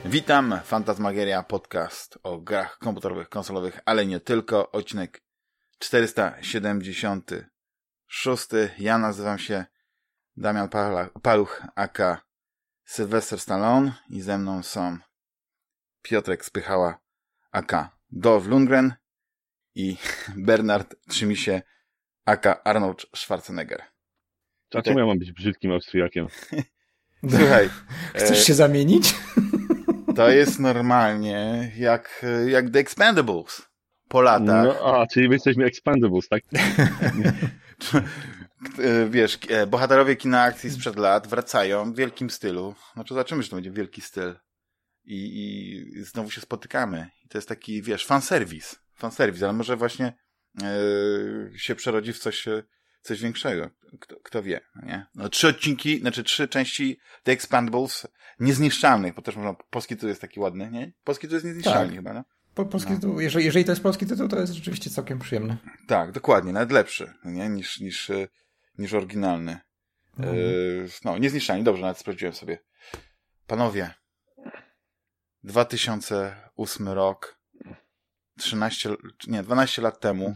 Witam, Fantasmagieria, podcast o grach komputerowych, konsolowych, ale nie tylko. Odcinek 476. Ja nazywam się Damian Paluch, aka Sylwester Stallone i ze mną są Piotrek Spychała, aka Dolph Lundgren i Bernard Trzymisie, aka Arnold Schwarzenegger. A czemu ja mam być brzydkim Austriakiem? Słuchaj. Chcesz się zamienić? To jest normalnie jak The Expendables po latach. No, czyli my jesteśmy Expendables, tak? Wiesz, bohaterowie kina akcji sprzed lat wracają w wielkim stylu. Znaczy zobaczymy, że to będzie wielki styl. I znowu się spotykamy. I to jest taki, wiesz, fanserwis, ale może właśnie się przerodzi w coś większego. Kto wie, nie? No, 3 części The Expendables niezniszczalnych, bo też można, polski tytuł jest taki ładny, nie? Polski tytuł jest niezniszczalny tak. Chyba, no? Polski tytuł, jeżeli to jest polski tytuł, to jest rzeczywiście całkiem przyjemny. Tak, dokładnie, nawet lepszy, nie? Niż oryginalny. Niezniszczalny, dobrze, nawet sprawdziłem sobie. Panowie, 2008 rok, 12 lat temu,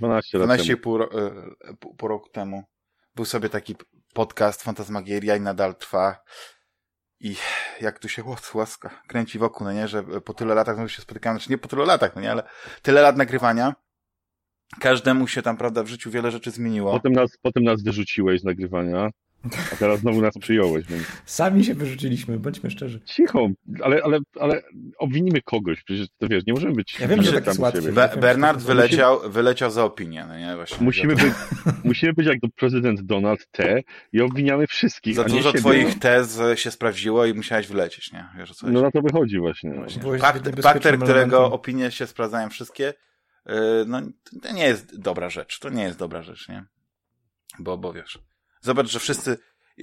12,5 roku temu był sobie taki podcast Fantasmagieria i nadal trwa. I jak tu się łaska kręci wokół, no nie, że po tylu latach znowu się spotykamy, znaczy nie po tylu latach, no nie, ale tyle lat nagrywania, każdemu się tam, prawda, w życiu wiele rzeczy zmieniło. Potem nas wyrzuciłeś z nagrywania, a teraz znowu nas przyjąłeś. Więc... Sami się wyrzuciliśmy, bądźmy szczerzy. Cicho, ale obwinimy kogoś, przecież to wiesz, nie możemy być... Ja wiem, że tak jest łatwiej. Bernard wyleciał za opinię, no nie, właśnie. Musimy być jak prezydent Donald T. i obwiniamy wszystkich. Za dużo twoich tez się sprawdziło i musiałeś wylecieć, nie? Wiesz, o co no na to wychodzi właśnie. Pakter, którego opinie się sprawdzają wszystkie, no to nie jest dobra rzecz. To nie jest dobra rzecz, nie? Bo wiesz... Zobacz, że wszyscy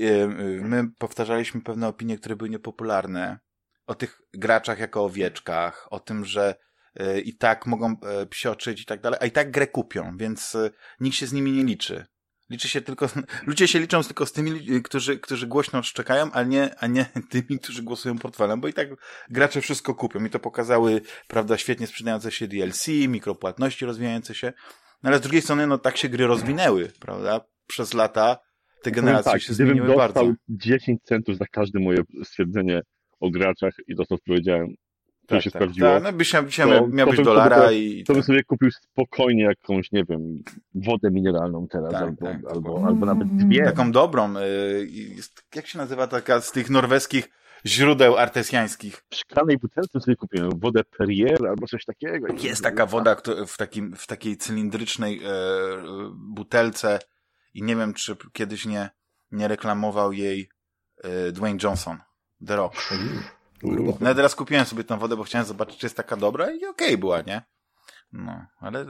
my powtarzaliśmy pewne opinie, które były niepopularne o tych graczach jako owieczkach, o tym, że i tak mogą psioczyć i tak dalej, a i tak grę kupią, więc nikt się z nimi nie liczy. Ludzie się liczą tylko z tymi, którzy głośno szczekają, a nie tymi, którzy głosują portfelem, bo i tak gracze wszystko kupią i to pokazały, prawda, świetnie sprzedające się DLC, mikropłatności rozwijające się, no ale z drugiej strony, no tak się gry rozwinęły, prawda, przez lata te generacje się zmieniły bardzo. Gdybym dostał 10 centów za każde moje stwierdzenie o graczach i to, co powiedziałem, to się sprawdziło. Tak, no miałbyś dolara to bym sobie kupił spokojnie jakąś, nie wiem, wodę mineralną teraz, albo nawet 2. Taką dobrą, jak się nazywa taka z tych norweskich źródeł artezjańskich? W szklanej butelce sobie kupiłem wodę Perrier albo coś takiego. Jest taka woda w takiej cylindrycznej butelce i nie wiem, czy kiedyś nie reklamował jej Dwayne Johnson, The Rock. No ja teraz kupiłem sobie tę wodę, bo chciałem zobaczyć, czy jest taka dobra i okej była, nie? No, ale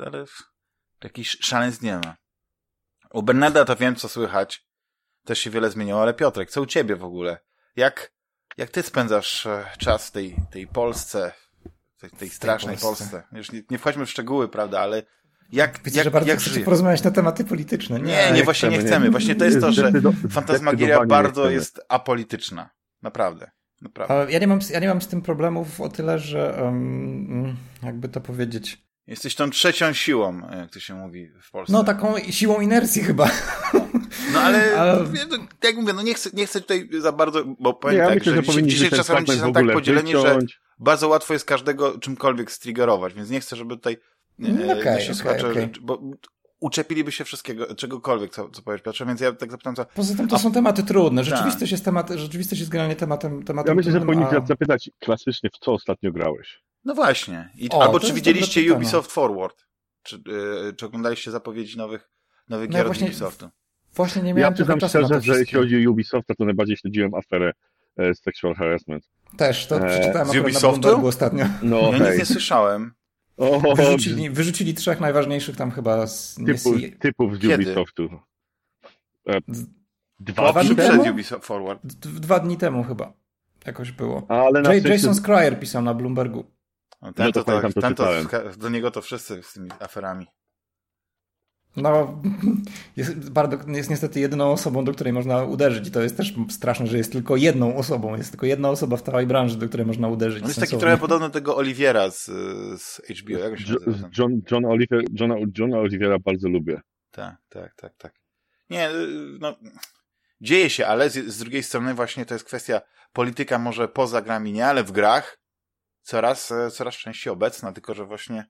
jakiś szaleństw nie ma. U Bernarda to wiem, co słychać. Też się wiele zmieniło, ale Piotrek, co u ciebie w ogóle? Jak ty spędzasz czas w tej Polsce, tej strasznej Polsce? Już nie wchodźmy w szczegóły, prawda, ale Widzę, że bardzo chcecie porozmawiać na tematy polityczne. Nie, właśnie nie chcemy. Właśnie to jest to, że Fantasmagieria bardzo jest apolityczna. Naprawdę. Ale ja nie mam z tym problemów o tyle, że jakby to powiedzieć... Jesteś tą trzecią siłą, jak to się mówi w Polsce. No, taką siłą inercji chyba. No ale jak mówię, no nie chcę tutaj za bardzo, bo powiem tak, myślę, że dzisiaj czasami są tak podzieleni, że bardzo łatwo jest każdego czymkolwiek striggerować, więc nie chcę, żeby tutaj słuchacze, bo uczepiliby się wszystkiego, czegokolwiek, co powiesz, Piotrze, więc ja tak zapytam, co... Poza tym to są tematy trudne. Rzeczywistość jest generalnie tematem ja myślę, że powinniśmy zapytać klasycznie, w co ostatnio grałeś. No właśnie. Albo czy widzieliście Ubisoft Forward? Czy oglądaliście zapowiedzi nowych gier od Ubisoftu? Właśnie nie miałem czasu szczerze, na to że jeśli chodzi o Ubisofta, to najbardziej śledziłem aferę Sexual Harassment. Też, to przeczytałem z Ubisoftu? Ostatnio. No, ja nic nie słyszałem. Wyrzucili 3 najważniejszych tam chyba typów z Ubisoftu. 2 dni przed Ubisoft Forward. 2 dni temu chyba. Jakoś było. Ale Jason Schreier pisał na Bloombergu. Do niego to wszyscy z tymi aferami. No, jest niestety jedyną osobą, do której można uderzyć i to jest też straszne, że jest tylko jedną osobą. Jest tylko jedna osoba w całej branży, do której można uderzyć. On jest taki trochę podobny do tego Oliviera z HBO. Jak się nazywa? Johna Oliviera bardzo lubię. Tak. Nie, no... Dzieje się, ale z drugiej strony właśnie to jest kwestia polityka może poza grami nie, ale w grach coraz częściej obecna, tylko że właśnie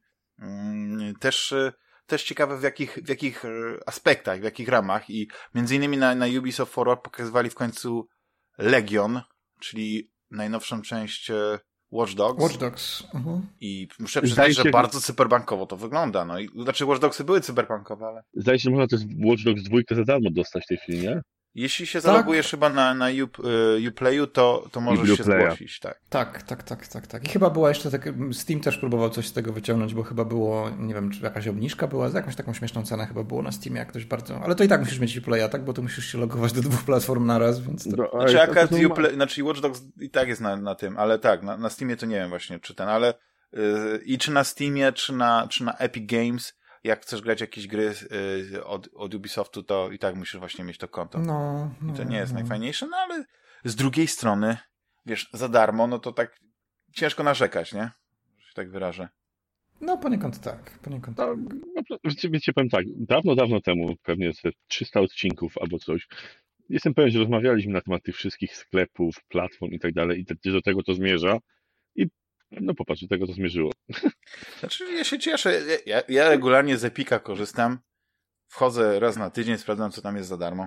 też ciekawe w jakich aspektach, w jakich ramach i między innymi na Ubisoft Forward pokazywali w końcu Legion, czyli najnowszą część Watch Dogs. I muszę przyznać, że bardzo cyberpunkowo to wygląda. No i znaczy Watch Dogsy były cyberpunkowe, ale... Zdaje się, że można też Watch Dogs 2 za darmo dostać w tej chwili, nie? Jeśli się zalogujesz chyba na Uplayu, to możesz się zgłosić, tak. Tak. I chyba była jeszcze Steam też próbował coś z tego wyciągnąć, bo chyba było, nie wiem, czy jakaś obniżka była, za jakąś taką śmieszną cenę chyba było na Steamie, jak ktoś bardzo... Ale to i tak musisz mieć Uplaya, tak? Bo tu musisz się logować do 2 platform naraz, więc... Znaczy Watch Dogs i tak jest na tym, ale tak, na Steamie to nie wiem właśnie, czy ten, ale i czy na Steamie, czy na Epic Games, jak chcesz grać jakieś gry od Ubisoftu, to i tak musisz właśnie mieć to konto. I to nie jest najfajniejsze, no ale z drugiej strony, wiesz, za darmo, no to tak ciężko narzekać, nie? Że się tak wyrażę. No poniekąd tak. Wiecie, powiem tak, dawno temu, pewnie 300 odcinków albo coś, jestem pewien, że rozmawialiśmy na temat tych wszystkich sklepów, platform i tak dalej i do tego to zmierza. I no popatrz, do tego to zmierzyło. Znaczy ja się cieszę. Ja regularnie z Epika korzystam. Wchodzę raz na tydzień, sprawdzam, co tam jest za darmo.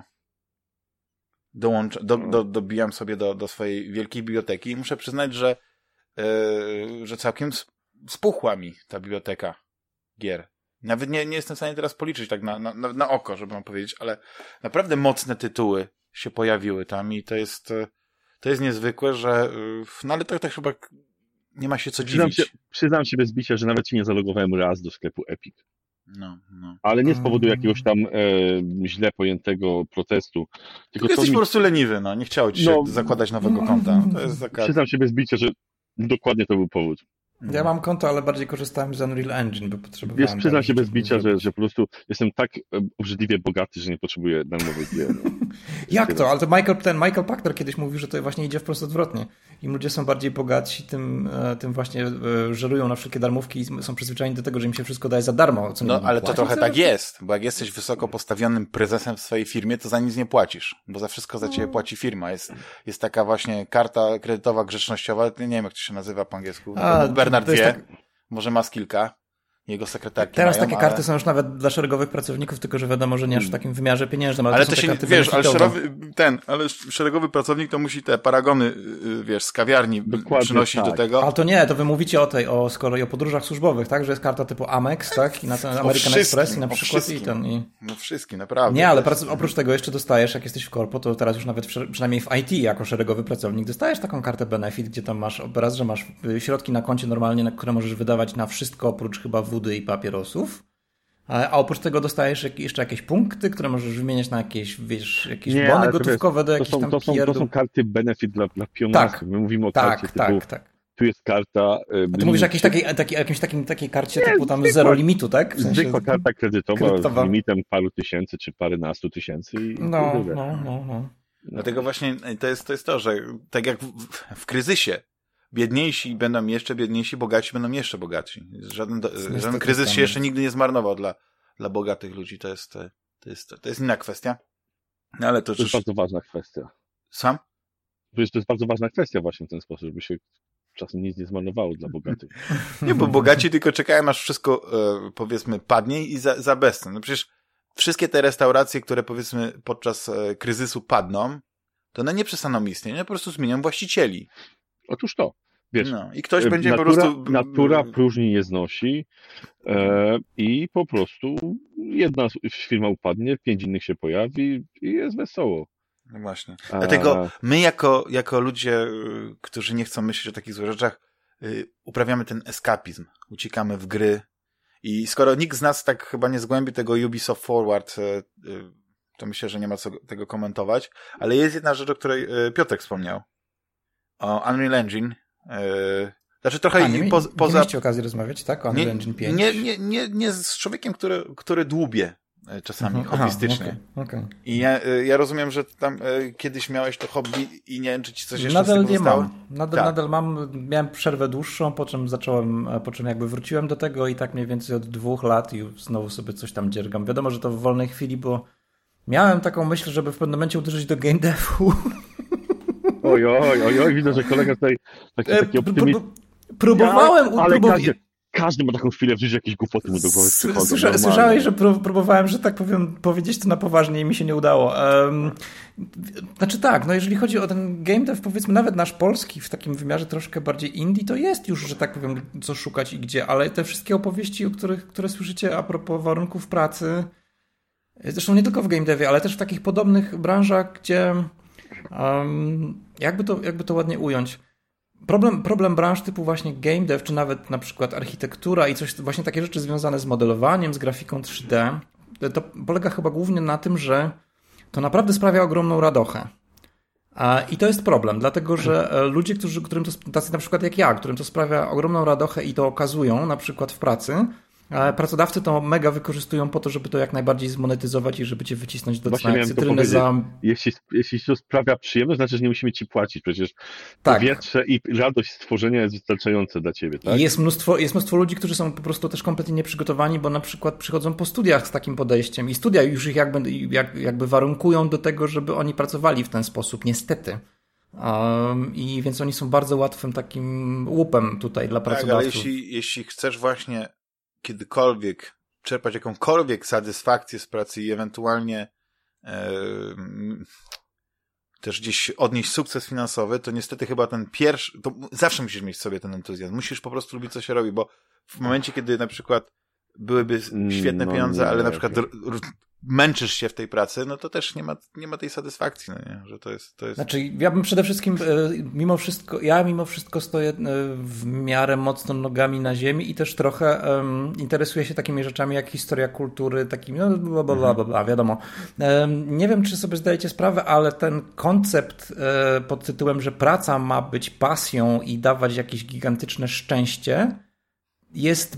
Dobijam sobie do swojej wielkiej biblioteki i muszę przyznać, że całkiem spuchła mi ta biblioteka gier. Nawet nie jestem w stanie teraz policzyć tak na oko, żeby wam powiedzieć, ale naprawdę mocne tytuły się pojawiły tam i to jest niezwykłe, że no ale to tak chyba nie ma się co dziwić. Przyznam się bez bicia, że nawet się nie zalogowałem raz do sklepu Epic. No. Ale nie z powodu jakiegoś tam źle pojętego protestu. Tylko jesteś po prostu leniwy, no. Nie chciało ci się zakładać nowego konta. To jest Przyznam się bez bicia, że dokładnie to był powód. Ja mam konto, ale bardziej korzystałem z Unreal Engine, bo potrzebowałem... Przyznam się bez bicia, że po prostu jestem tak obrzydliwie bogaty, że nie potrzebuję darmowej gier. Jak to? Ale to Michael Pachter kiedyś mówił, że to właśnie idzie wprost odwrotnie. Im ludzie są bardziej bogatsi, tym właśnie żerują na wszelkie darmówki i są przyzwyczajeni do tego, że im się wszystko daje za darmo. No, ale to trochę tak jest, bo jak jesteś wysoko postawionym prezesem w swojej firmie, to za nic nie płacisz, bo za wszystko za ciebie płaci firma. Jest taka właśnie karta kredytowa grzecznościowa, nie wiem jak to się nazywa po angielsku. Bernard wie, może ma z kilka. Jego sekretarki teraz mają, takie karty są już nawet dla szeregowych pracowników, tylko że wiadomo, że nie aż w takim wymiarze pieniężnym. Ale to się, wiesz, ale szeregowy pracownik to musi te paragony, wiesz, z kawiarni przynosić do tego. Ale to nie, to wy mówicie z kolei o podróżach służbowych, tak? Że jest karta typu Amex, tak? I na ten American Express i na przykład No wszystkim, naprawdę. Nie, ale oprócz tego jeszcze dostajesz, jak jesteś w korpo, to teraz już nawet przynajmniej w IT jako szeregowy pracownik dostajesz taką kartę benefit, gdzie tam masz raz, że masz środki na koncie normalnie, które możesz wydawać na wszystko oprócz chyba wody i papierosów. A oprócz tego dostajesz jeszcze jakieś punkty, które możesz wymieniać na jakieś bony gotówkowe do jakichś tam to są karty benefit dla pionierów. My mówimy o karcie typu... Tu jest karta... A ty mówisz o takiej karcie typu tam zero limitu, tak? W sensie zwykła karta kredytowa z limitem paru tysięcy czy paręnastu tysięcy. No. Dlatego właśnie to jest to, że tak jak w kryzysie biedniejsi będą jeszcze biedniejsi, bogaci będą jeszcze bogatsi. Żaden kryzys się jeszcze nigdy nie zmarnował dla bogatych ludzi. To jest inna kwestia. No, ale to jest bardzo ważna kwestia. Sam? To jest bardzo ważna kwestia właśnie w ten sposób, żeby się czasem nic nie zmarnowało dla bogatych. Nie, bo bogaci tylko czekają, aż wszystko powiedzmy padnie i za bezcen. No przecież wszystkie te restauracje, które powiedzmy podczas kryzysu padną, to one nie przestaną istnieć, one po prostu zmienią właścicieli. Otóż to. Wiesz, i ktoś będzie po prostu... Natura próżni nie znosi i po prostu jedna firma upadnie, 5 innych się pojawi i jest wesoło. No właśnie. Dlatego my jako ludzie, którzy nie chcą myśleć o takich złych rzeczach, uprawiamy ten eskapizm. Uciekamy w gry i skoro nikt z nas tak chyba nie zgłębi tego Ubisoft Forward, to myślę, że nie ma co tego komentować, ale jest jedna rzecz, o której Piotrek wspomniał. O Unreal Engine. Znaczy trochę poza... Nie mieliście okazji rozmawiać, tak? O Unreal Engine 5? Nie z człowiekiem, który dłubie czasami hobbystycznie. Okay. I ja rozumiem, że tam kiedyś miałeś to hobby i nie wiem, czy ci coś jeszcze nadal z tego nie zostało? mam. Nadal mam. Miałem przerwę dłuższą, po czym jakby wróciłem do tego i tak mniej więcej od 2 lat i znowu sobie coś tam dziergam. Wiadomo, że to w wolnej chwili, bo miałem taką myśl, żeby w pewnym momencie uderzyć do game devu. Oj, widzę, że kolega tutaj taki optymist. Próbowałem... Każdy ma taką chwilę w życiu, jakieś głupoty mu do głowy przychodzą. Słyszałeś, że próbowałem, że tak powiem, powiedzieć to na poważnie i mi się nie udało. Znaczy tak, no jeżeli chodzi o ten game dev, powiedzmy nawet nasz polski w takim wymiarze troszkę bardziej indie, to jest już, że tak powiem, co szukać i gdzie, ale te wszystkie opowieści, które słyszycie a propos warunków pracy, zresztą nie tylko w game devie, ale też w takich podobnych branżach, gdzie jakby to ładnie ująć, Problem branż typu właśnie game dev, czy nawet na przykład architektura i coś, właśnie takie rzeczy związane z modelowaniem, z grafiką 3D, to polega chyba głównie na tym, że to naprawdę sprawia ogromną radochę. I to jest problem, dlatego że ludzie, którym to, tacy na przykład jak ja, którym to sprawia ogromną radochę i to okazują na przykład w pracy, pracodawcy to mega wykorzystują po to, żeby to jak najbardziej zmonetyzować i żeby cię wycisnąć do cna cytryny za... Jeśli to sprawia przyjemność, znaczy, że nie musimy ci płacić. Przecież powietrze i radość stworzenia jest wystarczające dla ciebie. Tak? Jest mnóstwo ludzi, którzy są po prostu też kompletnie nieprzygotowani, bo na przykład przychodzą po studiach z takim podejściem i studia już ich jakby warunkują do tego, żeby oni pracowali w ten sposób, niestety. I więc oni są bardzo łatwym takim łupem tutaj dla pracodawców. Tak, ale jeśli chcesz właśnie kiedykolwiek czerpać jakąkolwiek satysfakcję z pracy i ewentualnie też gdzieś odnieść sukces finansowy, to niestety chyba ten pierwszy, to zawsze musisz mieć w sobie ten entuzjazm. Musisz po prostu lubić, co się robi, bo w momencie, kiedy na przykład byłyby świetne pieniądze, ale na przykład męczysz się w tej pracy, no to też nie ma tej satysfakcji, no nie? Że to jest... Znaczy, ja bym przede wszystkim mimo wszystko stoję w miarę mocno nogami na ziemi i też trochę interesuję się takimi rzeczami jak historia kultury, takimi wiadomo. Nie wiem, czy sobie zdajecie sprawę, ale ten koncept pod tytułem, że praca ma być pasją i dawać jakieś gigantyczne szczęście, jest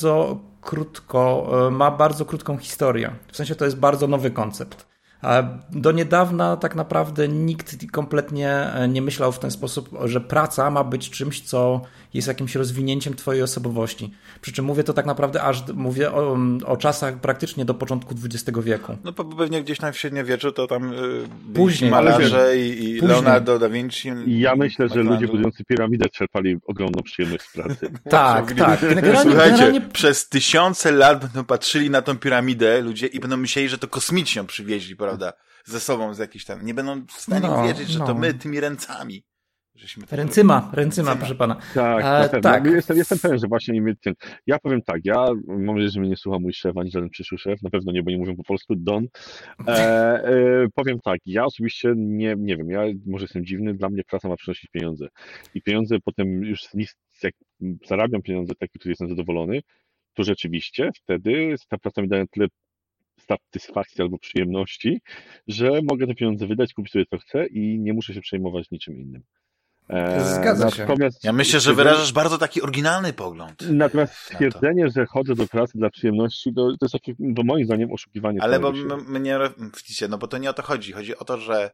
ma bardzo krótką historię. W sensie to jest bardzo nowy koncept. Do niedawna tak naprawdę nikt kompletnie nie myślał w ten sposób, że praca ma być czymś, co jest jakimś rozwinięciem twojej osobowości. Przy czym mówię to tak naprawdę mówię o czasach praktycznie do początku XX wieku. No pewnie gdzieś tam w średniowieczu to tam później malarze i Leonardo da Vinci. Ja myślę, że ludzie budujący piramidę czerpali ogromną przyjemność z pracy. Tak. Słuchajcie, przez 1000 lat będą patrzyli na tą piramidę ludzie i będą myśleli, że to kosmici ją przywieźli, prawda? Ze sobą z jakichś tam. Nie będą w stanie wierzyć, że to my tymi ręcami. Ręcyma, proszę pana. Tak. Jestem pewien, że właśnie ja powiem tak, mam nadzieję, że mnie nie słucha mój szef, ani żaden przyszły szef, na pewno nie, bo nie mówią po polsku, Don. Powiem tak, ja osobiście nie wiem, ja może jestem dziwny, dla mnie praca ma przynosić pieniądze. I pieniądze potem już jak zarabiam pieniądze takie, które jestem zadowolony, to rzeczywiście wtedy ta praca mi daje tyle satysfakcji albo przyjemności, że mogę te pieniądze wydać, kupić sobie co chcę i nie muszę się przejmować niczym innym. Zgadza się. Ja myślę, że wyrażasz bardzo taki oryginalny pogląd. Natomiast stwierdzenie, że chodzę do pracy dla przyjemności, to jest takie, moim zdaniem, oszukiwanie. Ale bo mnie, widzicie, no bo to nie o to chodzi. Chodzi o to, że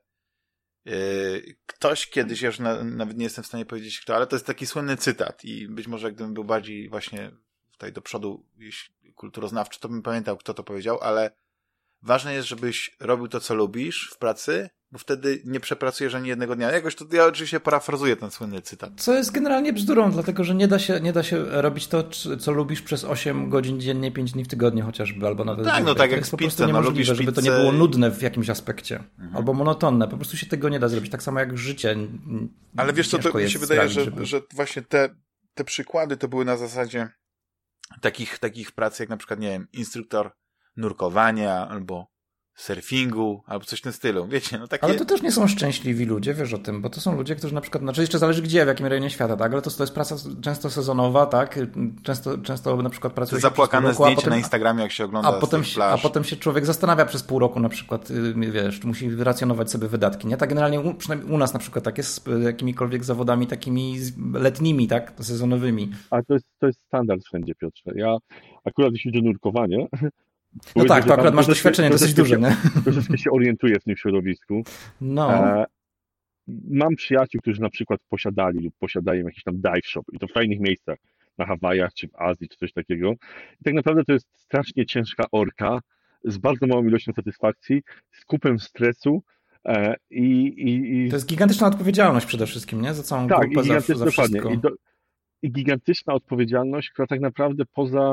ktoś kiedyś, ja już nawet nie jestem w stanie powiedzieć kto, ale to jest taki słynny cytat i być może gdybym był bardziej właśnie tutaj do przodu kulturoznawczy, to bym pamiętał, kto to powiedział, ale ważne jest, żebyś robił to, co lubisz w pracy, bo wtedy nie przepracujesz ani jednego dnia. Jakoś to ja oczywiście parafrazuję ten słynny cytat. Co jest generalnie bzdurą, dlatego że nie da się robić to, co lubisz przez 8 godzin dziennie, 5 dni w tygodniu chociażby, albo nawet tak, no tak jak z pizzą, niemożliwe, żeby to nie było nudne w jakimś aspekcie, albo monotonne. Po prostu się tego nie da zrobić, tak samo jak życie. Ale wiesz co, to mi się wydaje, że właśnie te przykłady to były na zasadzie takich prac jak na przykład, nie wiem, instruktor nurkowania albo surfingu, albo coś w tym stylu, wiecie, no takie... Ale to też nie są szczęśliwi ludzie, wiesz o tym, bo to są ludzie, którzy na przykład, znaczy jeszcze zależy gdzie, w jakim rejonie świata, tak, ale to jest praca często sezonowa, tak, często na przykład pracuje... To zapłakane zdjęcie na Instagramie, jak się ogląda a potem się człowiek zastanawia przez pół roku na przykład, wiesz, musi racjonować sobie wydatki, nie? Tak generalnie, przynajmniej u nas na przykład tak jest z jakimikolwiek zawodami takimi letnimi, tak, sezonowymi. A to jest standard wszędzie, Piotrze. Ja akurat jeśli chodzi o nurkowanie, No tak, to akurat masz doświadczenie dosyć duże, nie? Troszeczkę się orientuję w tym środowisku. No. Mam przyjaciół, którzy na przykład posiadali lub posiadają jakiś tam dive shop i to w fajnych miejscach, na Hawajach, czy w Azji, czy coś takiego. I tak naprawdę to jest strasznie ciężka orka, z bardzo małą ilością satysfakcji, z kupem stresu i To jest gigantyczna odpowiedzialność przede wszystkim, nie? Za całą tak, grupę, za wszystko. I gigantyczna odpowiedzialność, która tak naprawdę poza...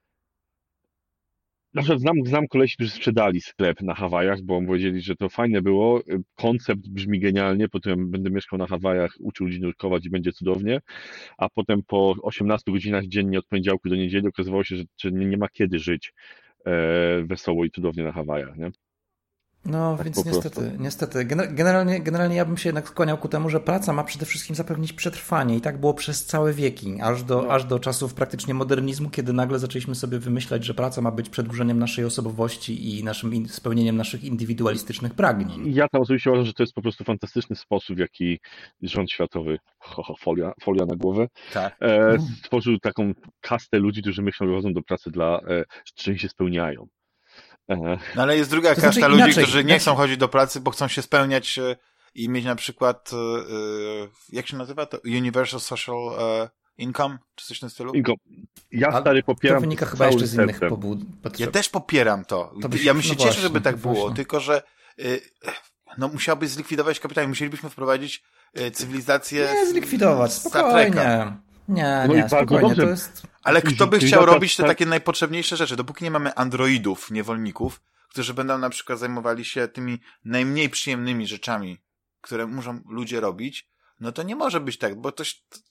Na przykład znam kolesi, którzy sprzedali sklep na Hawajach, bo powiedzieli, że to fajne było, koncept brzmi genialnie, potem będę mieszkał na Hawajach, uczył ludzi nurkować i będzie cudownie, a potem po 18 godzinach dziennie od poniedziałku do niedzieli okazywało się, że nie ma kiedy żyć wesoło i cudownie na Hawajach, nie? No, Tak więc niestety. Generalnie ja bym się jednak skłaniał ku temu, że praca ma przede wszystkim zapewnić przetrwanie i tak było przez całe wieki, aż do czasów praktycznie modernizmu, kiedy nagle zaczęliśmy sobie wymyślać, że praca ma być przedłużeniem naszej osobowości i spełnieniem naszych indywidualistycznych pragnień. Ja tam osobiście uważam, że to jest po prostu fantastyczny sposób, w jaki rząd światowy, folia na głowę, tak. Stworzył taką kastę ludzi, którzy myślą, że chodzą do pracy że się spełniają. No ale jest druga kasta ludzi, którzy nie chcą chodzić do pracy, bo chcą się spełniać i mieć na przykład, jak się nazywa to? Universal Social Income? Czy coś w tym stylu? Ja stary popieram. To wynika chyba jeszcze z innych pobud. Ja też popieram to. Ja bym się cieszę, żeby tak było, tylko że musiałby zlikwidować kapitalizm. Musielibyśmy wprowadzić cywilizację. Nie zlikwidować, spokojnie. Nie, spokojnie, to jest... Ale kto by chciał robić te takie najpotrzebniejsze rzeczy? Dopóki nie mamy androidów, niewolników, którzy będą na przykład zajmowali się tymi najmniej przyjemnymi rzeczami, które muszą ludzie robić, no to nie może być tak, bo to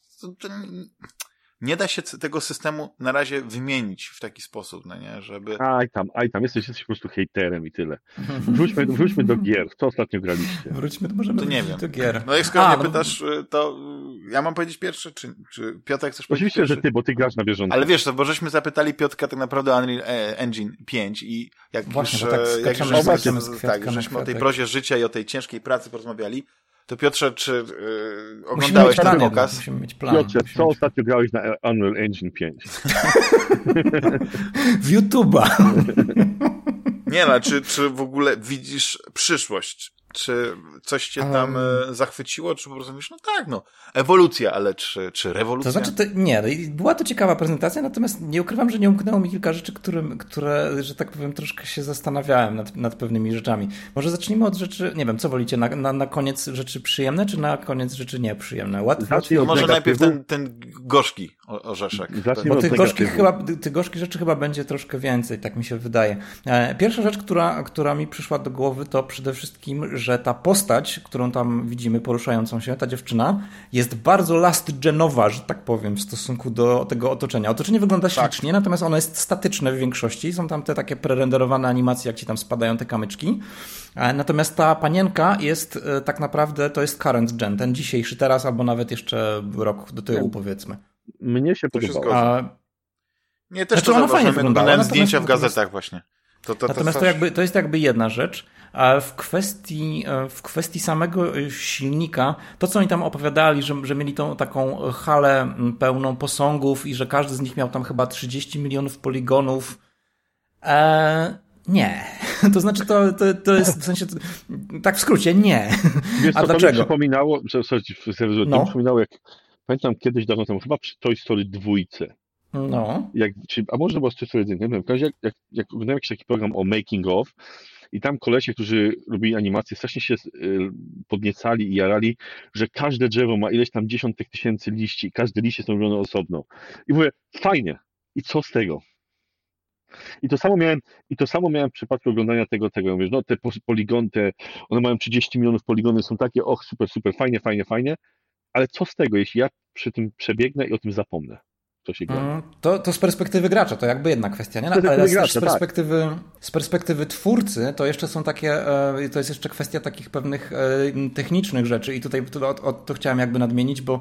nie da się tego systemu na razie wymienić w taki sposób, no nie, żeby... Aj tam, jesteś po prostu hejterem i tyle. Wróćmy do gier. Co ostatnio graliście? Możemy wrócić do gier. No jak skoro mnie pytasz, to ja mam powiedzieć pierwszy, czy Piotrek chcesz powiedzieć Oczywiście, pierwszy? że ty, bo ty grasz na bieżąco. Ale wiesz, bo żeśmy zapytali Piotrka tak naprawdę o Unreal Engine 5 i żeśmy o tej prozie życia i o tej ciężkiej pracy porozmawiali, to Piotrze, czy oglądałeś ten pokaz? Musimy mieć plan. Piotrze, co ostatnio grałeś na Unreal Engine 5? W YouTube'a. Nie no, czy w ogóle widzisz przyszłość? Czy coś cię tam zachwyciło, czy po prostu myślisz, ewolucja, ale czy rewolucja? To znaczy, była to ciekawa prezentacja, natomiast nie ukrywam, że nie umknęło mi kilka rzeczy, które, że tak powiem, troszkę się zastanawiałem nad pewnymi rzeczami. Może zacznijmy od rzeczy, nie wiem, co wolicie, na koniec rzeczy przyjemne, czy na koniec rzeczy nieprzyjemne? Może najpierw ten gorzki orzeszek. Bo tych gorzkich rzeczy chyba będzie troszkę więcej, tak mi się wydaje. Pierwsza rzecz, która mi przyszła do głowy, to przede wszystkim, że ta postać, którą tam widzimy poruszającą się, ta dziewczyna, jest bardzo last-genowa, że tak powiem, w stosunku do tego otoczenia. Otoczenie wygląda ślicznie, natomiast ono jest statyczne w większości. Są tam te takie prerenderowane animacje, jak ci tam spadają te kamyczki. Natomiast ta panienka jest tak naprawdę, to jest current gen, ten dzisiejszy teraz, albo nawet jeszcze rok do tyłu, powiedzmy. Mnie się podobało. Nie, też to fajnie wyglądałem zdjęcia w gazetach właśnie. Natomiast to jest jakby jedna rzecz. A w kwestii samego silnika, to co oni tam opowiadali, że mieli tą taką halę pełną posągów i że każdy z nich miał tam chyba 30 milionów poligonów. Nie. To znaczy to jest w sensie, tak w skrócie, nie. Wiesz, a dlaczego? To mi przypominało, przypominało, jak pamiętam kiedyś dawno temu, chyba przy Toy Story 2. No. A może to było z Toy Story 1, nie wiem, jak oglądałem jakiś taki program o making of i tam kolesie, którzy robili animacje, strasznie się podniecali i jarali, że każde drzewo ma ileś tam dziesiątek tysięcy liści i każde liście są robione osobno. I mówię, fajnie. I co z tego? I to samo miałem w przypadku oglądania tego. Ja mówię, te poligony, one mają 30 milionów poligonów, są takie, super, fajnie, ale co z tego, jeśli ja przy tym przebiegnę i o tym zapomnę? To z perspektywy gracza, to jakby jedna kwestia, nie? Ale z perspektywy twórcy to jeszcze są takie, to jest jeszcze kwestia takich pewnych technicznych rzeczy i tutaj to chciałem jakby nadmienić, bo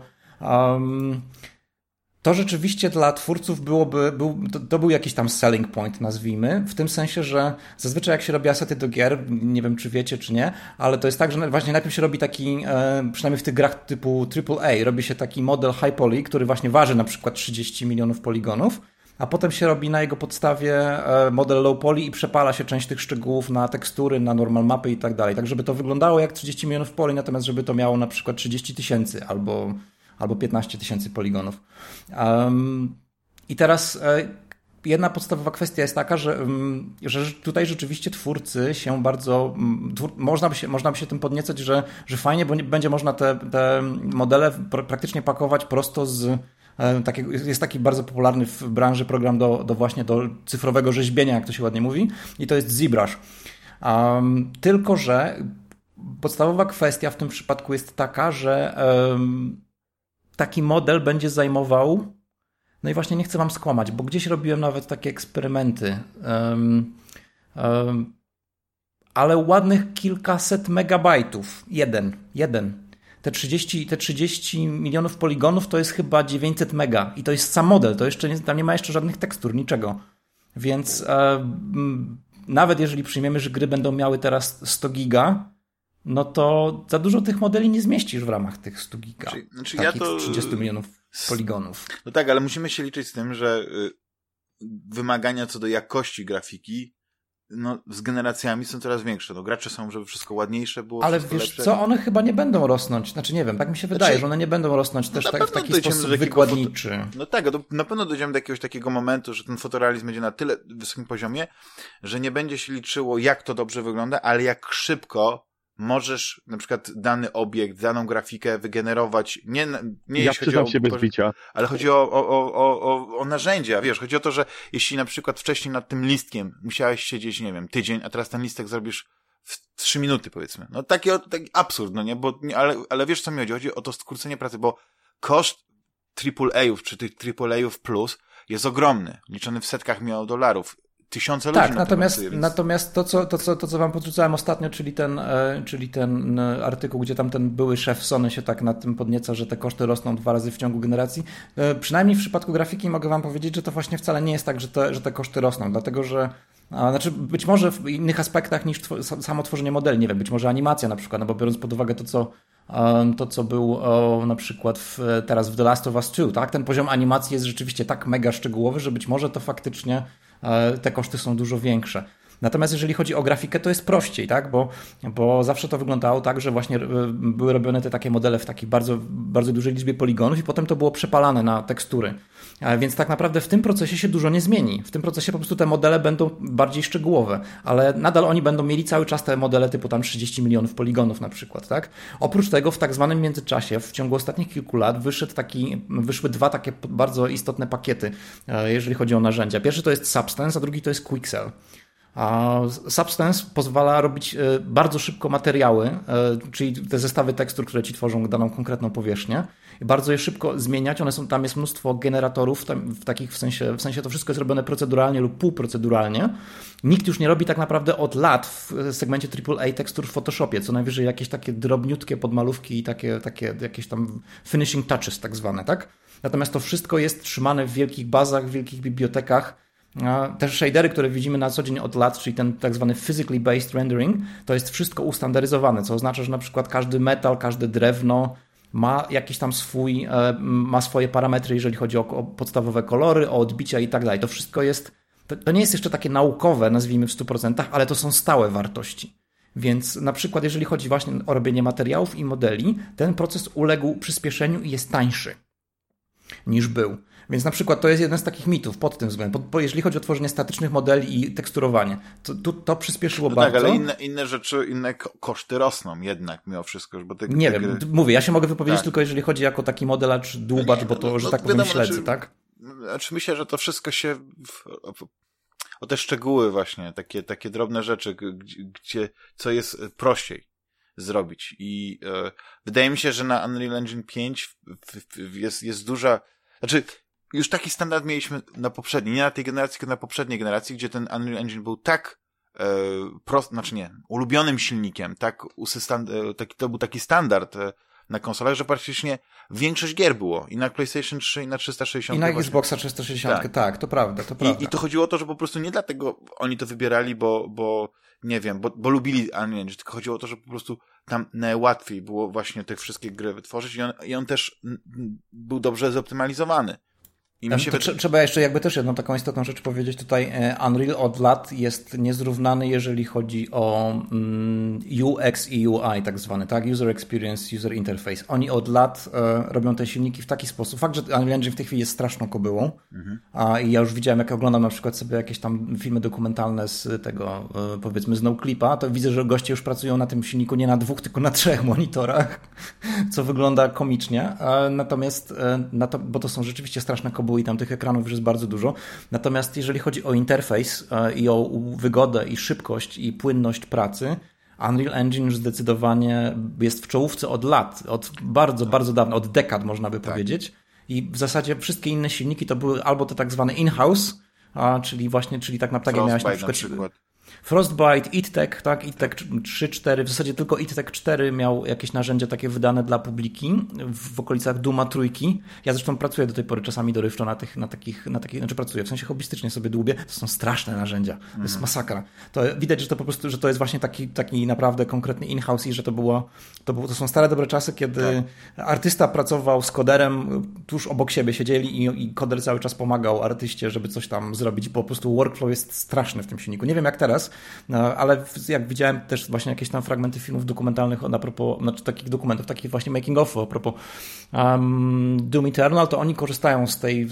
to rzeczywiście dla twórców to był jakiś tam selling point, nazwijmy, w tym sensie, że zazwyczaj jak się robi asety do gier, nie wiem czy wiecie czy nie, ale to jest tak, że właśnie najpierw się robi taki, przynajmniej w tych grach typu AAA, robi się taki model high poly, który właśnie waży na przykład 30 milionów poligonów a potem się robi na jego podstawie model low poly i przepala się część tych szczegółów na tekstury, na normal mapy i tak dalej. Tak, żeby to wyglądało jak 30 milionów poli, natomiast żeby to miało na przykład 30 tysięcy albo 15 tysięcy poligonów. I teraz jedna podstawowa kwestia jest taka, że tutaj rzeczywiście twórcy się bardzo... Można by się tym podniecać, że fajnie, bo będzie można te modele praktycznie pakować prosto z... Jest taki bardzo popularny w branży program właśnie do cyfrowego rzeźbienia, jak to się ładnie mówi, i to jest ZBrush. Tylko że podstawowa kwestia w tym przypadku jest taka, że taki model będzie zajmował, no i właśnie nie chcę wam skłamać, bo gdzieś robiłem nawet takie eksperymenty, ale ładnych kilkaset megabajtów. Jeden. Te 30 milionów poligonów to jest chyba 900 mega i to jest sam model, to jeszcze tam nie ma jeszcze żadnych tekstur, niczego. Więc nawet jeżeli przyjmiemy, że gry będą miały teraz 100 giga, no to za dużo tych modeli nie zmieścisz w ramach tych 100 giga. Takich 30 milionów poligonów. No tak, ale musimy się liczyć z tym, że wymagania co do jakości grafiki z generacjami są coraz większe. Gracze są, żeby wszystko ładniejsze było. Ale wiesz lepsze. co, one chyba nie będą rosnąć. Znaczy nie wiem, tak mi się wydaje, że one nie będą rosnąć też w taki sposób wykładniczy. No tak, na pewno dojdziemy do jakiegoś takiego momentu, że ten fotorealizm będzie na tyle wysokim poziomie, że nie będzie się liczyło, jak to dobrze wygląda, ale jak szybko możesz na przykład dany obiekt, daną grafikę wygenerować, nie jeśli chodzi o się bez bicia. Ale chodzi o narzędzia, wiesz, chodzi o to, że jeśli na przykład wcześniej nad tym listkiem musiałeś siedzieć, nie wiem, tydzień, a teraz ten listek zrobisz w 3 minuty, powiedzmy. No taki absurd, no nie, ale wiesz co mi chodzi? Chodzi o to skrócenie pracy, bo koszt AAA-ów, czy tych AAA-ów plus jest ogromny, liczony w setkach milionów dolarów. Tysiące ludzi tak, na tym pracuje, więc... natomiast to, co wam podrzucałem ostatnio, czyli ten artykuł, gdzie tam ten były szef Sony się tak nad tym podnieca, że te koszty rosną 2 razy w ciągu generacji. Przynajmniej w przypadku grafiki mogę wam powiedzieć, że to właśnie wcale nie jest tak, że te koszty rosną, dlatego że znaczy być może w innych aspektach niż samo tworzenie modeli, nie wiem, być może animacja na przykład, no bo biorąc pod uwagę to, co był na przykład teraz w The Last of Us 2, tak? Ten poziom animacji jest rzeczywiście tak mega szczegółowy, że być może to faktycznie te koszty są dużo większe. Natomiast jeżeli chodzi o grafikę, to jest prościej, tak? Bo zawsze to wyglądało tak, że właśnie były robione te takie modele w takiej bardzo, bardzo dużej liczbie poligonów i potem to było przepalane na tekstury. Więc tak naprawdę w tym procesie się dużo nie zmieni. W tym procesie po prostu te modele będą bardziej szczegółowe, ale nadal oni będą mieli cały czas te modele typu tam 30 milionów poligonów na przykład, tak? Oprócz tego w tak zwanym międzyczasie, w ciągu ostatnich kilku lat wyszły 2 takie bardzo istotne pakiety, jeżeli chodzi o narzędzia. Pierwszy to jest Substance, a drugi to jest Quixel. A Substance pozwala robić bardzo szybko materiały, czyli te zestawy tekstur, które ci tworzą daną konkretną powierzchnię. Bardzo je szybko zmieniać. Tam jest mnóstwo generatorów, w sensie to wszystko jest robione proceduralnie lub półproceduralnie. Nikt już nie robi tak naprawdę od lat w segmencie AAA tekstur w Photoshopie, co najwyżej jakieś takie drobniutkie podmalówki i takie jakieś tam finishing touches tak zwane, tak? Natomiast to wszystko jest trzymane w wielkich bazach, w wielkich bibliotekach. Te shadery, które widzimy na co dzień od lat, czyli ten tak zwany physically based rendering, to jest wszystko ustandaryzowane, co oznacza, że na przykład każdy metal, każde drewno ma jakiś tam ma swoje parametry, jeżeli chodzi o podstawowe kolory, o odbicia i tak dalej. To wszystko jest, to nie jest jeszcze takie naukowe, nazwijmy w 100%, ale to są stałe wartości. Więc na przykład jeżeli chodzi właśnie o robienie materiałów i modeli, ten proces uległ przyspieszeniu i jest tańszy niż był. Więc na przykład to jest jeden z takich mitów pod tym względem. Bo jeżeli chodzi o tworzenie statycznych modeli i teksturowanie, to przyspieszyło bardzo. Tak, ale inne rzeczy, inne koszty rosną jednak mimo wszystko. Bo nie wiem, mówię, ja się mogę wypowiedzieć tylko jeżeli chodzi jako taki modelacz, dłubacz, bo to, że tak powiem, śledzę, tak? Znaczy myślę, że to wszystko się o te szczegóły właśnie, takie drobne rzeczy, gdzie co jest prościej zrobić. I wydaje mi się, że na Unreal Engine 5 jest duża... Znaczy, już taki standard mieliśmy na poprzedniej, nie na tej generacji, tylko na poprzedniej generacji, gdzie ten Unreal Engine był tak ulubionym silnikiem, to był taki standard na konsolach, że praktycznie większość gier było i na PlayStation 3 i na 360. I na Xboxa 360, tak, to prawda. I to chodziło o to, że po prostu nie dlatego oni to wybierali, bo nie wiem, bo lubili Unreal Engine, tylko chodziło o to, że po prostu tam najłatwiej było właśnie te wszystkie gry wytworzyć i on też był dobrze zoptymalizowany. I mi się trzeba jeszcze jakby też jedną taką istotną rzecz powiedzieć tutaj. Unreal od lat jest niezrównany, jeżeli chodzi o UX i UI tak zwany, tak? User Experience, User Interface. Oni od lat robią te silniki w taki sposób. Fakt, że Unreal Engine w tej chwili jest straszną kobyłą. I ja już widziałem, jak oglądam na przykład sobie jakieś tam filmy dokumentalne z tego, powiedzmy z NoClipa, to widzę, że goście już pracują na tym silniku nie na 2, tylko na 3 monitorach, co wygląda komicznie. Natomiast, bo to są rzeczywiście straszne kobyły i tam tych ekranów już jest bardzo dużo. Natomiast jeżeli chodzi o interfejs i o wygodę i szybkość i płynność pracy, Unreal Engine już zdecydowanie jest w czołówce od lat, od bardzo, bardzo dawno, od dekad można by powiedzieć. I w zasadzie wszystkie inne silniki to były albo te tak zwane in-house, czyli tak naprawdę miałeś na przykład Frostbite, EatTech, tak, EatTech 3.4, w zasadzie tylko EatTech 4 miał jakieś narzędzia takie wydane dla publiki w okolicach Duma trójki. Ja zresztą pracuję do tej pory czasami dorywczo na takich, znaczy pracuję, w sensie hobbystycznie sobie dłubię. To są straszne narzędzia, to jest masakra. To widać, że to po prostu, że to jest właśnie taki naprawdę konkretny in-house i że to są stare dobre czasy, kiedy artysta pracował z koderem, tuż obok siebie siedzieli i koder cały czas pomagał artyście, żeby coś tam zrobić. Po prostu workflow jest straszny w tym silniku. Nie wiem jak teraz, ale jak widziałem też właśnie jakieś tam fragmenty filmów dokumentalnych a propos, znaczy takich dokumentów, takich właśnie making of a propos Doom Eternal, to oni korzystają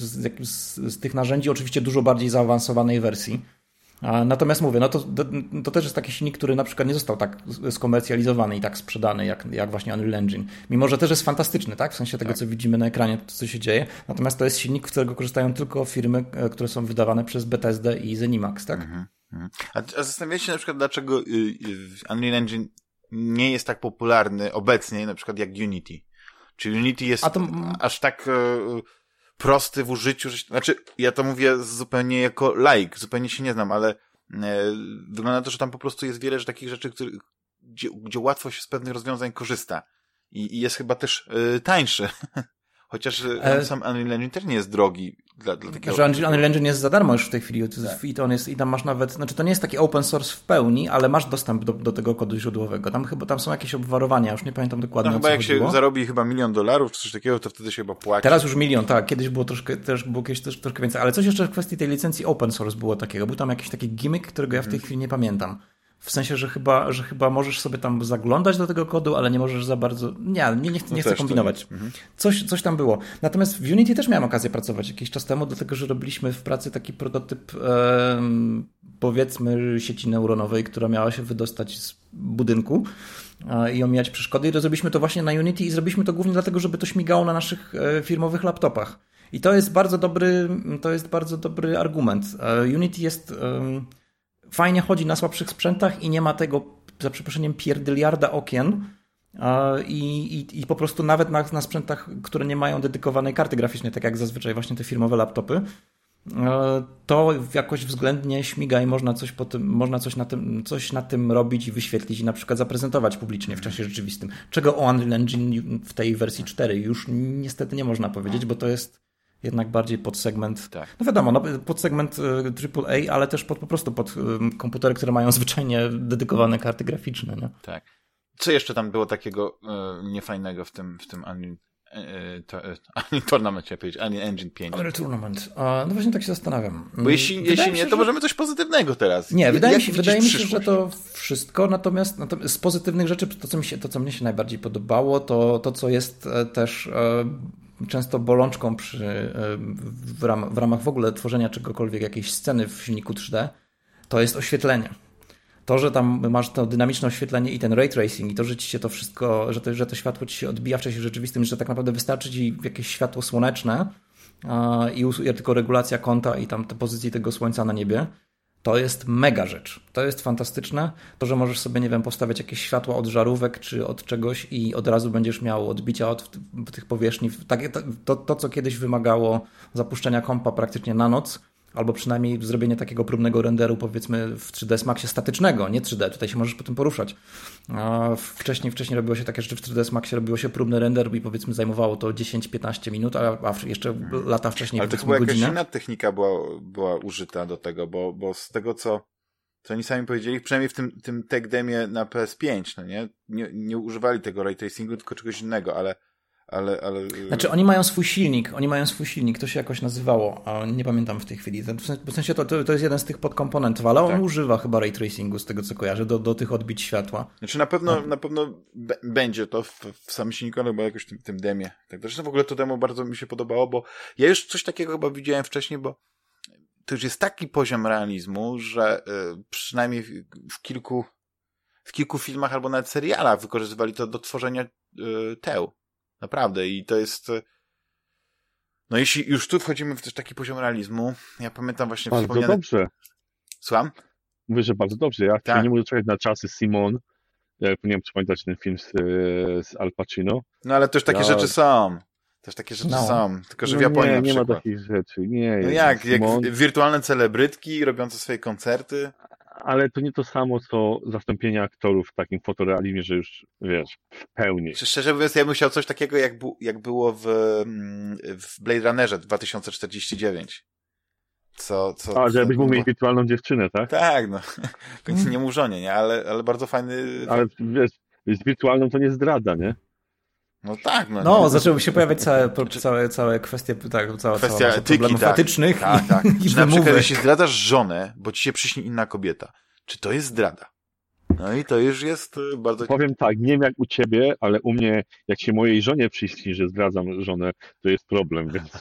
z tych narzędzi, oczywiście dużo bardziej zaawansowanej wersji. Natomiast mówię, to też jest taki silnik, który na przykład nie został tak skomercjalizowany i tak sprzedany jak właśnie Unreal Engine. Mimo, że też jest fantastyczny, tak? W sensie tego, co widzimy na ekranie, to co się dzieje. Natomiast to jest silnik, z którego korzystają tylko firmy, które są wydawane przez Bethesdę i Zenimax, tak? A zastanawiacie się na przykład, dlaczego Unreal Engine nie jest tak popularny obecnie, na przykład jak Unity. Czy Unity jest aż tak prosty w użyciu, znaczy ja to mówię zupełnie jako laik, zupełnie się nie znam, ale wygląda na to, że tam po prostu jest wiele takich rzeczy, gdzie łatwo się z pewnych rozwiązań korzysta i jest chyba też tańszy. Chociaż sam Unreal Engine też nie jest drogi dla takiego... Że Unreal Engine jest za darmo już w tej chwili i tam masz nawet, znaczy to nie jest taki open source w pełni, ale masz dostęp do tego kodu źródłowego. Tam są jakieś obwarowania, już nie pamiętam dokładnie, chyba jak chodziło. Się zarobi chyba $1 milion czy coś takiego, to wtedy się chyba płaci. Teraz już 1 milion, tak. Kiedyś było troszkę więcej, ale coś jeszcze w kwestii tej licencji open source było takiego. Był tam jakiś taki gimmick, którego ja w tej chwili nie pamiętam. W sensie, że chyba możesz sobie tam zaglądać do tego kodu, ale nie możesz za bardzo... Nie chcę kombinować. Coś tam było. Natomiast w Unity też miałem okazję pracować jakiś czas temu, dlatego że robiliśmy w pracy taki prototyp powiedzmy sieci neuronowej, która miała się wydostać z budynku i omijać przeszkody. I zrobiliśmy to właśnie na Unity i zrobiliśmy to głównie dlatego, żeby to śmigało na naszych firmowych laptopach. I to jest bardzo dobry argument. Unity jest... fajnie chodzi na słabszych sprzętach i nie ma tego, za przeproszeniem, pierdyliarda okien i po prostu nawet na sprzętach, które nie mają dedykowanej karty graficznej, tak jak zazwyczaj właśnie te firmowe laptopy, to jakoś względnie śmiga i można coś na tym robić i wyświetlić i na przykład zaprezentować publicznie w czasie rzeczywistym. Czego o Unreal Engine w tej wersji 4 już niestety nie można powiedzieć, bo to jest jednak bardziej pod segment, no wiadomo, pod segment AAA, ale też po prostu pod komputery, które mają zwyczajnie dedykowane karty graficzne. Nie? Tak. Co jeszcze tam było takiego niefajnego w tym Unreal Tournament, chciałem powiedzieć, Unreal Engine 5? Unreal Tournament. No właśnie tak się zastanawiam. Bo jeśli nie, to możemy coś pozytywnego teraz. Nie, wydaje mi się, że to wszystko, natomiast z pozytywnych rzeczy, to co mnie się najbardziej podobało, to co jest też często bolączką w ramach w ogóle tworzenia czegokolwiek, jakiejś sceny w silniku 3D, to jest oświetlenie. To, że tam masz to dynamiczne oświetlenie i ten ray tracing i to, że ci się to wszystko, że to światło ci się odbija w czasie rzeczywistym, że tak naprawdę wystarczy ci jakieś światło słoneczne i tylko regulacja kąta i tam te pozycje tego słońca na niebie, to jest mega rzecz. To jest fantastyczne. To, że możesz sobie, nie wiem, postawiać jakieś światła od żarówek czy od czegoś i od razu będziesz miał odbicia od tych powierzchni. To, co kiedyś wymagało zapuszczenia kompa praktycznie na noc, albo przynajmniej zrobienie takiego próbnego renderu, powiedzmy w 3ds Maxie statycznego, nie 3D, tutaj się możesz po tym poruszać. Wcześniej robiło się takie rzeczy, w 3ds Maxie robiło się próbny render i powiedzmy zajmowało to 10-15 minut, a jeszcze lata wcześniej. Ale to chyba jakaś inna technika była użyta do tego, bo z tego, co oni sami powiedzieli, przynajmniej w tym tech demie na PS5, no nie używali tego ray tracingu, tylko czegoś innego, ale Znaczy oni mają swój silnik, to się jakoś nazywało, a nie pamiętam w tej chwili. W sensie to jest jeden z tych podkomponentów, ale on używa chyba ray tracingu, z tego co kojarzę, do tych odbić światła. Znaczy na pewno będzie to w samym silniku, albo jakoś w tym demie. Tak, zresztą w ogóle to demo bardzo mi się podobało, bo ja już coś takiego chyba widziałem wcześniej, bo to już jest taki poziom realizmu, że przynajmniej w kilku filmach albo nawet serialach wykorzystywali to do tworzenia teł. Naprawdę. I to jest... No jeśli już tu wchodzimy w też taki poziom realizmu, ja pamiętam właśnie bardzo wspomniane... dobrze. Słucham? Mówię, że bardzo dobrze. Ja nie mogę czekać na czasy Simon. Ja powinienem pamiętać ten film z Al Pacino. No ale też takie rzeczy są. Są. Tylko, że w Japonii nie ma takich rzeczy. Nie, no jak wirtualne celebrytki robiące swoje koncerty. Ale to nie to samo, co zastąpienie aktorów w takim fotorealizmie, że już, wiesz, w pełni. Szczerze mówiąc, ja bym chciał coś takiego, jak było w Blade Runnerze 2049. Żebyś mógł mieć wirtualną dziewczynę, tak? Tak, no. Nie mu żonie, nie? Ale bardzo fajny... Ale wiesz, z wirtualną to nie zdradza, nie? No tak, no. No, zaczęły się pojawiać całe kwestie, kwestia etyki, problemów etycznych. Tak. Czy na przykład, jeśli zdradzasz żonę, bo ci się przyśni inna kobieta, czy to jest zdrada? No i to już jest bardzo... Powiem tak, nie wiem jak u ciebie, ale u mnie, jak się mojej żonie przyśni, że zdradzam żonę, to jest problem, więc...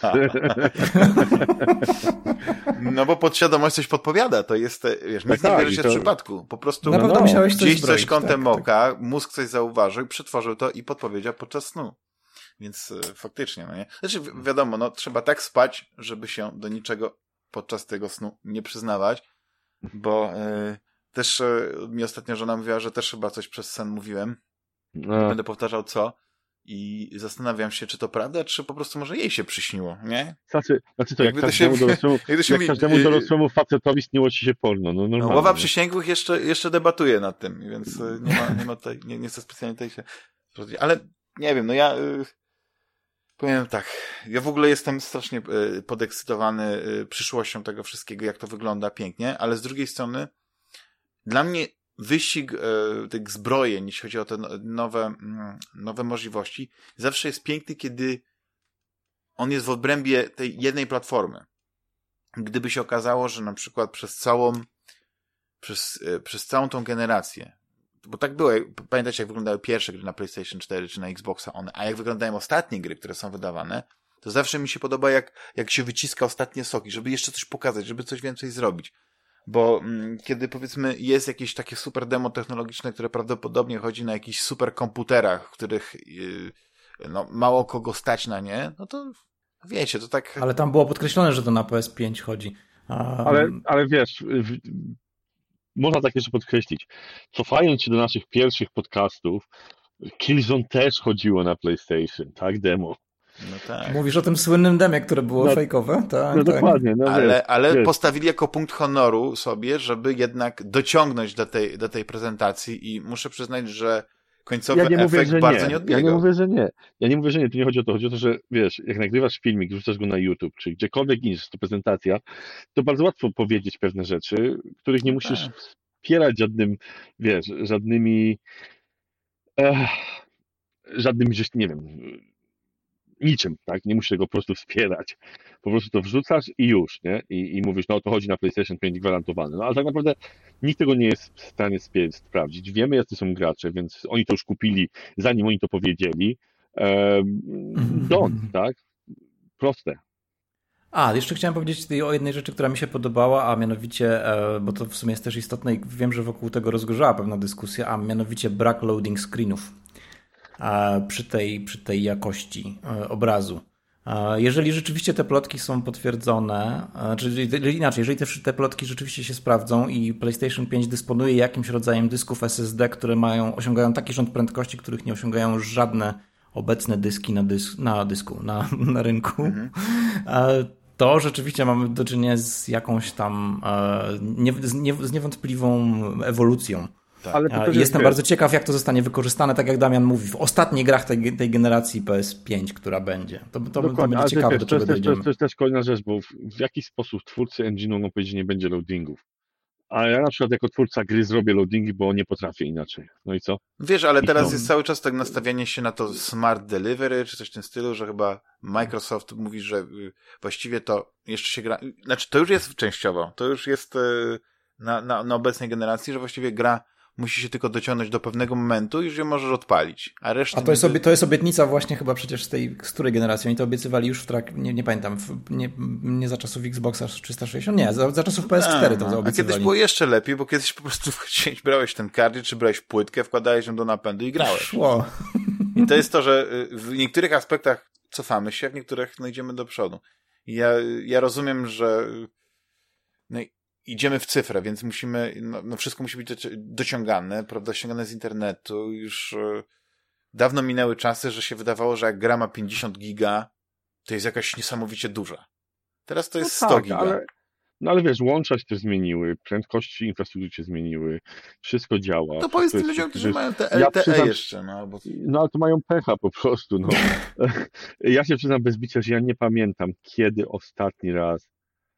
No bo podświadomość coś podpowiada, to jest, wiesz, nic nie bierze się w przypadku. Po prostu gdzieś coś kątem oka, mózg coś zauważył, przetworzył to i podpowiedział podczas snu. Więc faktycznie, no nie? Znaczy, wiadomo, no trzeba tak spać, żeby się do niczego podczas tego snu nie przyznawać, bo też mi ostatnio żona mówiła, że też chyba coś przez sen mówiłem. Będę powtarzał co. I zastanawiam się, czy to prawda, czy po prostu może jej się przyśniło, nie? Znaczy to jak każdemu dorosłemu facetowi śniło ci się porno. No, normalnie, ława przysięgłych jeszcze debatuje nad tym, więc nie ma tutaj, nie chcę specjalnie tutaj się... Ale nie wiem, no ja powiem tak, ja w ogóle jestem strasznie podekscytowany przyszłością tego wszystkiego, jak to wygląda pięknie, ale z drugiej strony dla mnie wyścig tych zbrojeń, jeśli chodzi o te nowe możliwości, zawsze jest piękny, kiedy on jest w obrębie tej jednej platformy. Gdyby się okazało, że na przykład przez całą tą generację, bo tak było, pamiętacie jak wyglądały pierwsze gry na PlayStation 4 czy na Xboxa One, a jak wyglądają ostatnie gry, które są wydawane, to zawsze mi się podoba jak się wyciska ostatnie soki, żeby jeszcze coś pokazać, żeby coś więcej zrobić. Bo kiedy powiedzmy jest jakieś takie super demo technologiczne, które prawdopodobnie chodzi na jakichś super komputerach, których mało kogo stać na nie, no to wiecie, to tak... Ale tam było podkreślone, że to na PS5 chodzi. Ale wiesz, można tak jeszcze podkreślić. Cofając się do naszych pierwszych podcastów, Killzone też chodziło na PlayStation, tak? Demo. No tak. Mówisz o tym słynnym demie, które było fejkowe? Tak, no dokładnie. No ale postawili jako punkt honoru sobie, żeby jednak dociągnąć do tej prezentacji i muszę przyznać, że końcowy efekt bardzo nie odbiegał. Ja nie mówię, że nie. Tu nie chodzi o to. Chodzi o to, że wiesz, jak nagrywasz filmik, wrzucasz go na YouTube, czy gdziekolwiek indziej, to prezentacja, to bardzo łatwo powiedzieć pewne rzeczy, których nie musisz wspierać żadnymi, nie wiem, niczym, tak? Nie musisz tego po prostu wspierać. Po prostu to wrzucasz i już, nie? I mówisz, no to chodzi na PlayStation 5 gwarantowane. No ale tak naprawdę nikt tego nie jest w stanie sprawdzić. Wiemy, jacy są gracze, więc oni to już kupili, zanim oni to powiedzieli. Tak? Proste. Jeszcze chciałem powiedzieć tutaj o jednej rzeczy, która mi się podobała, a mianowicie, bo to w sumie jest też istotne i wiem, że wokół tego rozgorzała pewna dyskusja, a mianowicie brak loading screenów przy tej jakości obrazu. Jeżeli rzeczywiście te plotki są potwierdzone, czyli inaczej, jeżeli te plotki rzeczywiście się sprawdzą i PlayStation 5 dysponuje jakimś rodzajem dysków SSD, które osiągają taki rząd prędkości, których nie osiągają żadne obecne dyski na rynku, to rzeczywiście mamy do czynienia z jakąś tam z niewątpliwą ewolucją. Tak. Ale jestem bardzo ciekaw, jak to zostanie wykorzystane, tak jak Damian mówi, w ostatnich grach tej generacji PS5, która będzie. To będzie ciekawe, do czego dojdziemy. To jest też kolejna rzecz, bo w jaki sposób twórcy engine'u mogą powiedzieć, że nie będzie loadingów? A ja na przykład jako twórca gry zrobię loadingi, bo nie potrafię inaczej. No i co? Wiesz, ale teraz jest cały czas tak nastawianie się na to smart delivery, czy coś w tym stylu, że chyba Microsoft mówi, że właściwie to jeszcze się gra... Znaczy, to już jest częściowo. To już jest na obecnej generacji, że właściwie gra musi się tylko dociągnąć do pewnego momentu i już ją możesz odpalić. A resztę... To jest obietnica właśnie chyba przecież z której generacji? Oni to obiecywali już w trakcie, nie pamiętam, nie za czasów Xboxa 360, nie, za czasów PS4 to obiecywali. A kiedyś było jeszcze lepiej, bo kiedyś po prostu brałeś ten cartridge, czy brałeś płytkę, wkładałeś ją do napędu i grałeś. Szło. I to jest to, że w niektórych aspektach cofamy się, w niektórych idziemy do przodu. I ja rozumiem, że idziemy w cyfrę, więc musimy, wszystko musi być dociągane, prawda, ściągane z internetu. Już dawno minęły czasy, że się wydawało, że jak gra ma 50 giga, to jest jakaś niesamowicie duża. Teraz to jest 100 giga. Ale wiesz, łącza się też zmieniły, prędkości infrastruktury się zmieniły, wszystko działa. To powiedz tym ludziom, którzy mają te LTE jeszcze. No ale to mają pecha po prostu. No. Ja się przyznam bez bicia, że ja nie pamiętam, kiedy ostatni raz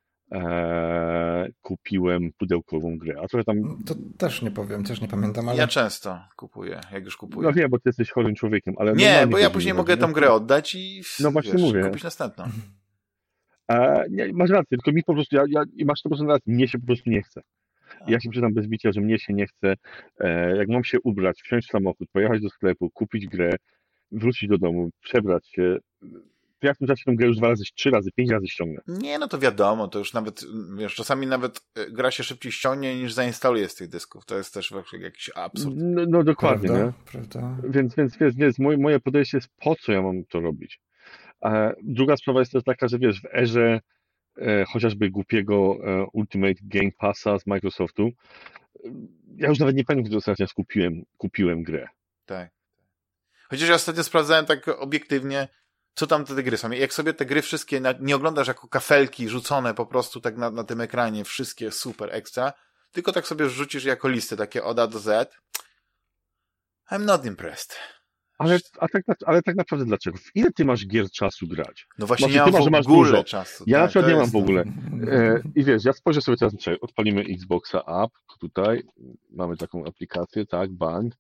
kupiłem pudełkową grę. A trochę tam... To też nie powiem, też nie pamiętam, ale... Ja często kupuję, jak już kupuję. No wiem, bo ty jesteś chorym człowiekiem, ale... Nie, bo ja później mogę tą grę oddać i mówię. kupić następną. Nie, masz rację, tylko mi po prostu, i masz 100% racji, mnie się po prostu nie chce. Ja się przyznam bez bicia, że mnie się nie chce. Jak mam się ubrać, wsiąść w samochód, pojechać do sklepu, kupić grę, wrócić do domu, przebrać się, to ja w tym czasie tę grę już 2 razy, 3 razy, 5 razy ściągnę. Nie, no to wiadomo, to już nawet, wiesz, czasami nawet gra się szybciej ściągnie niż zainstaluje z tych dysków. To jest też jakiś absurd. No dokładnie, prawda, nie? Prawda. Więc moje podejście jest, po co ja mam to robić? Druga sprawa jest też taka, że wiesz, w erze chociażby głupiego Ultimate Game Passa z Microsoftu, ja już nawet nie pamiętam, kiedy ostatnio kupiłem grę. Tak. Chociaż ja ostatnio sprawdzałem tak obiektywnie, co tam te gry są. Jak sobie te gry wszystkie nie oglądasz jako kafelki rzucone po prostu tak na tym ekranie, wszystkie super ekstra, tylko tak sobie rzucisz jako listy, takie od A do Z, I'm not impressed. Ale tak naprawdę dlaczego? W ile ty masz gier czasu grać? No właśnie nie mam w ogóle czasu. Ja na przykład nie mam w ogóle. I wiesz, ja spojrzę sobie teraz, odpalimy Xboxa App, tutaj mamy taką aplikację, tak, bang.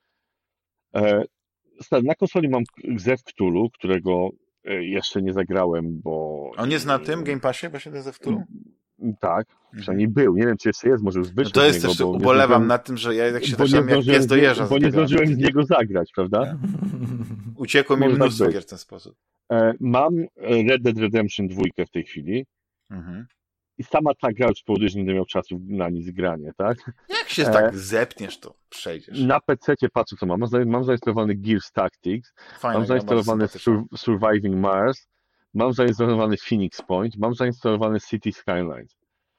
Na konsoli mam Zew Cthulhu, którego jeszcze nie zagrałem, bo... On jest na tym Game Passie właśnie ten Zew Cthulhu? Tak, przynajmniej był. Nie wiem, czy jeszcze jest, może już wyszło. No to jest też, ubolewam na tym, że ja jak się zacząłem jak pies dojeżdża. Bo nie zdążyłem z niego zagrać, prawda? Uciekło mi mnóstwo gier w ten sposób. Mam Red Dead Redemption 2 w tej chwili. I sama ta gra już powoduje, że nie będę miał czasu na nic granie, tak? Jak się tak zepniesz, to przejdziesz. Na PC-cie patrzę, co mam. Mam zainstalowany Gears Tactics, mam zainstalowany Surviving Mars, mam zainstalowany Phoenix Point, mam zainstalowany City Skylines.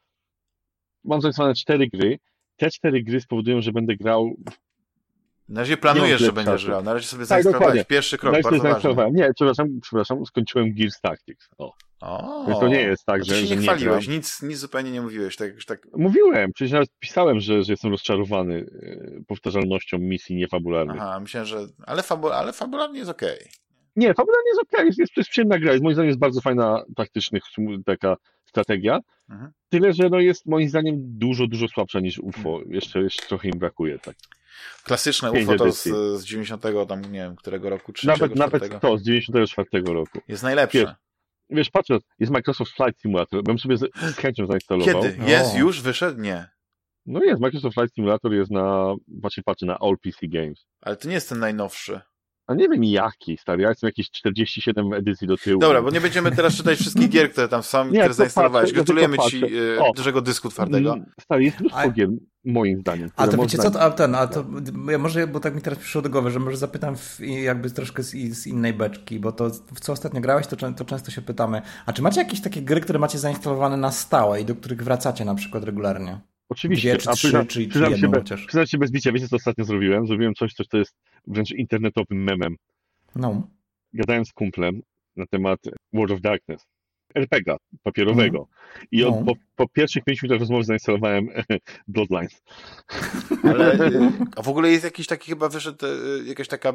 Mam zainstalowane 4 gry. Te 4 gry spowodują, że będę grał... Na razie planujesz, że będziesz grał. Na razie sobie zainstalowałeś pierwszy krok, bardzo ważny. Nie, przepraszam, skończyłem Gears Tactics. Więc to nie jest tak, że nie chwaliłeś, nic zupełnie nie mówiłeś. Tak... Mówiłem, przecież nawet pisałem, że jestem rozczarowany powtarzalnością misji niefabularnych. Aha, myślałem, że... Ale fabularnie jest okej. Nie, fabularnie jest okej. To jest przyjemna gra. Moim zdaniem jest bardzo fajna taktycznych taka strategia. Tyle, że jest moim zdaniem dużo, dużo słabsza niż UFO. Jeszcze trochę im brakuje. Tak. Klasyczne UFO to z 90 tam, nie wiem, którego roku? Nawet to z 94 roku. Jest najlepsze. Wiesz, patrzę, jest Microsoft Flight Simulator. Bym sobie z chęcią zainstalował. Kiedy? Jest już? Wyszedł? Nie. No jest, Microsoft Flight Simulator jest patrzę na All PC Games. Ale to nie jest ten najnowszy. A nie wiem jaki, stary, ja jestem jakieś 47 edycji do tyłu. Dobra, bo nie będziemy teraz czytać wszystkich gier, które tam są, które zainstalowałeś. Gratulujemy ci dużego dysku twardego. Stary, jest mnóstwo gier, moim zdaniem. A to wiecie co, ja może, bo tak mi teraz przyszło do głowy, że może zapytam jakby troszkę z innej beczki, bo to, w co ostatnio grałeś, to często się pytamy. A czy macie jakieś takie gry, które macie zainstalowane na stałe i do których wracacie na przykład regularnie? Oczywiście. 2 czy 3, czy jedną chociaż. Przyznam się bez bicia, wiecie co ostatnio zrobiłem? Zrobiłem coś, co jest wręcz internetowym memem. No. Gadałem z kumplem na temat World of Darkness. RPG papierowego. I po pierwszych 5 minutach rozmowy zainstalowałem Bloodlines. Ale a w ogóle jest jakiś taki, chyba wyszedł jakaś taka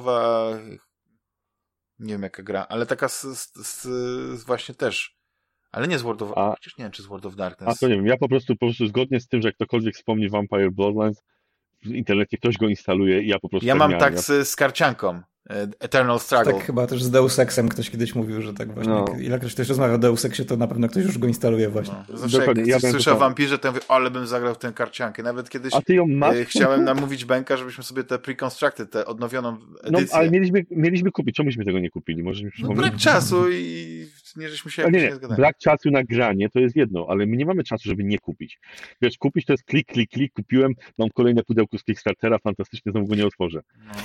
tekstowo-paragrafowo-przygodowa, nie wiem jaka gra, ale taka właśnie też Ale nie z World of... Przecież nie wiem, czy z World of Darkness. To nie wiem, ja po prostu zgodnie z tym, że jak ktokolwiek wspomni Vampire Bloodlines, w internecie ktoś go instaluje i ja po prostu... Ja mam tak z karcianką. Eternal Struggle. Tak chyba też z Deus Exem ktoś kiedyś mówił, że tak właśnie. Ilekroć ktoś rozmawia o Deus Exie, to na pewno ktoś już go instaluje właśnie. Zawsze dokładnie. Jak słyszę o wampirze, to ja mówię, ale bym zagrał w tę karciankę. Nawet kiedyś chciałem namówić Benka, żebyśmy sobie te pre-constructed, tę odnowioną edycję... ale mieliśmy kupić. Czemuśmy tego nie kupili? Może mi brak czasu i nie żeśmy się nie zgadali. Brak czasu na granie to jest jedno, ale my nie mamy czasu, żeby nie kupić. Wiesz, kupić to jest klik, kupiłem, mam kolejne pudełko z Kickstartera, fantastycznie, znowu go nie otworzę.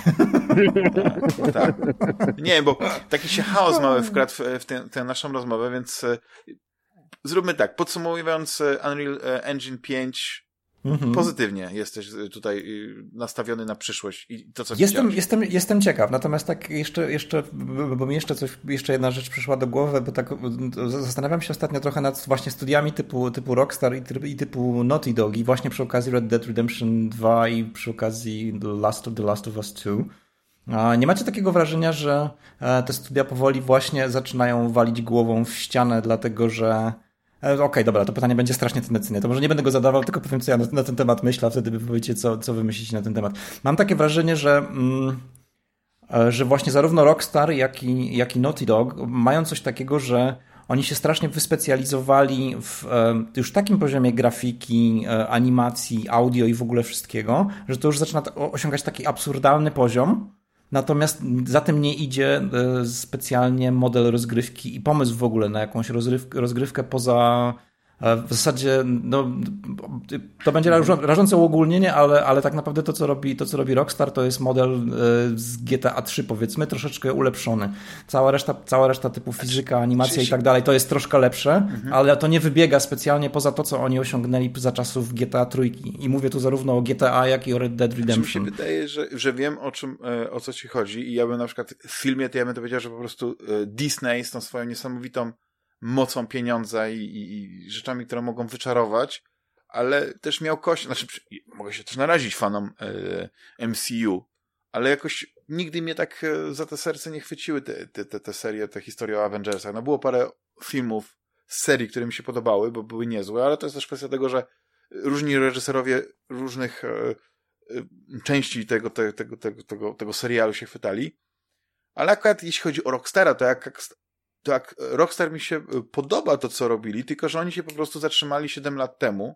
Tak. Nie, bo taki się chaos mały wkradł w tę naszą rozmowę, więc zróbmy tak. Podsumowując, Unreal Engine 5 pozytywnie jesteś tutaj nastawiony na przyszłość i to, co jestem ciekaw, natomiast tak jeszcze bo mi jeszcze jedna rzecz przyszła do głowy, bo tak zastanawiam się ostatnio trochę nad właśnie studiami typu Rockstar i typu Naughty Dog i właśnie przy okazji Red Dead Redemption 2 i przy okazji The Last of Us 2. Nie macie takiego wrażenia, że te studia powoli właśnie zaczynają walić głową w ścianę, dlatego że... Okej, dobra, to pytanie będzie strasznie tendencyjne. To może nie będę go zadawał, tylko powiem, co ja na ten temat myślę, a wtedy wy powiecie, co wy myślicie na ten temat. Mam takie wrażenie, że właśnie zarówno Rockstar, jak i Naughty Dog mają coś takiego, że oni się strasznie wyspecjalizowali w już takim poziomie grafiki, animacji, audio i w ogóle wszystkiego, że to już zaczyna osiągać taki absurdalny poziom. Natomiast za tym nie idzie specjalnie model rozgrywki i pomysł w ogóle na jakąś rozgrywkę poza... W zasadzie, to będzie rażące uogólnienie, ale tak naprawdę to, co robi Rockstar, to jest model z GTA 3, powiedzmy, troszeczkę ulepszony. Cała reszta typu fizyka, animacja i tak dalej, to jest troszkę lepsze, ale to nie wybiega specjalnie poza to, co oni osiągnęli za czasów GTA 3. I mówię tu zarówno o GTA, jak i o Red Dead Redemption. Mi się wydaje, że wiem, o co ci chodzi i ja bym na przykład w filmie, to ja bym to powiedział, że po prostu Disney z tą swoją niesamowitą mocą pieniądza i rzeczami, które mogą wyczarować, ale też miał mogę się też narazić fanom MCU, ale jakoś nigdy mnie tak za te serce nie chwyciły te serie, te historie o Avengersach. No było parę filmów z serii, które mi się podobały, bo były niezłe, ale to jest też kwestia tego, że różni reżyserowie różnych części tego serialu się chwytali, ale akurat jeśli chodzi o Rockstara, to jak Rockstar mi się podoba to, co robili, tylko że oni się po prostu zatrzymali 7 lat temu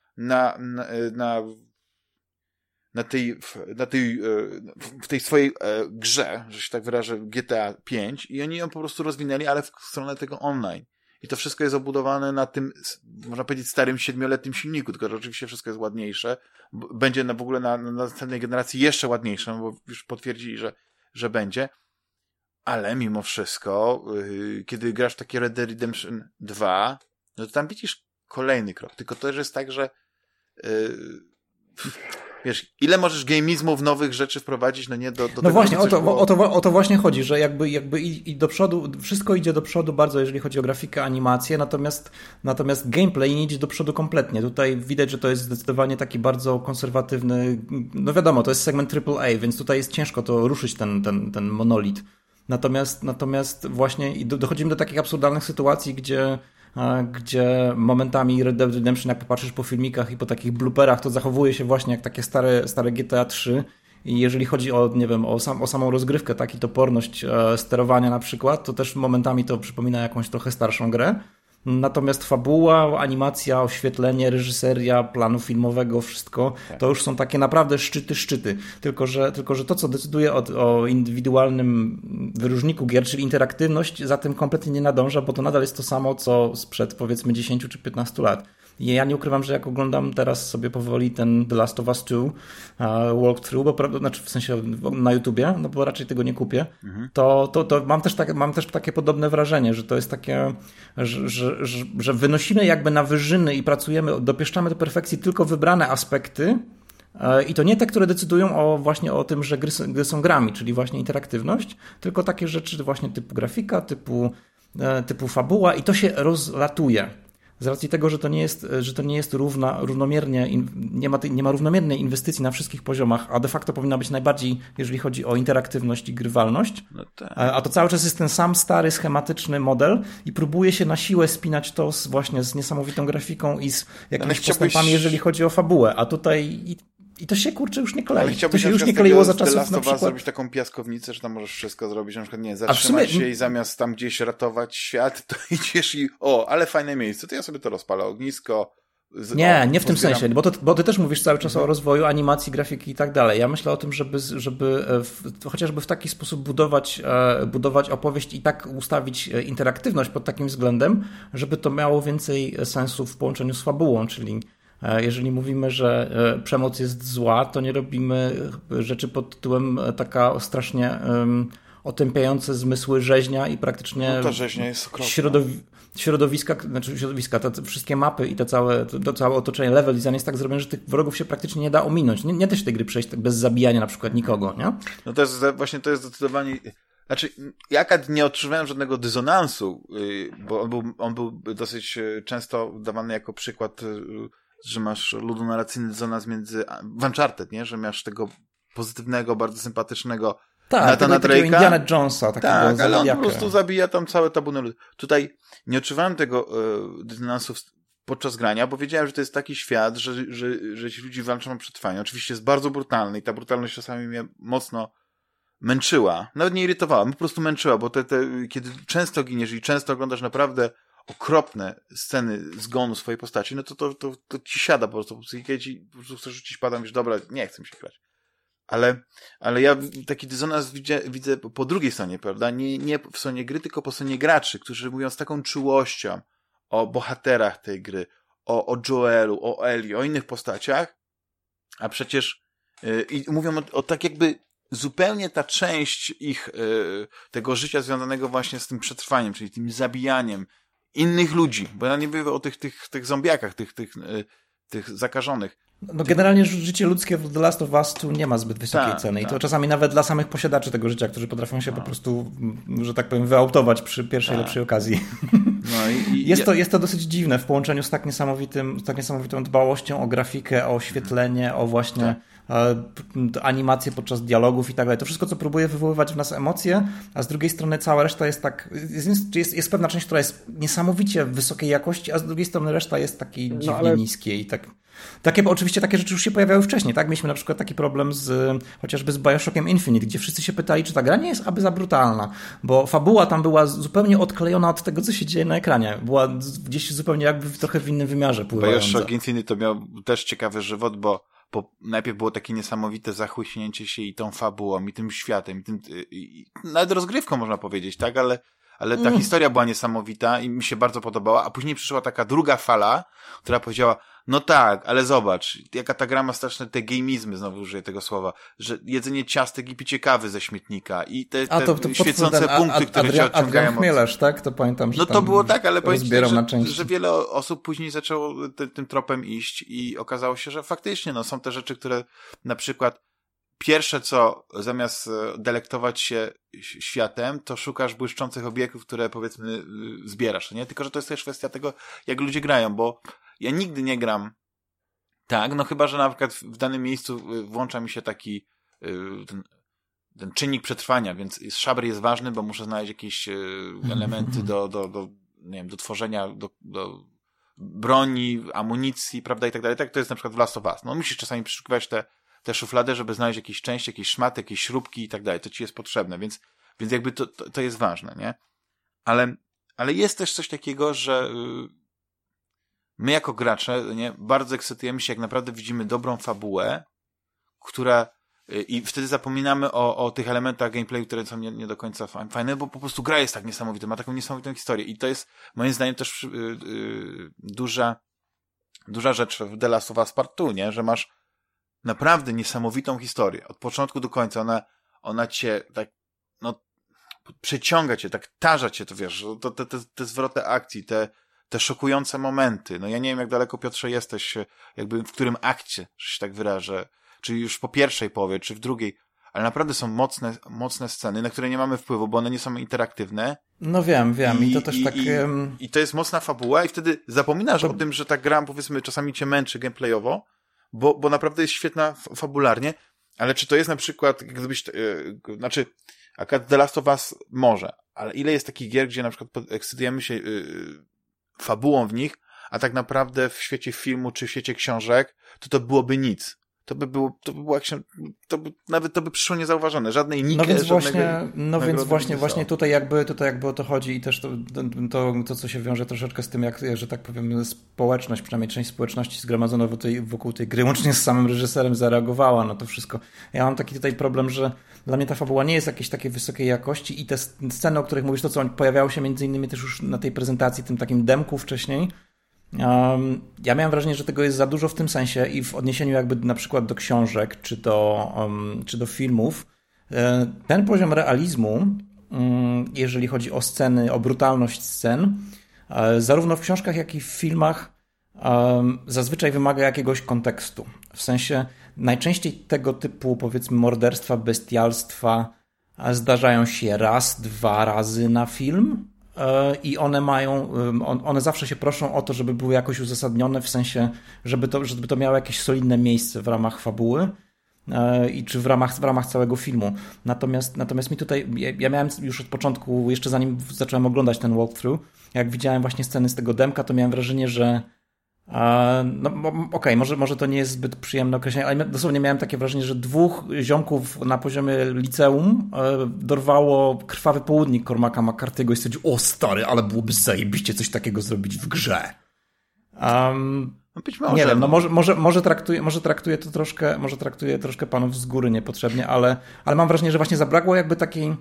w tej swojej grze, że się tak wyrażę, GTA 5 i oni ją po prostu rozwinęli, ale w stronę tego online. I to wszystko jest obudowane na tym, można powiedzieć, starym 7-letnim silniku, tylko że oczywiście wszystko jest ładniejsze. Będzie w ogóle na następnej generacji jeszcze ładniejsze, bo już potwierdzili, że będzie. Ale mimo wszystko, kiedy grasz w takie Red Dead Redemption 2, no to tam widzisz kolejny krok. Tylko to też jest tak, że wiesz, ile możesz gamizmów, nowych rzeczy wprowadzić, no nie do tego, no właśnie, o to właśnie chodzi, że jakby i do przodu, wszystko idzie do przodu bardzo, jeżeli chodzi o grafikę, animację, natomiast gameplay nie idzie do przodu kompletnie. Tutaj widać, że to jest zdecydowanie taki bardzo konserwatywny, no wiadomo, to jest segment AAA, więc tutaj jest ciężko to ruszyć ten monolit. Natomiast właśnie dochodzimy do takich absurdalnych sytuacji, gdzie momentami Red Dead Redemption, jak popatrzysz po filmikach i po takich blooperach, to zachowuje się właśnie jak takie stare GTA 3 i jeżeli chodzi o, nie wiem, o samą rozgrywkę, tak, i toporność sterowania na przykład, to też momentami to przypomina jakąś trochę starszą grę. Natomiast fabuła, animacja, oświetlenie, reżyseria, planu filmowego, wszystko, to już są takie naprawdę szczyty. Tylko że to, co decyduje o indywidualnym wyróżniku gier, czyli interaktywność, za tym kompletnie nie nadąża, bo to nadal jest to samo, co sprzed powiedzmy 10 czy 15 lat. I ja nie ukrywam, że jak oglądam teraz sobie powoli ten The Last of Us 2 walkthrough, znaczy w sensie na YouTubie, no bo raczej tego nie kupię, to mam też takie podobne wrażenie, że to jest takie, że wynosimy jakby na wyżyny i pracujemy, dopieszczamy do perfekcji tylko wybrane aspekty i to nie te, które decydują właśnie o tym, że gry są grami, czyli właśnie interaktywność, tylko takie rzeczy właśnie typu grafika, typu fabuła i to się rozlatuje. z racji tego, że to nie jest równomiernie, nie ma równomiernej inwestycji na wszystkich poziomach, a de facto powinna być najbardziej, jeżeli chodzi o interaktywność i grywalność, no tak. A to cały czas jest ten sam stary, schematyczny model i próbuje się na siłę spinać to właśnie z niesamowitą grafiką i z jakimiś postępami, jeżeli chodzi o fabułę, a tutaj i to się, kurczę, już nie klei. To się już nie kleiło za czasów na przykład... zrobić taką piaskownicę, że tam możesz wszystko zrobić, na przykład, nie, zatrzymać się i zamiast tam gdzieś ratować świat, to idziesz i ale fajne miejsce, to ja sobie to rozpalę ognisko. Nie w tym sensie, bo ty też mówisz cały czas o rozwoju animacji, grafiki i tak dalej. Ja myślę o tym, żeby chociażby w taki sposób budować opowieść i tak ustawić interaktywność pod takim względem, żeby to miało więcej sensu w połączeniu z fabułą, czyli jeżeli mówimy, że przemoc jest zła, to nie robimy rzeczy pod tytułem taka strasznie otępiające zmysły rzeźnia i praktycznie ta rzeźnia jest okropna. Środowiska, te wszystkie mapy i to całe otoczenie, level design jest tak zrobione, że tych wrogów się praktycznie nie da ominąć. Nie da się tej gry przejść bez zabijania na przykład nikogo, nie? No to jest właśnie, to jest zdecydowanie... Znaczy, ja nie odczuwałem żadnego dysonansu, bo on był dosyć często dawany jako przykład, że masz ludonarracyjny dysonans między w Uncharted, nie? Że masz tego pozytywnego, bardzo sympatycznego Nathana Drake'a. Indiana Jonesa. Tak, ale on po prostu zabija tam całe tabuny ludzi. Tutaj nie odczuwałem tego dysonansu podczas grania, bo wiedziałem, że to jest taki świat, że ci ludzie walczą o przetrwanie. Oczywiście jest bardzo brutalny i ta brutalność czasami mnie mocno męczyła. Nawet nie irytowała, po prostu męczyła, bo kiedy często giniesz i często oglądasz naprawdę okropne sceny zgonu swojej postaci, no to ci siada po prostu. Kiedy ci po prostu chcesz rzucić pada, mówisz, dobra, nie chcę mi się grać. Ale ja taki dysonans widzę po drugiej stronie, prawda? Nie w stronie gry, tylko po stronie graczy, którzy mówią z taką czułością o bohaterach tej gry, o Joelu, o Ellie, o innych postaciach, a przecież i mówią o tak jakby zupełnie ta część ich tego życia związanego właśnie z tym przetrwaniem, czyli tym zabijaniem innych ludzi, bo ja nie mówię o tych zombiakach, tych zakażonych. No generalnie życie ludzkie w The Last of Us tu nie ma zbyt wysokiej ceny i to czasami nawet dla samych posiadaczy tego życia, którzy potrafią się po prostu, że tak powiem, wyautować przy pierwszej lepszej okazji. No jest to dosyć dziwne w połączeniu z tak niesamowitą dbałością o grafikę, o oświetlenie, o właśnie animacje podczas dialogów i tak dalej. To wszystko, co próbuje wywoływać w nas emocje, a z drugiej strony cała reszta jest tak... Jest pewna część, która jest niesamowicie wysokiej jakości, a z drugiej strony reszta jest takiej dziwnie niskiej i tak... Oczywiście takie rzeczy już się pojawiały wcześniej, tak? Mieliśmy na przykład taki problem chociażby z Bioshockiem Infinite, gdzie wszyscy się pytali, czy ta gra nie jest aby za brutalna, bo fabuła tam była zupełnie odklejona od tego, co się dzieje na ekranie. Była gdzieś zupełnie jakby trochę w innym wymiarze pływająca. Bioshock Infinite to miał też ciekawy żywot, bo najpierw było takie niesamowite zachłyśnięcie się i tą fabułą, i tym światem, i nawet rozgrywką można powiedzieć, tak? Ale ta historia była niesamowita i mi się bardzo podobała, a później przyszła taka druga fala, która powiedziała, no tak, ale zobacz, jaka ta gra ma straszne te gamizmy, znowu użyję tego słowa, że jedzenie ciastek i picie kawy ze śmietnika i te świecące punkty, które cię odciągają. Adrian Chmielarz, tak? To pamiętam, że no to było tak, ale powiem ci, że wiele osób później zaczęło tym tropem iść i okazało się, że faktycznie są te rzeczy, które na przykład pierwsze co, zamiast delektować się światem, to szukasz błyszczących obiektów, które powiedzmy zbierasz, nie? Tylko że to jest też kwestia tego, jak ludzie grają, bo ja nigdy nie gram tak, no chyba, że na przykład w danym miejscu włącza mi się taki ten czynnik przetrwania, więc szaber jest ważny, bo muszę znaleźć jakieś elementy nie wiem, do tworzenia, do broni, amunicji, prawda, i tak dalej. Tak to jest na przykład w Last of Us. No musisz czasami przeszukiwać te szuflady, żeby znaleźć jakieś części, jakieś szmaty, jakieś śrubki i tak dalej. To ci jest potrzebne, więc jakby to jest ważne, nie? Ale jest też coś takiego, że my jako gracze, nie, bardzo ekscytujemy się, jak naprawdę widzimy dobrą fabułę, która i wtedy zapominamy o tych elementach gameplayu, które są nie do końca fajne, bo po prostu gra jest tak niesamowita, ma taką niesamowitą historię i to jest moim zdaniem też duża rzecz w The Last of Us Part 2, nie? Że masz naprawdę niesamowitą historię. Od początku do końca ona cię tak, przeciąga cię, tak tarza cię, to wiesz, te zwroty akcji, te szokujące momenty. No ja nie wiem, jak daleko, Piotrze, jesteś, jakby w którym akcie, że się tak wyrażę, czy już po pierwszej połowie, czy w drugiej, ale naprawdę są mocne sceny, na które nie mamy wpływu, bo one nie są interaktywne. No wiem. I to też tak... I to jest mocna fabuła i wtedy zapominasz o tym, że ta gra, powiedzmy, czasami cię męczy gameplayowo, bo naprawdę jest świetna fabularnie, ale czy to jest na przykład, gdybyś... Znaczy, akurat The Last of Us może, ale ile jest takich gier, gdzie na przykład ekscytujemy się fabułą w nich, a tak naprawdę w świecie filmu czy w świecie książek, to byłoby nic. To by było nawet to by przyszło niezauważone. Żadnej Nike, więc właśnie tutaj jakby o to chodzi i też to co się wiąże troszeczkę z tym, jak, że tak powiem, społeczność, przynajmniej część społeczności zgromadzona wokół tej gry, łącznie z samym reżyserem, zareagowała na to wszystko. Ja mam taki tutaj problem, że dla mnie ta fabuła nie jest jakiejś takiej wysokiej jakości i te sceny, o których mówisz, to co pojawiało się między innymi też już na tej prezentacji, tym takim demku wcześniej, ja miałem wrażenie, że tego jest za dużo w tym sensie i w odniesieniu jakby na przykład do książek czy do filmów. Ten poziom realizmu, jeżeli chodzi o sceny, o brutalność scen, zarówno w książkach, jak i w filmach zazwyczaj wymaga jakiegoś kontekstu. W sensie najczęściej tego typu, powiedzmy, morderstwa, bestialstwa zdarzają się raz, 2 razy na film. I one zawsze się proszą o to, żeby były jakoś uzasadnione, w sensie, żeby to miało jakieś solidne miejsce w ramach fabuły i czy w ramach całego filmu. Natomiast mi tutaj, ja miałem już od początku, jeszcze zanim zacząłem oglądać ten walkthrough, jak widziałem właśnie sceny z tego demka, to miałem wrażenie, że może to nie jest zbyt przyjemne określenie, ale dosłownie miałem takie wrażenie, że 2 ziomków na poziomie liceum dorwało krwawy południk Cormaca McCarthy'ego i stwierdził, o stary, ale byłoby zajebiście coś takiego zrobić w grze. Być może, nie wiem, może traktuje troszkę panów z góry niepotrzebnie, ale mam wrażenie, że właśnie zabrakło jakby takiej,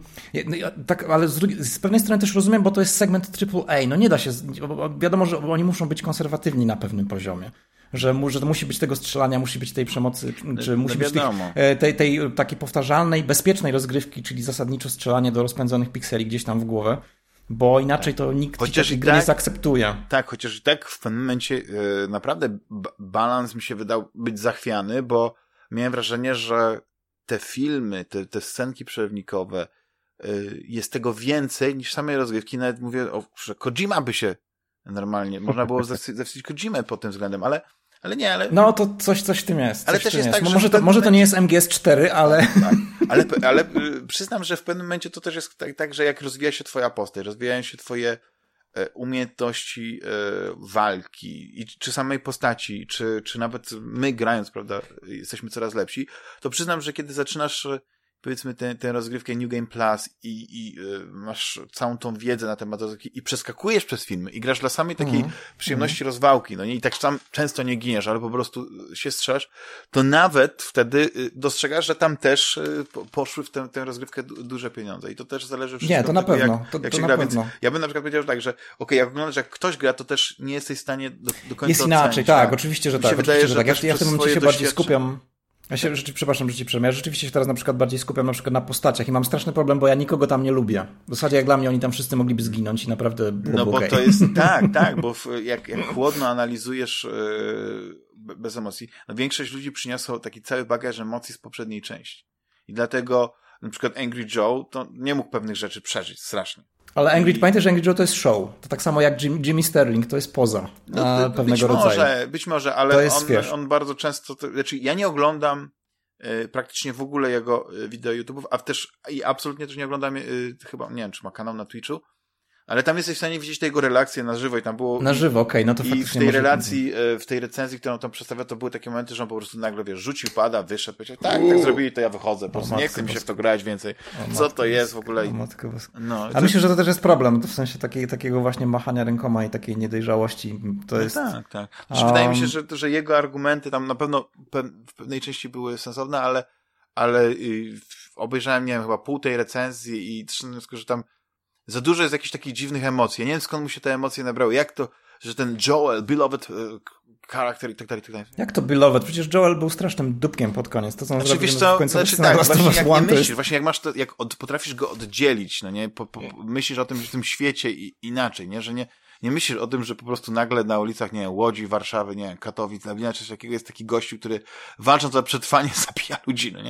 ale z pewnej strony też rozumiem, bo to jest segment AAA, no nie da się, wiadomo, że oni muszą być konserwatywni na pewnym poziomie. Że musi być tego strzelania, musi być tej przemocy, czy musi być tej takiej powtarzalnej, bezpiecznej rozgrywki, czyli zasadniczo strzelanie do rozpędzonych pikseli gdzieś tam w głowę. Bo inaczej to nikt tej gry nie zaakceptuje. Tak, chociaż i tak w pewnym momencie naprawdę balans mi się wydał być zachwiany, bo miałem wrażenie, że te filmy, te scenki przerywnikowe, jest tego więcej niż samej rozgrywki. Nawet mówię, że Kojima by się normalnie, można było zepsuć Kojimę pod tym względem, ale nie, ale... No to coś w tym jest. Ale też jest tak, że może to nie jest MGS4, ale... Tak, ale przyznam, że w pewnym momencie to też jest tak, że jak rozwija się twoja postać, rozwijają się twoje umiejętności walki, czy samej postaci, czy nawet my grając, prawda, jesteśmy coraz lepsi, to przyznam, że kiedy zaczynasz, powiedzmy, tę rozgrywkę New Game Plus i masz całą tą wiedzę na temat rozgrywki i przeskakujesz przez filmy i grasz dla samej takiej przyjemności rozwałki, no nie, i tak tam często nie giniesz, ale po prostu się strzelasz, to nawet wtedy dostrzegasz, że tam też poszły w tę rozgrywkę duże pieniądze i to też zależy wszystko nie, to na tego, pewno. jak się gra, więc ja bym na przykład powiedział tak, że jak oglądasz, jak ktoś gra, to też nie jesteś w stanie do końca jest inaczej, ocenić, tak, oczywiście, że tak. Wydaje, że ja w tym momencie się bardziej skupiam. Przepraszam, że ci przerwę. Ja rzeczywiście się teraz na przykład bardziej skupiam na przykład na postaciach i mam straszny problem, bo ja nikogo tam nie lubię. W zasadzie jak dla mnie oni tam wszyscy mogliby zginąć i naprawdę byłoby bo okej. To jest, tak, bo jak chłodno analizujesz bez emocji, no większość ludzi przyniosło taki cały bagaż emocji z poprzedniej części. I dlatego na przykład Angry Joe to nie mógł pewnych rzeczy przeżyć strasznie. Ale pamiętaj, że Angry Joe to jest show. To tak samo jak Jimmy Sterling, to jest poza pewnego rodzaju. Być może, ale on bardzo często... Znaczy, ja nie oglądam praktycznie w ogóle jego wideo YouTube'ów, i absolutnie też nie oglądam chyba, nie wiem, czy ma kanał na Twitchu, ale tam jesteś w stanie widzieć te jego relacje na żywo i tam było... Na żywo, okej, no to faktycznie... I w tej relacji, w tej recenzji, którą tam przedstawia, to były takie momenty, że on po prostu nagle, rzucił pada, wyszedł, powiedział, tak zrobili, to ja wychodzę, po prostu nie chcę mi się w to grać więcej. Co to jest w ogóle? A myślę, że to też jest problem, w sensie takiego właśnie machania rękoma i takiej niedojrzałości. To jest... Tak. Wydaje mi się, że jego argumenty tam na pewno w pewnej części były sensowne, ale obejrzałem, nie wiem, chyba pół tej recenzji i że tam za dużo jest jakichś takich dziwnych emocji. Ja nie wiem, skąd mu się te emocje nabrały. Jak to, że ten Joel, beloved charakter i tak dalej. Jak to beloved? Przecież Joel był strasznym dupkiem pod koniec. To są w końcu właśnie jak nie myślisz, właśnie jak masz to, jak potrafisz go oddzielić, no nie? Myślisz o tym, że w tym świecie inaczej, nie? Że nie myślisz o tym, że po prostu nagle na ulicach, nie wiem, Łodzi, Warszawy, nie wiem, Katowic, Lublina, czy takiego jest taki gościu, który walcząc o przetrwanie zabija ludzi, no nie?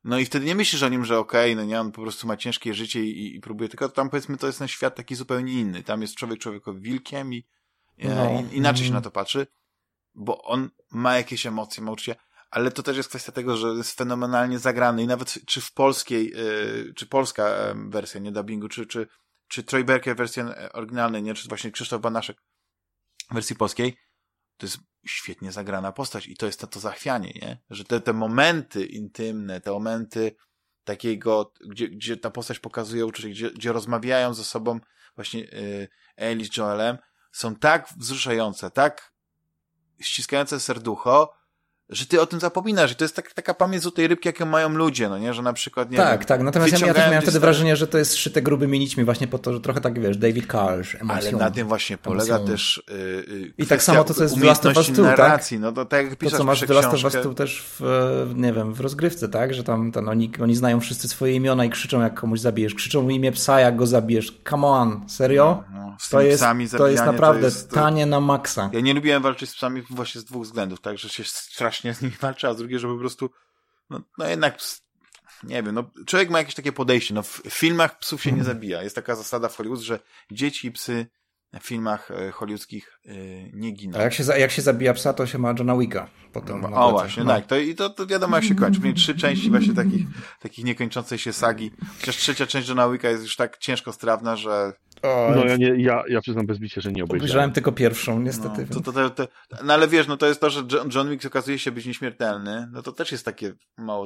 No i wtedy nie myślisz o nim, że okej, no nie, on po prostu ma ciężkie życie i próbuje, tylko tam powiedzmy to jest ten świat taki zupełnie inny. Tam jest człowiek człowiekowi wilkiem i inaczej się na to patrzy, bo on ma jakieś emocje, ma uczucia, ale to też jest kwestia tego, że jest fenomenalnie zagrany i nawet czy w polskiej, czy polska wersja, nie dubbingu, czy Troy Baker wersja oryginalnej, nie, czy właśnie Krzysztof Banaszek w wersji polskiej, to jest świetnie zagrana postać i to jest to zachwianie, nie? Że te momenty intymne, te momenty takiego, gdzie ta postać pokazuje uczucie, gdzie rozmawiają ze sobą właśnie Ellie z Joelem, są tak wzruszające, tak ściskające serducho, że ty o tym zapominasz i to jest taka pamięć złotej rybki, jaką mają ludzie, no nie, że na przykład nie tak, wiem, tak, natomiast ja też miałem wtedy wrażenie, że to jest szyte grubymi nićmi właśnie po to, że trochę tak, wiesz, David Carsh, ale na tym właśnie polega też i tak samo to, co jest w Last of Us 2, narracji, tak? No to tak jak pisasz, to, co masz w Last of Us 2 też nie wiem, w rozgrywce, tak, że tam oni znają wszyscy swoje imiona i krzyczą, jak komuś zabijesz, krzyczą imię psa, jak go zabijesz, come on, serio? No, to jest naprawdę tanie na maksa. Ja nie lubiłem walczyć z psami właśnie z dwóch względów, tak, że się strasznie z nimi walczy, a z drugie, że po prostu no jednak nie wiem, no człowiek ma jakieś takie podejście, no w filmach psów się nie zabija. Jest taka zasada w Hollywood, że dzieci i psy w filmach hollywoodzkich nie giną. A jak się zabija psa, to się ma Johna Wicka potem. O właśnie, tak. To wiadomo jak się kończy. Mieli 3 części właśnie takich niekończącej się sagi. Chociaż 3. część Johna Wicka jest już tak ciężko strawna, że... No ja przyznam bez bicia, że nie obejrzałem tylko pierwszą, niestety. No ale wiesz, no to jest to, że John Wick okazuje się być nieśmiertelny, no to też jest takie mało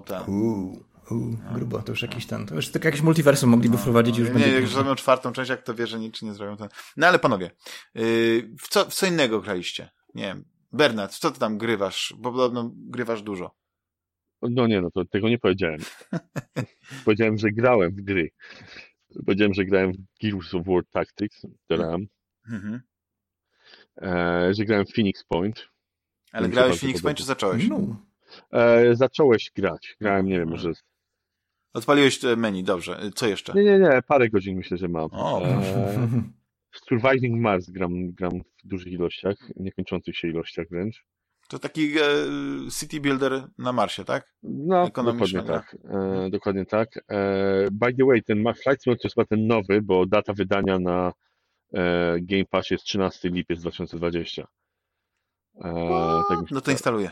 grubo, to już jakiś to już tylko jakieś multiversum mogliby wprowadzić już. Nie, jak zrobią 4. część, jak to wie, że nic nie zrobią. No ale panowie, w co innego graliście? Nie wiem, Bernard, w co ty tam grywasz? Bo podobno grywasz dużo. No nie, no to tego nie powiedziałem. Powiedziałem, że grałem w gry. Powiedziałem, że grałem w Gears of War Tactics, że grałem w Phoenix Point. Ale grałeś w Phoenix Point, czy zacząłeś? No. Zacząłeś grać. Grałem, nie wiem, może... Odpaliłeś menu, dobrze. Co jeszcze? Nie, parę godzin myślę, że mam. O. Surviving Mars gram w dużych ilościach, niekończących się ilościach wręcz. To taki city builder na Marsie, tak? No, dokładnie tak. Dokładnie tak. By the way, ten Flight Simulator to jest chyba ten nowy, bo data wydania na Game Pass jest 13 lipiec 2020. No to instaluję.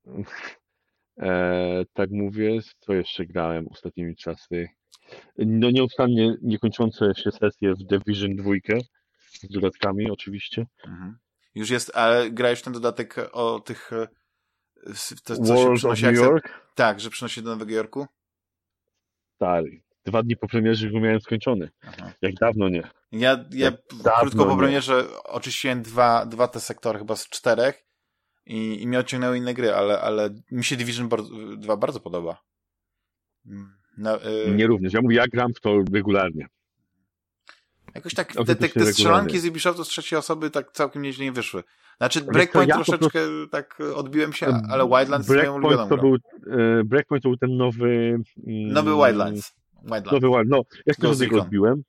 Tak mówię, co jeszcze grałem ostatnimi czasy? No nieustannie niekończące się sesje w Division 2 z dodatkami oczywiście. Już jest, ale grałeś w ten dodatek o tych World of New York? Tak, że przynosi do Nowego Jorku? Stary. 2 dni po premierze go miałem skończony. Aha. Jak dawno nie. Ja krótko po premierze oczyściłem dwa te sektory, chyba z 4 i mnie odciągnęły inne gry, ale mi się Division 2 bardzo podoba. Mnie również. Ja gram w to regularnie. Jakoś tak te strzelanki z Ubisoftu z trzeciej osoby tak całkiem nieźle nie wyszły. Znaczy Breakpoint troszeczkę tak odbiłem się, ale Wildlands swoją ulubioną grą. Breakpoint to był ten nowy... Nowy Wildlands. No, ja się też od niego odbiłem.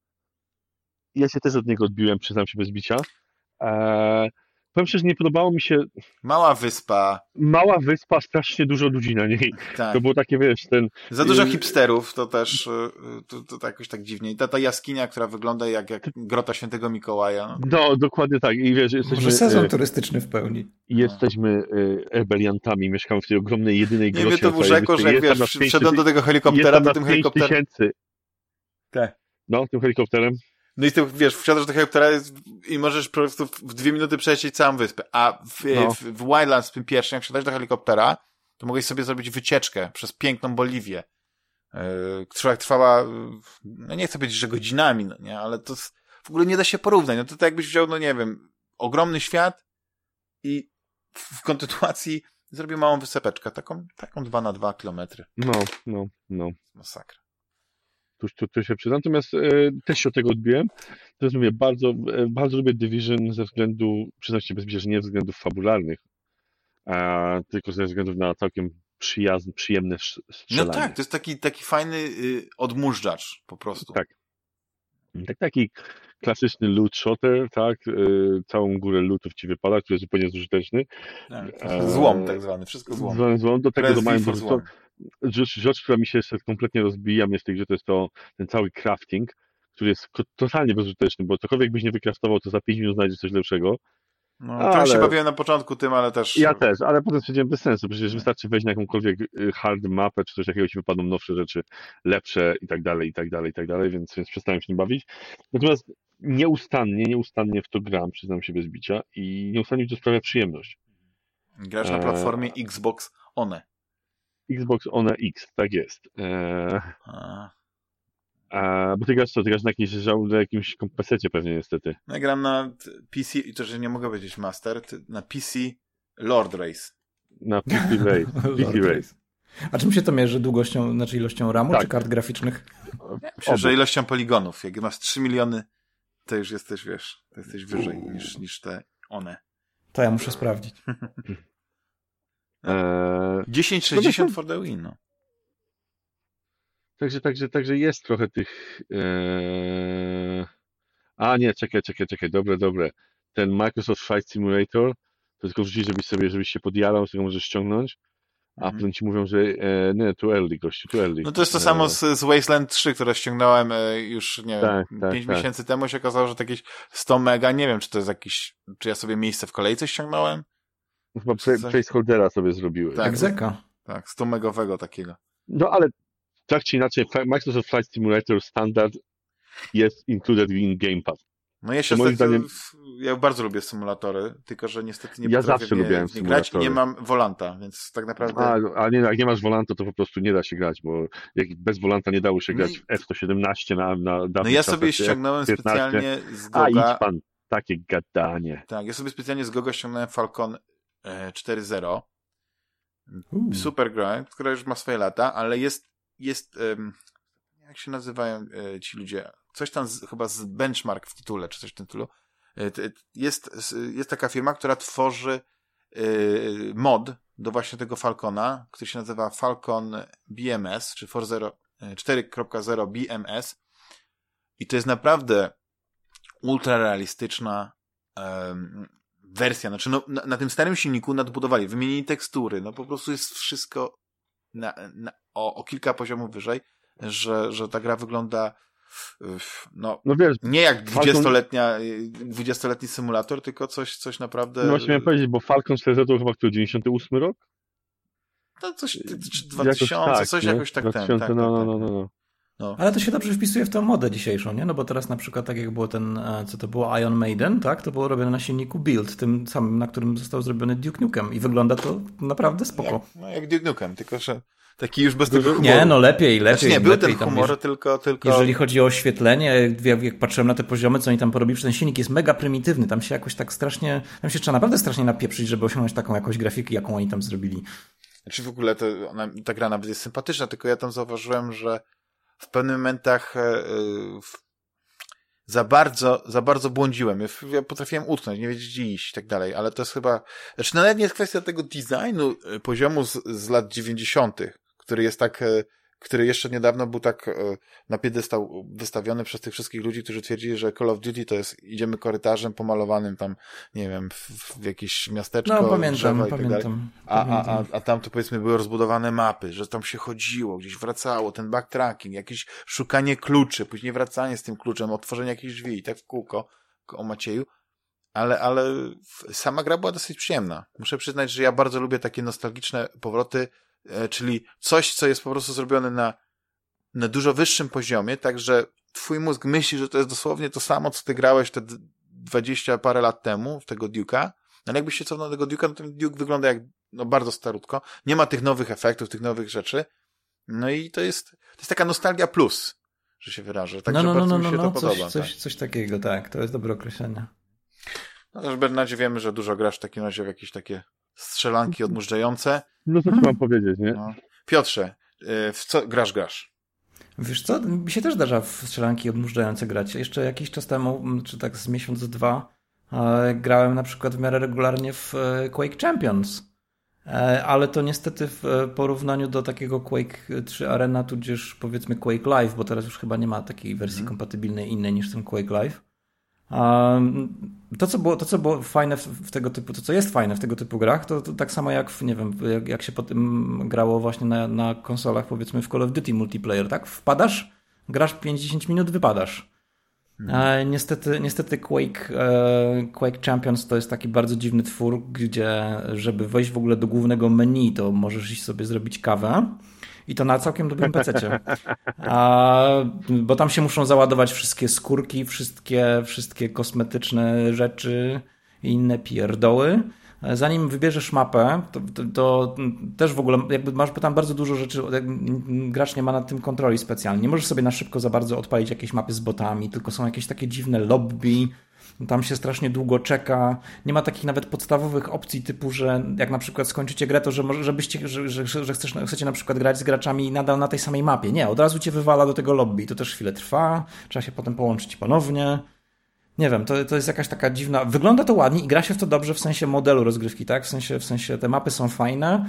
Przyznam się bez bicia. Powiem szczerze, nie podobało mi się... Mała wyspa, strasznie dużo ludzi na niej. Tak. To było takie, wiesz, za dużo hipsterów, to też to jakoś tak dziwnie. I ta jaskinia, która wygląda jak grota Świętego Mikołaja. No, dokładnie tak. I wiesz, jesteśmy... Może sezon turystyczny w pełni. Jesteśmy rebeliantami, mieszkamy w tej ogromnej, jedynej grocie. Nie wiem, to w rzeko, że jak wiesz, wszedłem do tego helikoptera, to tym helikopterem... Tak. No, tym helikopterem. No i ty, wiesz, wsiadasz do helikoptera i możesz po prostu w 2 minuty przejść całą wyspę. A w Wildlands, w tym pierwszym, jak wsiadasz do helikoptera, to mogłeś sobie zrobić wycieczkę przez piękną Boliwię, która trwała, no nie chcę powiedzieć, że godzinami, no nie, ale to w ogóle nie da się porównać. No to tak jakbyś wziął, no nie wiem, ogromny świat i w kontynuacji zrobił małą wysepeczkę, taką 2x2 kilometry. No. Masakra. Tu się przyznam, natomiast też się od tego odbiłem. Teraz mówię, bardzo lubię Division ze względu, przyznam się bez bicia, że nie ze względów fabularnych, tylko ze względów na całkiem przyjemne strzelanie. No tak, to jest taki fajny odmurzacz po prostu. Tak. Taki klasyczny loot shooter, tak? Całą górę lootów ci wypada, który jest zupełnie zużyteczny. Tak. Złom tak zwany, wszystko złom. Do tego rzecz, która mi się kompletnie rozbija mnie z tej grze, to jest ten cały crafting, który jest totalnie bezużyteczny, bo cokolwiek byś nie wykraftował, to za 5 minut znajdziesz coś lepszego. No, trochę się bawiłem na początku tym, ale też... Ja też, ale potem stwierdziłem bez sensu, przecież wystarczy wejść na jakąkolwiek hard mapę, czy coś takiego, ci wypadną nowsze rzeczy, lepsze i tak dalej, więc przestałem się tym bawić. Natomiast nieustannie w to gram, przyznam się bez bicia i nieustannie mi to sprawia przyjemność. Grasz na platformie Xbox One. Xbox One X, tak jest. Bo ty grasz co? Ty grasz na jakimś kompesecie pewnie niestety. No ja gram na PC, i to, że nie mogę powiedzieć Master, na PC Lord Race. Na PC Race. A czym się to mierzy? Długością, znaczy ilością RAMu, czy kart graficznych? Myślę, że ilością poligonów. Jak masz 3 miliony, to już jesteś, wiesz, to jesteś wyżej niż te one. To ja muszę sprawdzić. 1060 for the win, no. Także jest trochę tych... A nie, czekaj, dobre. Ten Microsoft Flight Simulator, to tylko wrzucić, żebyś się podjarał, z tego możesz ściągnąć, a potem ci mówią, że nie, too early, gościu, too early. No to jest to samo z Wasteland 3, które ściągnąłem już, nie wiem, 5 miesięcy temu, się okazało, że to jakieś 100 mega, nie wiem, czy ja sobie miejsce w kolejce ściągnąłem? Chyba placeholdera sobie zrobiłeś. Tak, Zeka. Tak, 100 megowego takiego. No ale tak czy inaczej, Microsoft Flight Simulator standard jest included in Game Pass. No ja bardzo lubię symulatory, tylko że niestety nie potrafię w nie grać i nie mam volanta, więc tak naprawdę... Ale jak nie masz volanta, to po prostu nie da się grać, bo jak bez volanta nie dało się grać w F-117 na No ja sobie ściągnąłem specjalnie z Goga... idź pan, takie gadanie. Tak, ja sobie specjalnie z Goga ściągnąłem Falcon 4.0. Super gra, która już ma swoje lata, ale jest jak się nazywają ci ludzie? Coś tam chyba z Benchmark w tytule, czy coś w tym tytule. Jest taka firma, która tworzy mod do właśnie tego Falcona, który się nazywa Falcon BMS, czy 4.0 BMS. I to jest naprawdę ultra realistyczna wersja. Znaczy, no, na tym starym silniku nadbudowali, wymienili tekstury, no po prostu jest wszystko o kilka poziomów wyżej, że ta gra wygląda no wiesz, nie jak 20-letni symulator, tylko coś naprawdę... No właśnie miałem powiedzieć, bo Falcon 4 to chyba który 98 rok? No coś, 2000, jakoś tak. 2000, tak. No. Ale to się dobrze wpisuje w tę modę dzisiejszą, nie? No bo teraz na przykład tak jak było co to było, Iron Maiden, tak? To było robione na silniku Build, tym samym, na którym został zrobiony Duke Nukem i wygląda to naprawdę spoko. Jak Duke Nukem, tylko że taki już bez tego humoru. Nie, no lepiej. Znaczy nie, był ten humor, tylko... Jeżeli chodzi o oświetlenie, jak patrzyłem na te poziomy, co oni tam porobili, ten silnik jest mega prymitywny, tam się jakoś tak strasznie, tam się trzeba naprawdę strasznie napieprzyć, żeby osiągnąć taką jakąś grafikę, jaką oni tam zrobili. Znaczy w ogóle ta gra nawet jest sympatyczna, tylko ja tam zauważyłem, że w pewnych momentach za bardzo błądziłem. Ja potrafiłem utknąć, nie wiedzieć gdzie iść i tak dalej, ale to jest chyba... Znaczy nawet nie jest kwestia tego designu poziomu z lat 90., który jest tak... który jeszcze niedawno był tak na piedestał wystawiony przez tych wszystkich ludzi, którzy twierdzili, że Call of Duty to jest idziemy korytarzem pomalowanym tam, nie wiem, w jakieś miasteczko. No pamiętam. A tam to powiedzmy były rozbudowane mapy, że tam się chodziło, gdzieś wracało, ten backtracking, jakieś szukanie kluczy, później wracanie z tym kluczem, otworzenie jakichś drzwi i tak w kółko o Macieju. Ale sama gra była dosyć przyjemna. Muszę przyznać, że ja bardzo lubię takie nostalgiczne powroty, czyli coś, co jest po prostu zrobione na dużo wyższym poziomie, tak że twój mózg myśli, że to jest dosłownie to samo, co ty grałeś te 20 parę lat temu w tego Duke'a, ale jakbyś się cofnął do tego Duke'a, no ten Duke wygląda jak bardzo starutko, nie ma tych nowych efektów, tych nowych rzeczy, no i to jest taka nostalgia plus, że się wyrażę, także bardzo mi się to podoba. Coś takiego, tak, to jest dobre określenie. No też Bernardzie wiemy, że dużo grasz w takim razie w jakieś takie strzelanki odmurzające. No to co mam powiedzieć, nie? No. Piotrze, w co grasz? Wiesz co, mi się też zdarza w strzelanki odmurzające grać. Jeszcze jakiś czas temu, czy tak z miesiąc, 2, grałem na przykład w miarę regularnie w Quake Champions. Ale to niestety w porównaniu do takiego Quake 3 Arena, tudzież powiedzmy Quake Live, bo teraz już chyba nie ma takiej wersji kompatybilnej innej niż ten Quake Live, To, co było fajne w tego typu, to co jest fajne w tego typu grach, to tak samo jak, nie wiem, jak się potem grało właśnie na konsolach, powiedzmy w Call of Duty multiplayer, tak? Wpadasz, grasz 5-10 minut, wypadasz. Niestety Quake Champions to jest taki bardzo dziwny twór, gdzie żeby wejść w ogóle do głównego menu, to możesz iść sobie zrobić kawę i to na całkiem dobrym pececie. Bo tam się muszą załadować wszystkie skórki, wszystkie kosmetyczne rzeczy i inne pierdoły. Zanim wybierzesz mapę, to też w ogóle jakby masz tam bardzo dużo rzeczy, gracz nie ma nad tym kontroli specjalnie. Nie możesz sobie na szybko za bardzo odpalić jakieś mapy z botami, tylko są jakieś takie dziwne lobby, tam się strasznie długo czeka. Nie ma takich nawet podstawowych opcji typu, że jak na przykład skończycie grę, to że chcecie na przykład grać z graczami nadal na tej samej mapie. Nie, od razu cię wywala do tego lobby. To też chwilę trwa, trzeba się potem połączyć ponownie. Nie wiem, to jest jakaś taka dziwna... Wygląda to ładnie i gra się w to dobrze w sensie modelu rozgrywki, tak? W sensie te mapy są fajne,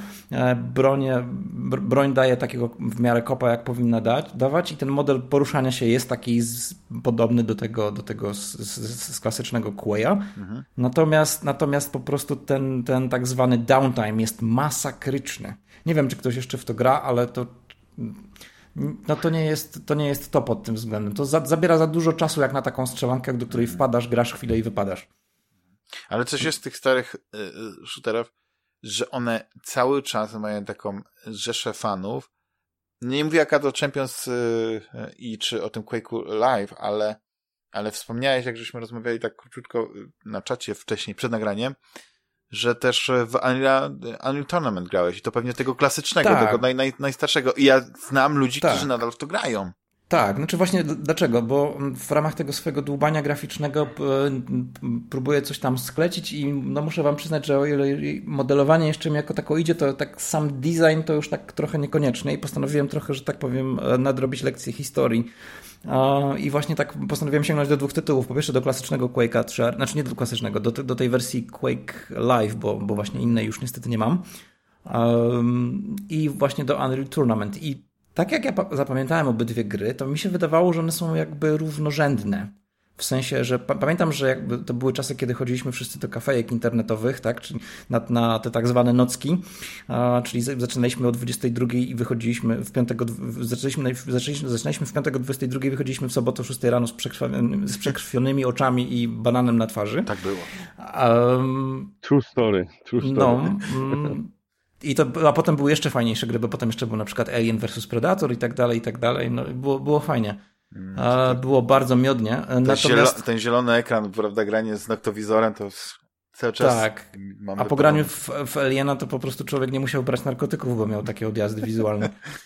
broń daje takiego w miarę kopa, jak powinna dawać i ten model poruszania się jest taki podobny do tego z klasycznego Quake'a. Mhm. Natomiast po prostu ten tak zwany downtime jest masakryczny. Nie wiem, czy ktoś jeszcze w to gra, ale to nie jest to pod tym względem. To zabiera za dużo czasu jak na taką strzelankę, do której wpadasz, grasz chwilę i wypadasz. Ale coś jest w tych starych shooterów, że one cały czas mają taką rzeszę fanów. Nie mówię jaka to Champions i czy o tym Quake'u Live, ale wspomniałeś, jak żeśmy rozmawiali tak króciutko na czacie wcześniej, przed nagraniem, że też w Unreal Tournament grałeś i to pewnie tego klasycznego, tego najstarszego. I ja znam ludzi, którzy nadal w to grają. Tak, znaczy właśnie dlaczego? Bo w ramach tego swojego dłubania graficznego próbuję coś tam sklecić i no muszę wam przyznać, że o ile modelowanie jeszcze mi jako tako idzie, to tak sam design to już tak trochę niekoniecznie i postanowiłem trochę, że tak powiem, nadrobić lekcję historii. I właśnie tak postanowiłem sięgnąć do dwóch tytułów. Po pierwsze do klasycznego Quake'a 3, znaczy nie do klasycznego, do tej wersji Quake Live, bo właśnie innej już niestety nie mam. I właśnie do Unreal Tournament. I tak jak ja zapamiętałem obydwie gry, to mi się wydawało, że one są jakby równorzędne. W sensie, że pamiętam, że jakby to były czasy, kiedy chodziliśmy wszyscy do kafejek internetowych, tak? Czyli na te tak zwane nocki, czyli zaczynaliśmy o 22 i wychodziliśmy w piątek, zaczynaliśmy w piątek o 22 i wychodziliśmy w sobotę o 6 rano z przekrwionymi oczami i bananem na twarzy. Tak było. True story. No, a potem były jeszcze fajniejsze gry, bo potem jeszcze był na przykład Alien vs Predator i tak dalej. No, było fajnie. Było bardzo miodnie. Ten zielony ekran, prawda, granie z noktowizorem to cały czas. Tak. A po graniu w Aliena to po prostu człowiek nie musiał brać narkotyków, bo miał takie odjazdy wizualne.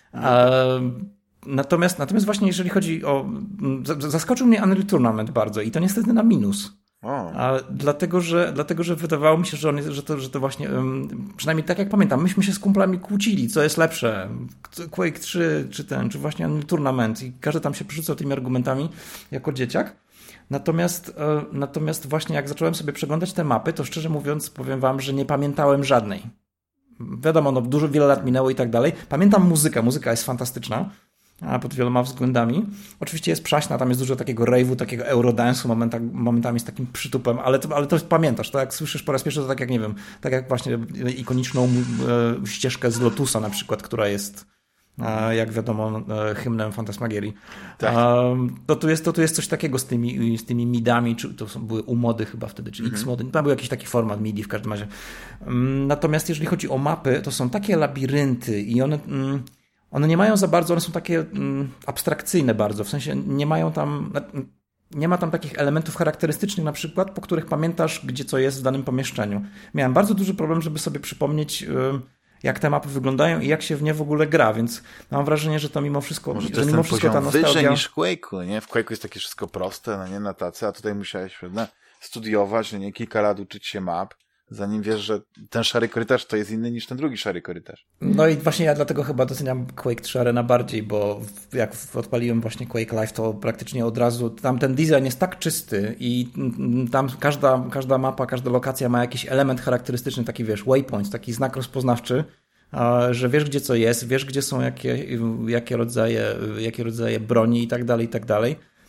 Natomiast właśnie jeżeli chodzi o... Zaskoczył mnie Unreal Tournament bardzo i to niestety na minus. Dlatego, że wydawało mi się, że to właśnie, przynajmniej tak jak pamiętam, myśmy się z kumplami kłócili, co jest lepsze, Quake 3 czy właśnie Tournament i każdy tam się przerzucał tymi argumentami jako dzieciak. Natomiast właśnie jak zacząłem sobie przeglądać te mapy, to szczerze mówiąc powiem wam, że nie pamiętałem żadnej. Wiadomo, no wiele lat minęło i tak dalej. Pamiętam muzyka jest fantastyczna. Pod wieloma względami. Oczywiście jest przaśna, tam jest dużo takiego rave'u, takiego eurodance'u, momentami z takim przytupem, ale to pamiętasz, to jak słyszysz po raz pierwszy, to tak jak, nie wiem, tak jak właśnie ikoniczną ścieżkę z Lotusa na przykład, która jest, jak wiadomo, hymnem Fantasmagierii. Tak. To jest coś takiego z tymi midami, czy to były U-mody chyba wtedy, czy X-mody, tam był jakiś taki format MIDI w każdym razie. Natomiast jeżeli chodzi o mapy, to są takie labirynty i one nie mają za bardzo, one są takie abstrakcyjne bardzo, w sensie nie ma tam takich elementów charakterystycznych na przykład, po których pamiętasz, gdzie co jest w danym pomieszczeniu. Miałem bardzo duży problem, żeby sobie przypomnieć, jak te mapy wyglądają i jak się w nie w ogóle gra, więc mam wrażenie, że to mimo wszystko... Może to jest ten poziom wyżej niż w Quake'u, nie? W Quake'u jest takie wszystko proste, no nie, na tacy, a tutaj musiałeś studiować, no nie, kilka lat uczyć się map, zanim wiesz, że ten szary korytarz to jest inny niż ten drugi szary korytarz. No i właśnie ja dlatego chyba doceniam Quake 3 Arena bardziej, bo jak odpaliłem właśnie Quake Live, to praktycznie od razu, tam ten design jest tak czysty i tam każda mapa, każda lokacja ma jakiś element charakterystyczny, taki wiesz, waypoint, taki znak rozpoznawczy, że wiesz gdzie co jest, wiesz gdzie są jakie rodzaje broni i tak dalej, i tak dalej.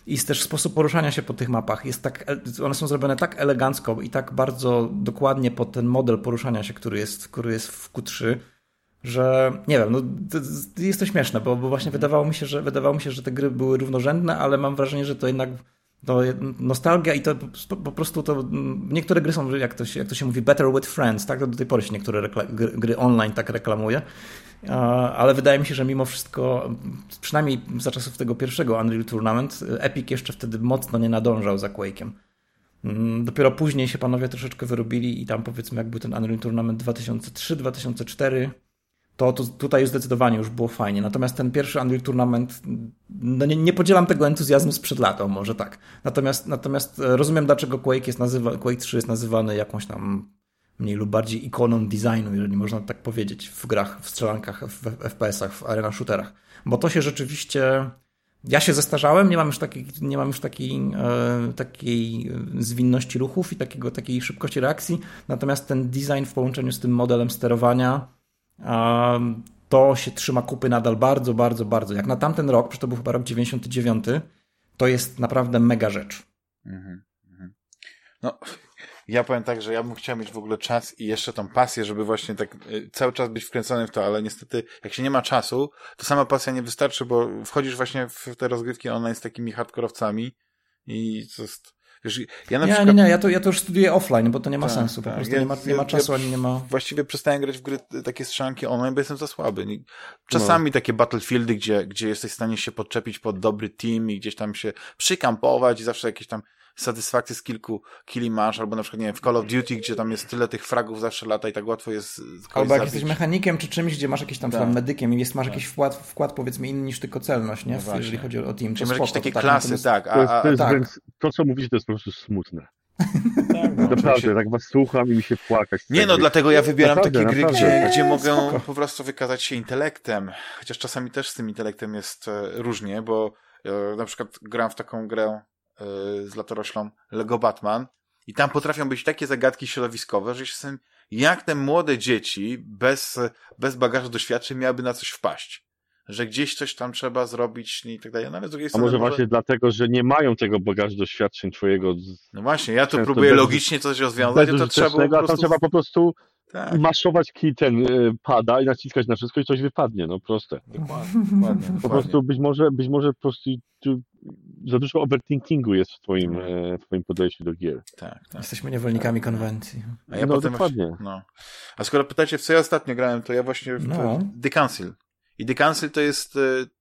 i też sposób poruszania się po tych mapach jest one są zrobione tak elegancko i tak bardzo dokładnie pod ten model poruszania się, który jest w Q3, że nie wiem, no jest to śmieszne, bo właśnie wydawało mi się, że te gry były równorzędne, ale mam wrażenie, że to jednak nostalgia i to po prostu niektóre gry są, jak to się mówi, better with friends, tak? To do tej pory się niektóre gry online tak reklamuje, ale wydaje mi się, że mimo wszystko, przynajmniej za czasów tego pierwszego Unreal Tournament, Epic jeszcze wtedy mocno nie nadążał za Quake'em. Dopiero później się panowie troszeczkę wyrobili i tam powiedzmy jak był ten Unreal Tournament 2003-2004, to tutaj zdecydowanie już było fajnie. Natomiast ten pierwszy Unreal Tournament, no nie podzielam tego entuzjazmu sprzed lat, może tak. Natomiast rozumiem, dlaczego Quake 3 jest nazywany jakąś tam mniej lub bardziej ikoną designu, jeżeli można tak powiedzieć, w grach, w strzelankach, w FPS-ach, w arena shooterach. Bo to się rzeczywiście... Ja się zestarzałem, nie mam już takiej zwinności ruchów i takiej szybkości reakcji, natomiast ten design w połączeniu z tym modelem sterowania to się trzyma kupy nadal bardzo, bardzo, bardzo. Jak na tamten rok, przecież to był chyba rok 99, to jest naprawdę mega rzecz. No, ja powiem tak, że ja bym chciał mieć w ogóle czas i jeszcze tą pasję, żeby właśnie tak cały czas być wkręcony w to, ale niestety jak się nie ma czasu, to sama pasja nie wystarczy, bo wchodzisz właśnie w te rozgrywki online z takimi hardkorowcami i to jest... Wiesz, ja na przykład... Nie, ja to już studiuję offline, bo to nie ma sensu. Po prostu nie ma czasu, ani nie ma... Właściwie przestałem grać w gry takie strzelanki online, bo jestem za słaby. Czasami takie Battlefieldy, gdzie jesteś w stanie się podczepić pod dobry team i gdzieś tam się przykampować i zawsze jakieś tam satysfakcje z kilku killi masz, albo na przykład, nie wiem, w Call of Duty, gdzie tam jest tyle tych fragów zawsze lata i tak łatwo jest albo jak jesteś mechanikiem czy czymś, gdzie masz jakiś tam medykiem i masz jakiś wkład powiedzmy inny niż tylko celność, nie? No jeżeli chodzi o team. Czyli masz jakieś takie klasy, tak. Więc to, co mówicie, to jest po prostu smutne. Naprawdę, tak was słucham i mi się płakać. Nie, dlatego ja wybieram takie gry, gdzie mogę po prostu wykazać się intelektem. Chociaż czasami też z tym intelektem jest różnie, bo na przykład gram w taką grę z latoroślą Lego Batman i tam potrafią być takie zagadki środowiskowe, że jestem jak te młode dzieci bez bagażu doświadczeń miałyby na coś wpaść. Że gdzieś coś tam trzeba zrobić i tak dalej. Nawet z drugiej strony może właśnie dlatego, że nie mają tego bagażu doświadczeń twojego. No właśnie, ja tu próbuję logicznie coś rozwiązać, to trzeba po prostu... Tam trzeba po prostu maszować pada i naciskać na wszystko i coś wypadnie, no proste. Dokładnie. Po prostu być może po prostu za dużo overthinkingu jest w twoim podejściu do gier. Tak. Jesteśmy niewolnikami konwencji. A ja potem dokładnie. A skoro pytacie, w co ja ostatnio grałem, to ja właśnie w The Council. I The Council to jest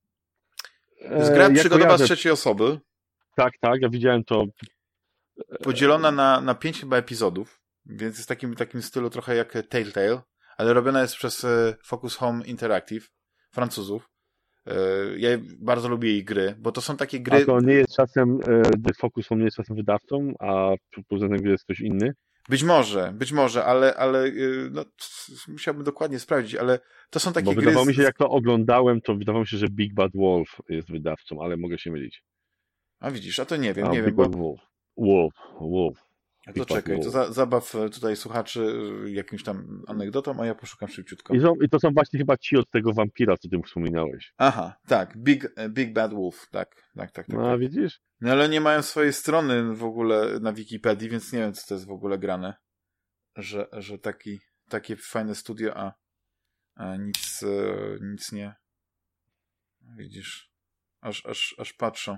gra przygodowa z trzeciej osoby. Tak, ja widziałem to. Podzielona na 5 chyba epizodów, więc jest w takim stylu trochę jak Telltale, ale robiona jest przez Focus Home Interactive, Francuzów. Ja bardzo lubię ich gry, bo to są takie gry... A to nie jest czasem, Focus Home nie jest czasem wydawcą, a poza tym jest ktoś inny? Być może, ale no, musiałbym dokładnie sprawdzić, ale to są takie bo gry... Wydawało mi się, jak to oglądałem, to wydawało mi się, że Big Bad Wolf jest wydawcą, ale mogę się mylić. A widzisz, a to nie wiem, Big Bad Wolf. A to czekaj, to zabaw tutaj słuchaczy jakimś tam anegdotą, a ja poszukam szybciutko. I to są właśnie chyba ci od tego wampira, co ty wspominałeś. Aha, tak, Big Bad Wolf, tak. No, widzisz? No ale nie mają swojej strony w ogóle na Wikipedii, więc nie wiem, co to jest w ogóle grane, że takie fajne studio, a nic nie. Widzisz, aż patrzą.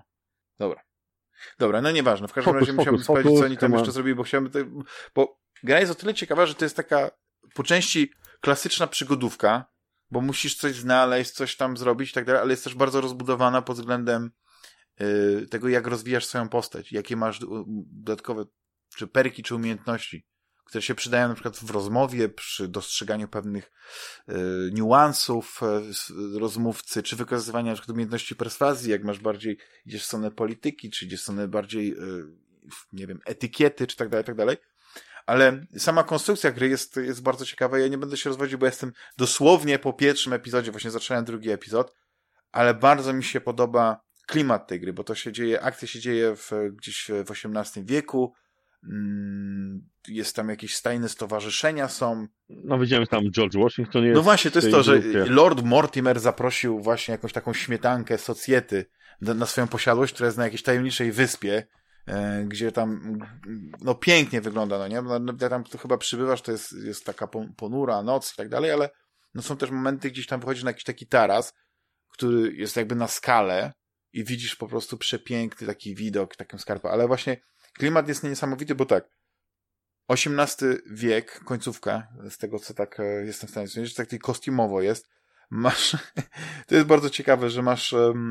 Dobra, no nieważne. W każdym razie musiałbym sprawdzić, co oni tam jeszcze zrobili, bo chciałbym... Bo gra jest o tyle ciekawa, że to jest taka po części klasyczna przygodówka, bo musisz coś znaleźć, coś tam zrobić i tak dalej, ale jest też bardzo rozbudowana pod względem tego, jak rozwijasz swoją postać, jakie masz dodatkowe czy perki, czy umiejętności, które się przydają na przykład w rozmowie, przy dostrzeganiu pewnych niuansów rozmówcy, czy wykorzystywania na przykład umiejętności perswazji, jak masz bardziej, idziesz w stronę polityki, czy idziesz w stronę bardziej, nie wiem, etykiety, czy tak dalej. Ale sama konstrukcja gry jest bardzo ciekawa. Ja nie będę się rozwodził, bo jestem dosłownie po pierwszym epizodzie, właśnie zacząłem drugi epizod, ale bardzo mi się podoba klimat tej gry, bo to się dzieje, akcja się dzieje gdzieś w XVIII wieku, jest tam jakieś stajne stowarzyszenia są. No widziałem, że tam George Washington jest. No właśnie, to jest to, że grupie. Lord Mortimer zaprosił właśnie jakąś taką śmietankę socjety na swoją posiadłość, która jest na jakiejś tajemniczej wyspie, gdzie tam no pięknie wygląda, no nie? No, tam to chyba przybywasz, to jest taka ponura noc i tak dalej, ale no są też momenty, gdzieś tam wychodzisz na jakiś taki taras, który jest jakby na skalę i widzisz po prostu przepiękny taki widok, taką skarpę, ale właśnie klimat jest niesamowity, bo tak, XVIII wiek, końcówka, z tego co tak jestem w stanie powiedzieć, że tak kostiumowo jest, masz, to jest bardzo ciekawe, że masz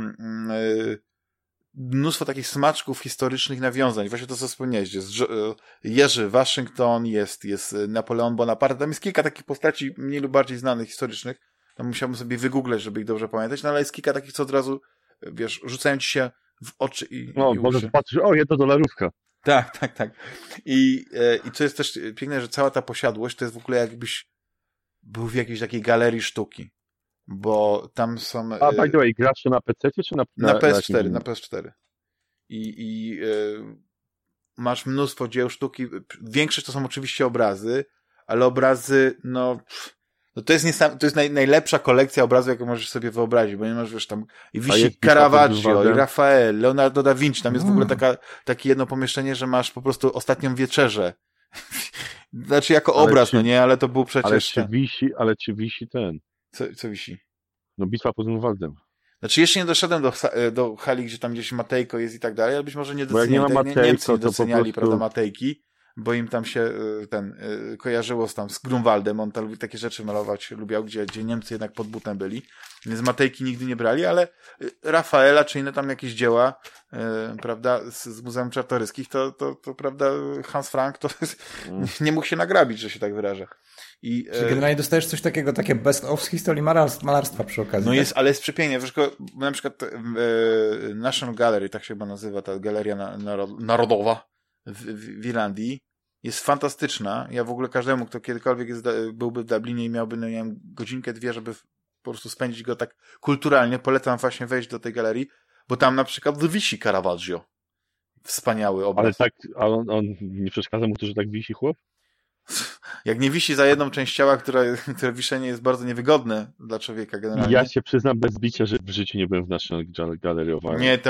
mnóstwo takich smaczków historycznych nawiązań, właśnie to co wspomniałeś, jest Jerzy Waszyngton, jest Napoleon Bonaparte, tam jest kilka takich postaci mniej lub bardziej znanych, historycznych, tam musiałbym sobie wygooglać, żeby ich dobrze pamiętać, no ale jest kilka takich, co od razu, wiesz, rzucają ci się w oczy i może patrzysz, o, $1. Tak. I co jest też piękne, że cała ta posiadłość to jest w ogóle jakbyś był w jakiejś takiej galerii sztuki. Bo tam są... A by the way, grasz to na PC czy na PS4? Na PS4. I masz mnóstwo dzieł sztuki. Większość to są oczywiście obrazy, ale obrazy, no to jest najlepsza kolekcja obrazów, jaką możesz sobie wyobrazić, bo nie masz, wiesz, tam i wisi Caravaggio, i Rafael, Leonardo da Vinci, tam jest w ogóle takie jedno pomieszczenie, że masz po prostu Ostatnią wieczerzę. Znaczy jako obraz, no nie, ale to był przecież... Ale czy wisi ten? Co wisi? No bitwa pod Grunwaldem. Znaczy jeszcze nie doszedłem do hali, gdzie tam gdzieś Matejko jest i tak dalej, ale być może nie doceniali, Niemcy nie doceniali, prostu... prawda, Matejki, bo im tam się kojarzyło z Grunwaldem, on tam lubi takie rzeczy malować, lubiał, gdzie Niemcy jednak pod butem byli, więc Matejki nigdy nie brali, ale Rafaela, czy inne tam jakieś dzieła, prawda, z Muzeum Czartoryskich, to prawda, Hans Frank to nie mógł się nagrabić, że się tak wyrażę. Czyli generalnie dostajesz coś takiego, takie best of z historii malarstwa przy okazji. No tak? Ale jest przepięknie. Na przykład National Gallery, tak się chyba nazywa, ta galeria narodowa w Irlandii, jest fantastyczna. Ja w ogóle każdemu, kto kiedykolwiek byłby w Dublinie i miałby, no nie wiem, godzinkę, dwie, żeby po prostu spędzić go tak kulturalnie, polecam właśnie wejść do tej galerii, bo tam na przykład wisi Caravaggio. Wspaniały obraz. Ale tak, a on nie przeszkadza mu to, że tak wisi chłop? Jak nie wisi za jedną część ciała, które wiszenie jest bardzo niewygodne dla człowieka generalnie. Ja się przyznam bez bicia, że w życiu nie byłem w National Gallery of Art. Nie,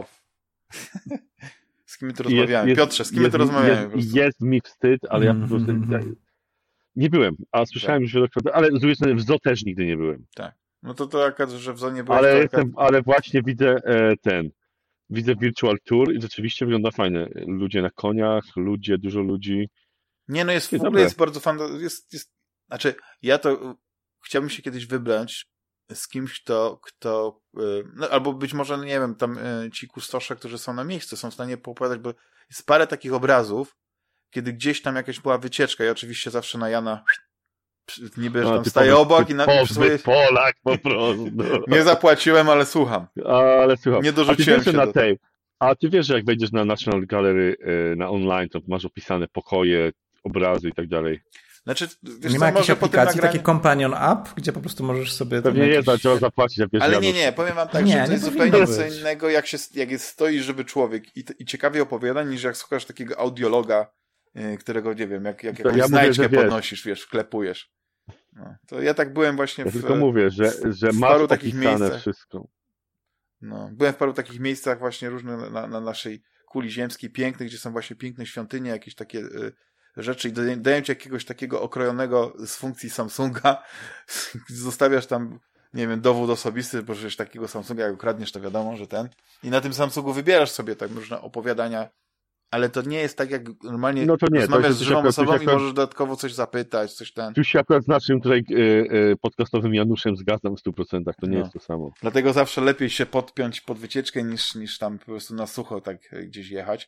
z kim my tu rozmawiamy? Piotrze, z kim my tu rozmawiamy? Jest mi wstyd, ale ja po prostu nie byłem, a słyszałem już wielokrotnie, ale z drugiej strony w zoo też nigdy nie byłem. Tak. No to akurat, że w zoo nie byłem. Ale właśnie widzę widzę Virtual Tour i rzeczywiście wygląda fajnie. Ludzie na koniach, dużo ludzi. Nie, no w ogóle jest bardzo znaczy, ja to chciałbym się kiedyś wybrać z kimś, kto no, albo być może, nie wiem, tam ci kustosze, którzy są na miejscu, są w stanie poopowiadać, bo jest parę takich obrazów, kiedy gdzieś tam jakaś była wycieczka i oczywiście zawsze na Jana niby, że tam staje obok i Polak po prostu. Nie zapłaciłem, ale słucham. Nie dorzuciłem się do tej. A ty wiesz, że jak wejdziesz na National Gallery na online, to masz opisane pokoje, obrazy i tak dalej. Znaczy, wiesz, nie ma jakiejś aplikacji, taki companion app, gdzie po prostu możesz sobie... Pewnie jest, ale trzeba zapłacić. Ale nie, powiem wam tak, że to jest zupełnie co innego, jak stoisz, żeby człowiek i ciekawie opowiada, niż jak słuchasz takiego audiologa, którego, nie wiem, jak jakąś znajdźkę podnosisz, wiesz, wklepujesz. No, to ja tak byłem właśnie tylko mówię, że masz paru takich miejscach wszystko. No, byłem w paru takich miejscach właśnie różnych na naszej kuli ziemskiej, pięknych, gdzie są właśnie piękne świątynie, jakieś takie rzeczy i dają ci jakiegoś takiego okrojonego z funkcji Samsunga, zostawiasz tam, nie wiem, dowód osobisty, bo przecież takiego Samsunga jak ukradniesz, to wiadomo, że i na tym Samsungu wybierasz sobie tak różne opowiadania, ale to nie jest tak, jak normalnie rozmawiasz z żywą osobą i możesz dodatkowo coś zapytać, coś ten. Tu się akurat z naszym tutaj podcastowym Januszem zgadzam w 100%, to nie jest to samo. Dlatego zawsze lepiej się podpiąć pod wycieczkę, niż tam po prostu na sucho tak gdzieś jechać.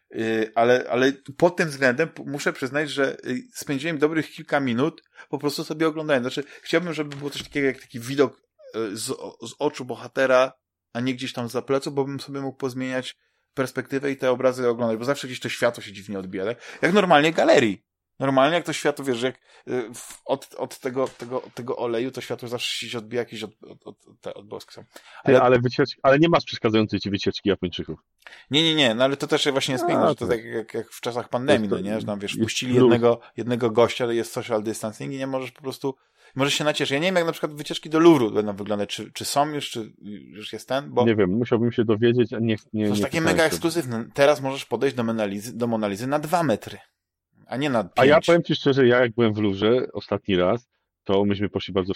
Ale pod tym względem muszę przyznać, że spędziłem dobrych kilka minut po prostu sobie oglądając. Znaczy, chciałbym, żeby było coś takiego jak taki widok z oczu bohatera, a nie gdzieś tam za plecu, bo bym sobie mógł pozmieniać perspektywę i te obrazy oglądać, bo zawsze gdzieś to światło się dziwnie odbija. Jak normalnie galerii. Normalnie jak to światło, wiesz, że jak od tego oleju to światło zawsze się odbija jakieś od te odblaski są. Ale nie masz przeszkadzającej ci wycieczki Japończyków. Nie, no ale to też właśnie jest piękne, że to tak jak w czasach pandemii, no nie, że tam wiesz, puścili jednego gościa, jest social distancing i nie możesz po prostu, możesz się nacieszyć. Ja nie wiem, jak na przykład wycieczki do Louvru będą wyglądać, czy są już, czy już jest ten, bo... Nie wiem, musiałbym się dowiedzieć, a nie. To jest takie mega ekskluzywne. Teraz możesz podejść do Mona Lisy na 2 metry, a nie na 5. A ja powiem ci szczerze, jak byłem w Louvre ostatni raz, to myśmy poszli bardzo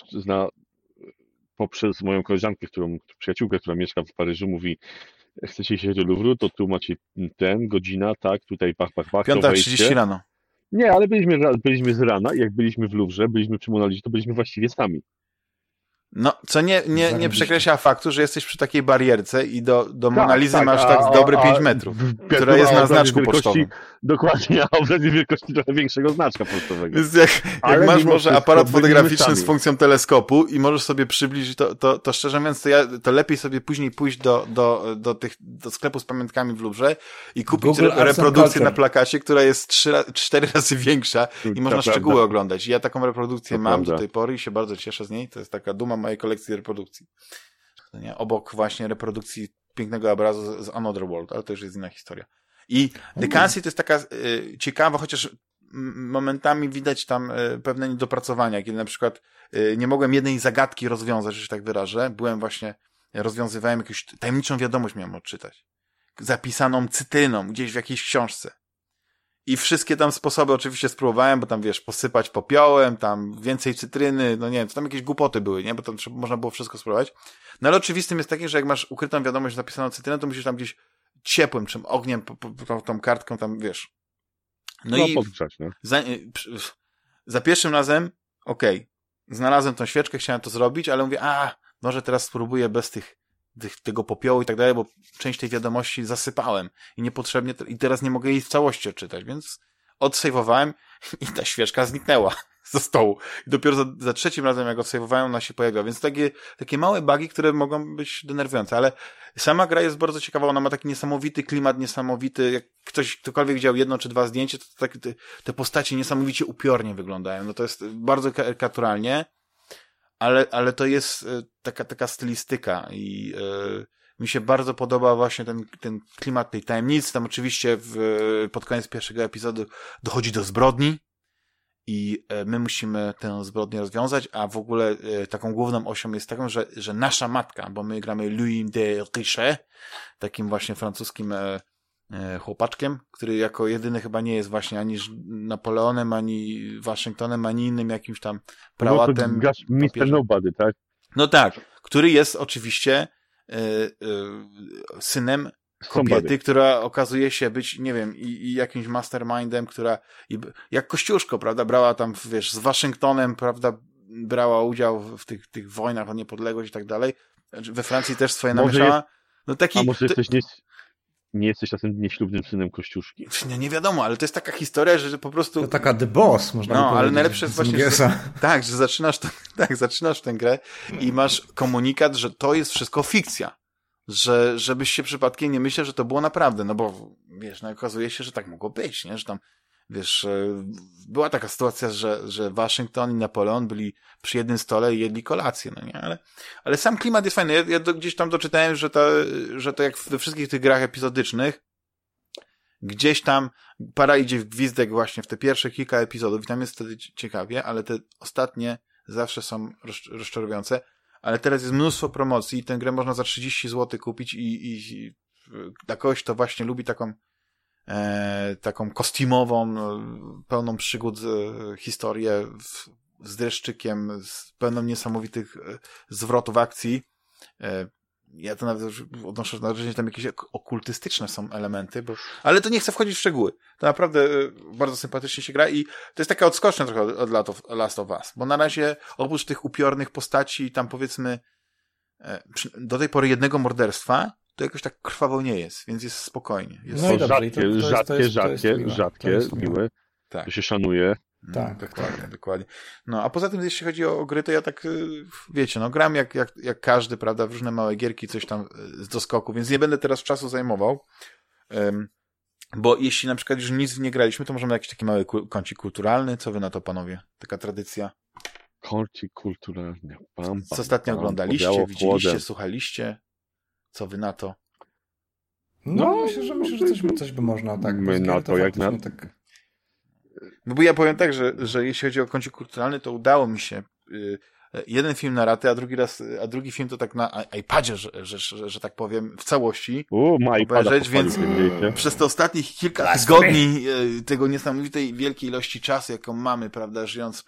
poprzez moją koleżankę, przyjaciółkę, która mieszka w Paryżu, mówi, chcecie iść do Louvru, to tu macie godzina, tak, tutaj pach, 5:30 rano. Nie, ale byliśmy z rana i jak byliśmy w Louvre, byliśmy przy Mona Lisie, to byliśmy właściwie sami. No, co nie przekreśla faktu, że jesteś przy takiej barierce i do Mona Lisy masz tak dobre 5 metrów, która jest na znaczku pocztowym. Dokładnie, a obraz jest wielkości trochę większego znaczka pocztowego. Więc jak masz może aparat fotograficzny z funkcją teleskopu i możesz sobie przybliżyć, to szczerze mówiąc, to lepiej sobie później pójść do sklepu z pamiątkami w Louvre i kupić reprodukcję na plakacie, która jest 4 razy większa i można szczegóły oglądać. Ja taką reprodukcję mam do tej pory i się bardzo cieszę z niej. To jest taka duma mojej kolekcji reprodukcji. Nie? Obok właśnie reprodukcji pięknego obrazu z Another World, ale to już jest inna historia. I The Cancy to jest taka ciekawa, chociaż momentami widać tam pewne niedopracowania, kiedy na przykład nie mogłem jednej zagadki rozwiązać, że się tak wyrażę. Rozwiązywałem jakąś tajemniczą wiadomość, miałem odczytać. Zapisaną cytryną, gdzieś w jakiejś książce. I wszystkie tam sposoby oczywiście spróbowałem, bo tam wiesz, posypać popiołem, tam więcej cytryny, no nie wiem, to tam jakieś głupoty były, nie? Bo tam można było wszystko spróbować. No ale oczywistym jest takie, że jak masz ukrytą wiadomość napisaną cytryną, to musisz tam gdzieś ciepłym, czym ogniem, tą kartką tam, wiesz. No i podgrzać, no. Za pierwszym razem, znalazłem tą świeczkę, chciałem to zrobić, ale mówię, może teraz spróbuję bez tego popiołu i tak dalej, bo część tej wiadomości zasypałem i niepotrzebnie, i teraz nie mogę jej w całości odczytać, więc odsejwowałem i ta świeczka zniknęła ze stołu. I dopiero za trzecim razem, jak odsejwowałem, ona się pojawiła. Więc takie małe bugi, które mogą być denerwujące, ale sama gra jest bardzo ciekawa, ona ma taki niesamowity klimat, jak ktokolwiek widział 1 czy 2 zdjęcia, to tak, te postacie niesamowicie upiornie wyglądają. No to jest bardzo karykaturalnie, ale to jest taka stylistyka i mi się bardzo podoba właśnie ten klimat tej tajemnicy. Tam oczywiście pod koniec pierwszego epizodu dochodzi do zbrodni i my musimy tę zbrodnię rozwiązać, a w ogóle taką główną osią jest taką, że nasza matka, bo my gramy Louis de Richet, takim właśnie francuskim chłopaczkiem, który jako jedyny chyba nie jest właśnie ani Napoleonem, ani Waszyngtonem, ani innym jakimś tam prałatem. No to Mr. Nobody, tak? No tak, który jest oczywiście synem kobiety, która okazuje się być, nie wiem, i jakimś mastermindem, która jak Kościuszko, prawda, brała tam, wiesz, z Waszyngtonem, prawda, brała udział w tych wojnach o niepodległość i tak dalej. We Francji też swoje namieszała. No taki, a może nie jesteś czasem nieślubnym synem Kościuszki? Nie wiadomo, ale to jest taka historia, że po prostu... To taka The Boss, można powiedzieć. No, ale najlepsze jest właśnie, że zaczynasz tę grę i masz komunikat, że to jest wszystko fikcja. Żebyś się przypadkiem nie myślał, że to było naprawdę, no bo, wiesz, no okazuje się, że tak mogło być, nie? Że tam, wiesz, była taka sytuacja, że Waszyngton i Napoleon byli przy jednym stole i jedli kolację, no nie? Ale sam klimat jest fajny. Ja gdzieś tam doczytałem, że to jak we wszystkich tych grach epizodycznych, gdzieś tam para idzie w gwizdek właśnie w te pierwsze kilka epizodów i tam jest wtedy ciekawie, ale te ostatnie zawsze są rozczarowujące. Ale teraz jest mnóstwo promocji i tę grę można za 30 zł kupić i dla kogoś, kto właśnie lubi taką kostiumową, pełną przygód historię z dreszczykiem, pełną niesamowitych zwrotów akcji. Ja to nawet odnoszę wrażenie, że tam jakieś okultystyczne są elementy, ale to nie chcę wchodzić w szczegóły. To naprawdę bardzo sympatycznie się gra i to jest taka odskocznia trochę od Last of Us, bo na razie oprócz tych upiornych postaci tam powiedzmy do tej pory jednego morderstwa, to jakoś tak krwawo nie jest, więc jest spokojnie. Jest no i dobrze, rzadkie, miłe, tak. To się szanuje. Tak, dokładnie. No, a poza tym, jeśli chodzi o gry, to ja tak, wiecie, no gram jak każdy, prawda, w różne małe gierki, coś tam z doskoku, więc nie będę teraz czasu zajmował, bo jeśli na przykład już nic nie graliśmy, to możemy jakiś taki mały kącik kulturalny, co wy na to, panowie? Taka tradycja. Kącik kulturalny. Co ostatnio oglądaliście, widzieliście, słuchaliście? Co wy na to? No, myślę, że coś by można tak. My na to jak na... Tak... No bo ja powiem tak, że jeśli chodzi o kącik kulturalny, to udało mi się jeden film na ratę, a drugi film to tak na iPadzie, że tak powiem, w całości obejrzeć, więc przez te ostatnich kilka tygodni tego niesamowitej wielkiej ilości czasu, jaką mamy, prawda, żyjąc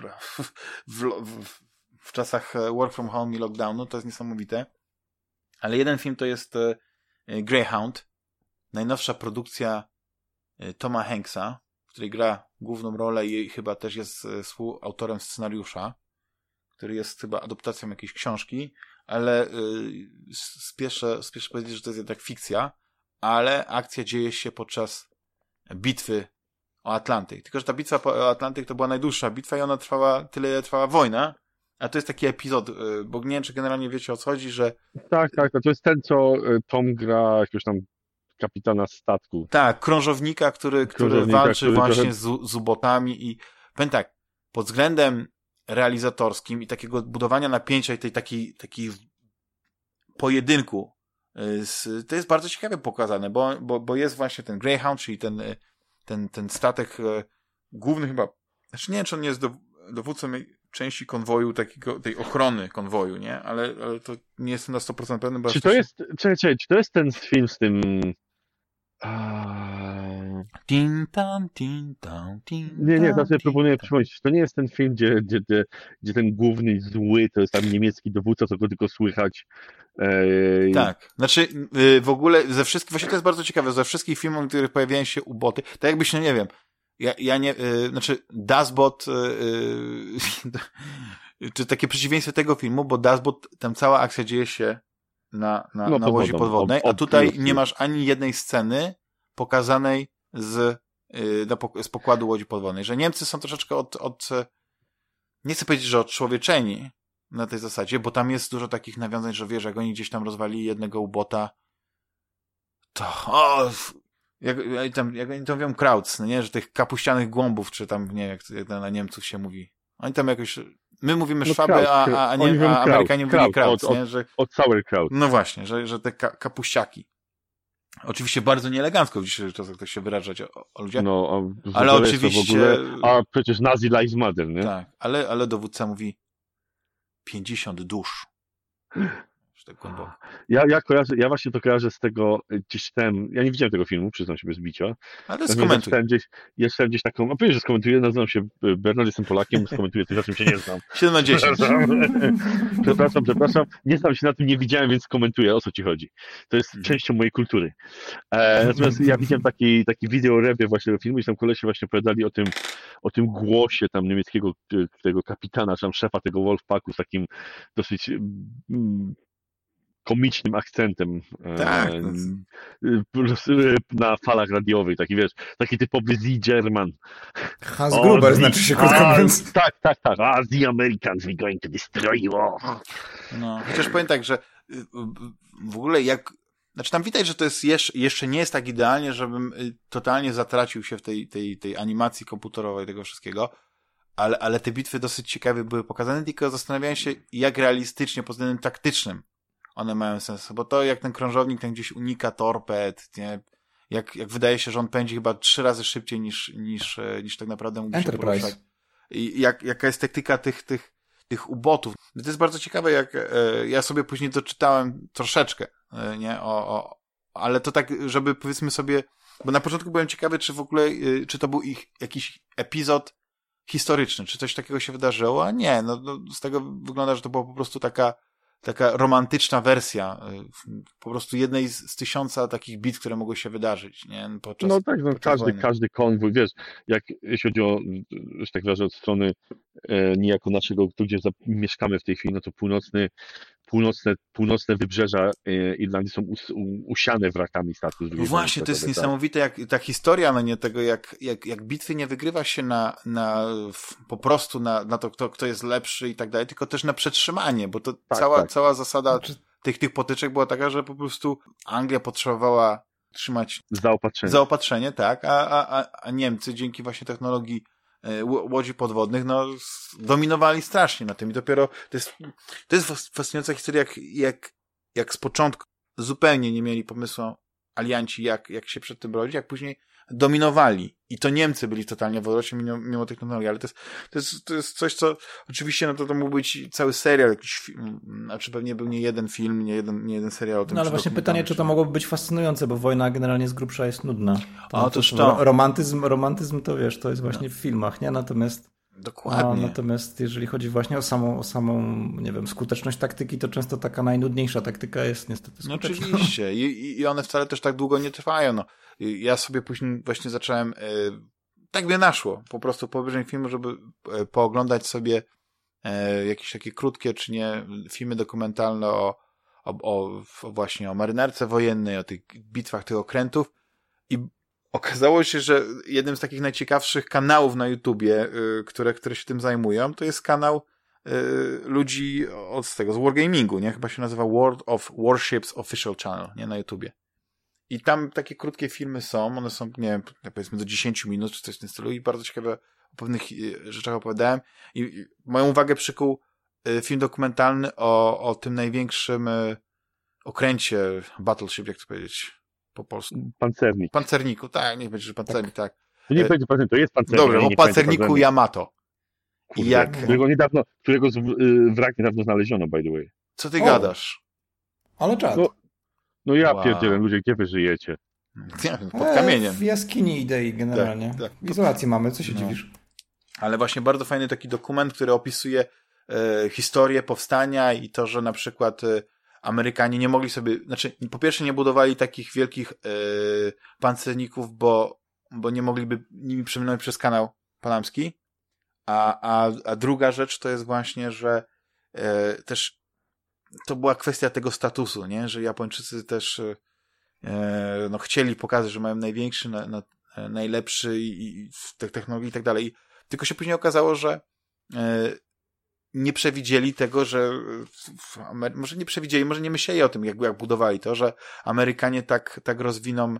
w czasach work from home i lockdownu, to jest niesamowite. Ale jeden film to jest Greyhound, najnowsza produkcja Toma Hanksa, w której gra główną rolę i chyba też jest współautorem scenariusza, który jest chyba adaptacją jakiejś książki, ale spieszę powiedzieć, że to jest jednak fikcja, ale akcja dzieje się podczas bitwy o Atlantyk. Tylko że ta bitwa o Atlantyk to była najdłuższa bitwa i ona trwała tyle, ile trwała wojna, a to jest taki epizod, bo nie wiem, czy generalnie wiecie, o co chodzi, że... Tak, to jest ten, co Tom gra jakiegoś tam kapitana statku. Tak, krążownika, który walczy właśnie z ubotami i powiem tak, pod względem realizatorskim i takiego budowania napięcia i tej takiej pojedynku to jest bardzo ciekawie pokazane, bo jest właśnie ten Greyhound, czyli ten statek główny chyba, znaczy nie wiem, czy on jest dowódcą części konwoju, tej ochrony konwoju, nie? Ale to nie jestem na 100% pewny. Czy to jest, czy to jest ten film z tym Nie, teraz sobie próbuję przypomnieć. To nie jest ten film, gdzie ten główny zły to jest tam niemiecki dowódca, co go tylko słychać. Tak, znaczy w ogóle ze wszystkich, właśnie to jest bardzo ciekawe, ze wszystkich filmów, w których pojawiają się uboty, tak jakbyś, no nie wiem, ja nie, znaczy Dazbot, czy takie przeciwieństwo tego filmu, bo Dazbot, tam cała akcja dzieje się na łodzi podwodnej, a tutaj nie masz ani jednej sceny pokazanej z pokładu łodzi podwodnej, że Niemcy są troszeczkę nie chcę powiedzieć, że odczłowieczeni na tej zasadzie, bo tam jest dużo takich nawiązań, że wiesz, jak oni gdzieś tam rozwalili jednego ubota, to jak oni to mówią Krauts, no nie, że tych kapuścianych głąbów, czy tam, nie wiem, jak na Niemców się mówi. Oni tam jakoś, my mówimy Szwaby, a Amerykanie mówili Krauts, nie? Że, od sauerkraut. No właśnie, że te kapuściaki. Oczywiście bardzo nieelegancko w dzisiejszych czasach tak się wyrażać o ludziach. No, ale oczywiście... W ogóle, a przecież Nazi Lives Matter, nie? Tak, ale dowódca mówi 50 dusz. Tak głęboko. Ja właśnie to kojarzę z tego, gdzieś tam, ja nie widziałem tego filmu, przyznam się bez bicia. Ale skomentuj. Ja czytałem gdzieś taką, a powiem, że skomentuję, nazywam się Bernard, jestem Polakiem, skomentuję coś, na czym się nie znam. 7 na 10. Przepraszam, nie znam się na tym, nie widziałem, więc komentuję, o co ci chodzi. To jest częścią mojej kultury. Natomiast ja widziałem taki wideo review właśnie do filmu i tam kolesie właśnie opowiadali o tym głosie tam niemieckiego tego kapitana, czy tam szefa tego Wolfpacku z takim dosyć komicznym akcentem na falach radiowych, taki wiesz, taki typowy Z-German. Hans Gruber znaczy się, krótko mówiąc. Tak. The Americans, we're going to destroy you all. No, chociaż powiem tak, że w ogóle znaczy tam widać, że to jest jeszcze nie jest tak idealnie, żebym totalnie zatracił się w tej animacji komputerowej tego wszystkiego, ale te bitwy dosyć ciekawie były pokazane, tylko zastanawiałem się, jak realistycznie pod względem taktycznym one mają sens, bo to jak ten krążownik ten gdzieś unika torped, nie? Jak wydaje się, że on pędzi chyba 3 razy szybciej niż tak naprawdę mógł się poruszać. I jaka jest taktyka tych ubotów. To jest bardzo ciekawe, jak ja sobie później doczytałem troszeczkę, nie? Ale to tak, żeby powiedzmy sobie, bo na początku byłem ciekawy, czy w ogóle, czy to był ich jakiś epizod historyczny, czy coś takiego się wydarzyło, a nie, no z tego wygląda, że to była po prostu taka romantyczna wersja, po prostu jednej z 1000 takich bitw, które mogły się wydarzyć, nie? Podczas każdy konwój, wiesz, jeśli chodzi o, że tak wyrażę, od strony niejako naszego, tu gdzie mieszkamy w tej chwili, no to północne wybrzeża Irlandii są usiane wrakami statków. No właśnie, to jest niesamowite, jak ta historia, no nie tego, jak bitwy nie wygrywa się po prostu na to, kto jest lepszy i tak dalej, tylko też na przetrzymanie, bo to cała zasada tych potyczek była taka, że po prostu Anglia potrzebowała trzymać zaopatrzenie, tak, a Niemcy dzięki właśnie technologii łodzi podwodnych, no dominowali strasznie na tym i dopiero to jest fascynująca historia, jak z początku zupełnie nie mieli pomysłu alianci, jak się przed tym bronić, jak później dominowali. I to Niemcy byli totalnie w odwrocie mimo technologii, ale to jest coś, co oczywiście, no to mógł być cały serial, jakiś film, znaczy pewnie był nie jeden film, nie jeden serial o tym. No ale właśnie pytanie, czy to mogłoby być fascynujące, bo wojna generalnie z grubsza jest nudna. Romantyzm to wiesz, to jest właśnie w filmach, nie? Natomiast dokładnie. Natomiast jeżeli chodzi właśnie o samą, nie wiem, skuteczność taktyki, to często taka najnudniejsza taktyka jest niestety skuteczna. No oczywiście. I one wcale też tak długo nie trwają. No. Ja sobie później właśnie zacząłem, tak mnie naszło, po prostu po obejrzeniu filmu, żeby pooglądać sobie jakieś takie krótkie, czy nie, filmy dokumentalne właśnie o marynarce wojennej, o tych bitwach tych okrętów i okazało się, że jednym z takich najciekawszych kanałów na YouTubie, które się tym zajmują, to jest kanał ludzi z Wargamingu, nie? Chyba się nazywa World of Warships Official Channel, nie? Na YouTubie. I tam takie krótkie filmy są, one są, nie wiem, powiedzmy do 10 minut, czy coś w tym stylu i bardzo ciekawe o pewnych rzeczach opowiadałem i moją uwagę przykuł film dokumentalny o tym największym okręcie, battleship, jak to powiedzieć po polsku? Pancerniku, tak, niech będzie, że pancernik, tak. To nie będzie pancernik, to jest pancernik. Dobrze, o pancerniku Yamato. Kurde, którego wrak niedawno znaleziono, by the way. Co ty gadasz? Ale czad. No ja pierdzielę, ludzie, gdzie wy żyjecie? Pod kamieniem. W jaskini idei generalnie. Tak. W izolacji mamy, co się dziwisz? Ale właśnie bardzo fajny taki dokument, który opisuje historię powstania i to, że na przykład Amerykanie nie mogli sobie, znaczy po pierwsze nie budowali takich wielkich pancerników, bo nie mogliby nimi przeminąć przez kanał panamski, a druga rzecz to jest właśnie, że też to była kwestia tego statusu, nie? Że Japończycy też no, chcieli pokazać, że mają największy, najlepszy i w technologii i tak dalej. Tylko się później okazało, że nie przewidzieli tego, że może nie przewidzieli, może nie myśleli o tym, jak budowali to, że Amerykanie tak rozwiną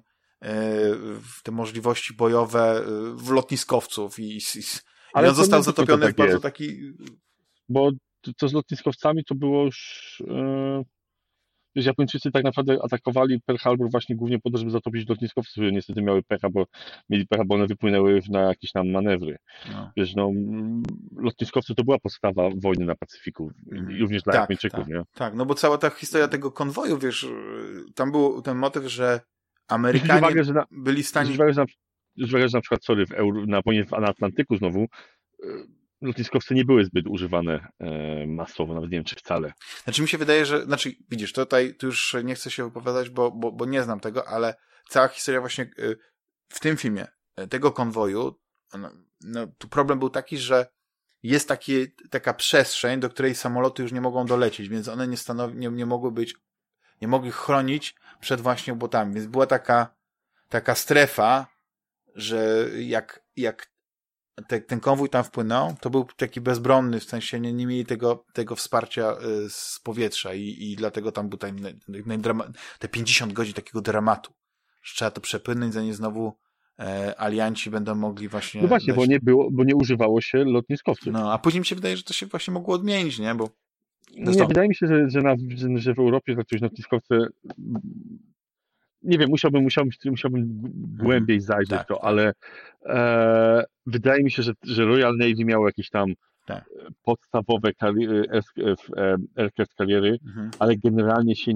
te możliwości bojowe w lotniskowców i on został zatopiony w bardzo taki... Bo to z lotniskowcami to było już... Wiesz, Japończycy tak naprawdę atakowali Pearl Harbor właśnie głównie po to, żeby zatopić lotniskowce, które niestety mieli pecha, bo one wypłynęły na jakieś tam manewry. No. Wiesz, lotniskowce to była podstawa wojny na Pacyfiku, również dla Japończyków, nie? Tak, no bo cała ta historia tego konwoju, wiesz, tam był ten motyw, że Amerykanie byli w stanie... Że na przykład, na wojnie na Atlantyku znowu, lotniskowce nie były zbyt używane masowo, nawet nie wiem, czy wcale. Znaczy mi się wydaje, że, widzisz, tutaj tu już nie chcę się wypowiadać, bo nie znam tego, ale cała historia właśnie w tym filmie, tego konwoju, tu problem był taki, że jest taka przestrzeń, do której samoloty już nie mogą dolecieć, więc one nie mogły chronić przed właśnie ubotami, więc była taka strefa, że jak ten konwój tam wpłynął, to był taki bezbronny, w sensie nie mieli tego wsparcia z powietrza i dlatego tam był te 50 godzin takiego dramatu, że trzeba to przepłynąć, zanim znowu alianci będą mogli właśnie... No właśnie, bo nie używało się lotniskowców. No, a później mi się wydaje, że to się właśnie mogło odmienić, nie? Bo... Nie, wydaje mi się, że w Europie jakieś lotniskowce... Nie wiem, musiałbym głębiej zajrzeć w to, ale wydaje mi się, że Royal Navy miało jakieś tam podstawowe aircraft carriery, ale generalnie się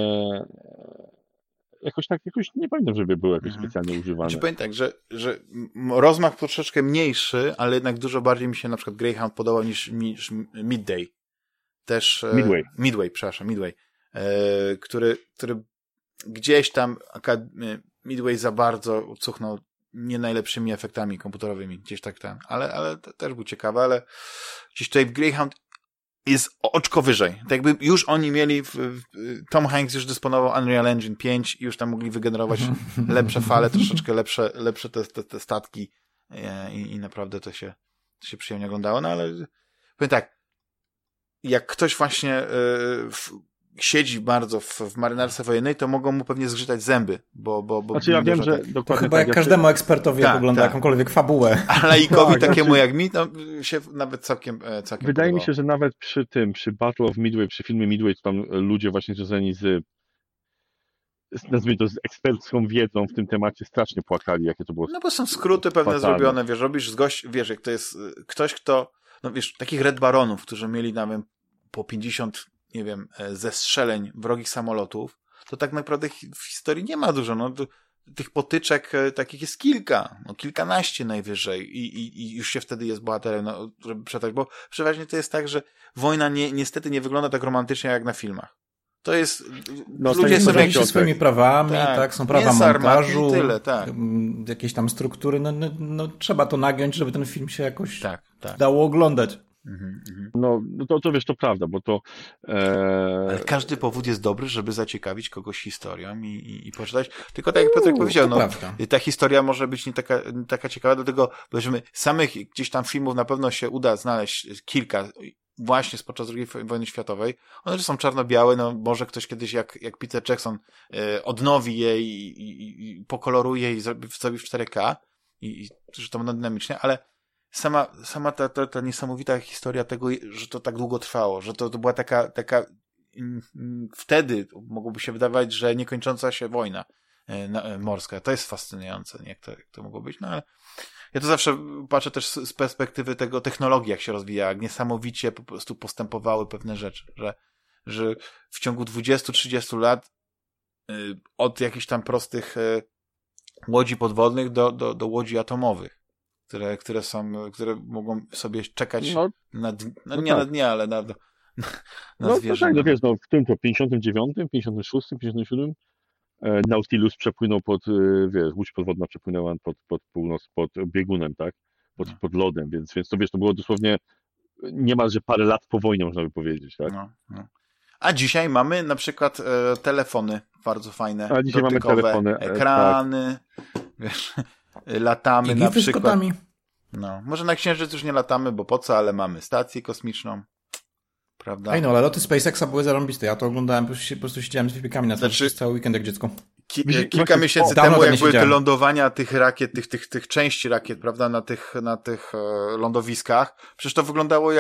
jakoś nie pamiętam, żeby były jakoś specjalnie używane. Znaczy, powiem tak, że rozmach troszeczkę mniejszy, ale jednak dużo bardziej mi się na przykład Greyhound podobał niż Midway. Też Midway, który gdzieś tam Midway za bardzo cuchnął nie najlepszymi efektami komputerowymi, gdzieś tak ten, ale też był ciekawy, ale gdzieś tutaj Greyhound jest oczko wyżej. Tak jakby już oni mieli, Tom Hanks już dysponował Unreal Engine 5 i już tam mogli wygenerować lepsze fale, troszeczkę lepsze te statki i naprawdę to się przyjemnie oglądało, no ale powiem tak, jak ktoś właśnie siedzi bardzo w marynarce wojennej, to mogą mu pewnie zgrzytać zęby, bo znaczy ja wiem, że dokładnie to chyba tak, jak każdemu ekspertowi, jak ogląda jakąkolwiek fabułę. A laikowi takiemu jak mi, to się nawet całkiem wydaje mi się, że nawet przy Battle of Midway, przy filmie Midway, to tam ludzie właśnie związani nazwijmy to z ekspercką wiedzą w tym temacie strasznie płakali, jakie to było. No bo są skróty pewne zrobione, wiesz, robisz z wiesz, jak to jest ktoś, kto, no wiesz, takich Red Baronów, którzy mieli nawet po 50, nie wiem, zestrzeleń wrogich samolotów, to tak naprawdę w historii nie ma dużo, no tych potyczek takich jest kilka, no kilkanaście najwyżej i już się wtedy jest bohaterem, no, żeby przetrwać, bo przeważnie to jest tak, że wojna niestety nie wygląda tak romantycznie jak na filmach. To jest... No, ludzie są się swoimi prawami, tak, są prawa montażu, tyle, tak. Jakieś tam struktury, no trzeba to nagiąć, żeby ten film się jakoś tak. dało oglądać. No to wiesz, to prawda, bo to... Ale każdy powód jest dobry, żeby zaciekawić kogoś historią i poczytać. Tylko tak jak Piotrek powiedział, no, ta historia może być nie taka ciekawa, dlatego powiedzmy, samych gdzieś tam filmów na pewno się uda znaleźć kilka właśnie podczas II wojny światowej. One też są czarno-białe, no może ktoś kiedyś jak Peter Jackson odnowi je i pokoloruje i zrobi w 4K i że to będą dynamicznie, ale sama ta niesamowita historia tego, że to tak długo trwało, że to była taka wtedy mogłoby się wydawać, że niekończąca się wojna morska. To jest fascynujące, nie? Jak to mogło być, no ale ja to zawsze patrzę też z perspektywy tego technologii, jak się rozwija, jak niesamowicie po prostu postępowały pewne rzeczy, że w ciągu 20-30 lat od jakichś tam prostych łodzi podwodnych do łodzi atomowych, które mogą sobie czekać na dnie, ale na zwierzę. Tak, no wiesz, w tym to 59, 56, 57 Nautilus przepłynął łódź podwodna przepłynęła pod północ, pod biegunem, tak? Pod lodem, więc to wiesz, to było dosłownie niemalże parę lat po wojnie, można by powiedzieć, tak? No. A dzisiaj mamy na przykład telefony bardzo fajne, a dzisiaj dotykowe, mamy telefony, ekrany, wiesz, latamy na przykład. Z kotami. No, może na Księżyc już nie latamy, bo po co, ale mamy stację kosmiczną. Prawda? Ej, no, ale loty SpaceXa były zarąbiste. Ja to oglądałem, po prostu siedziałem z wypiekami na przez cały weekend jak dziecko. Kilka miesięcy temu, jak były te lądowania tych rakiet, tych części rakiet, prawda, na tych lądowiskach, przecież to wyglądało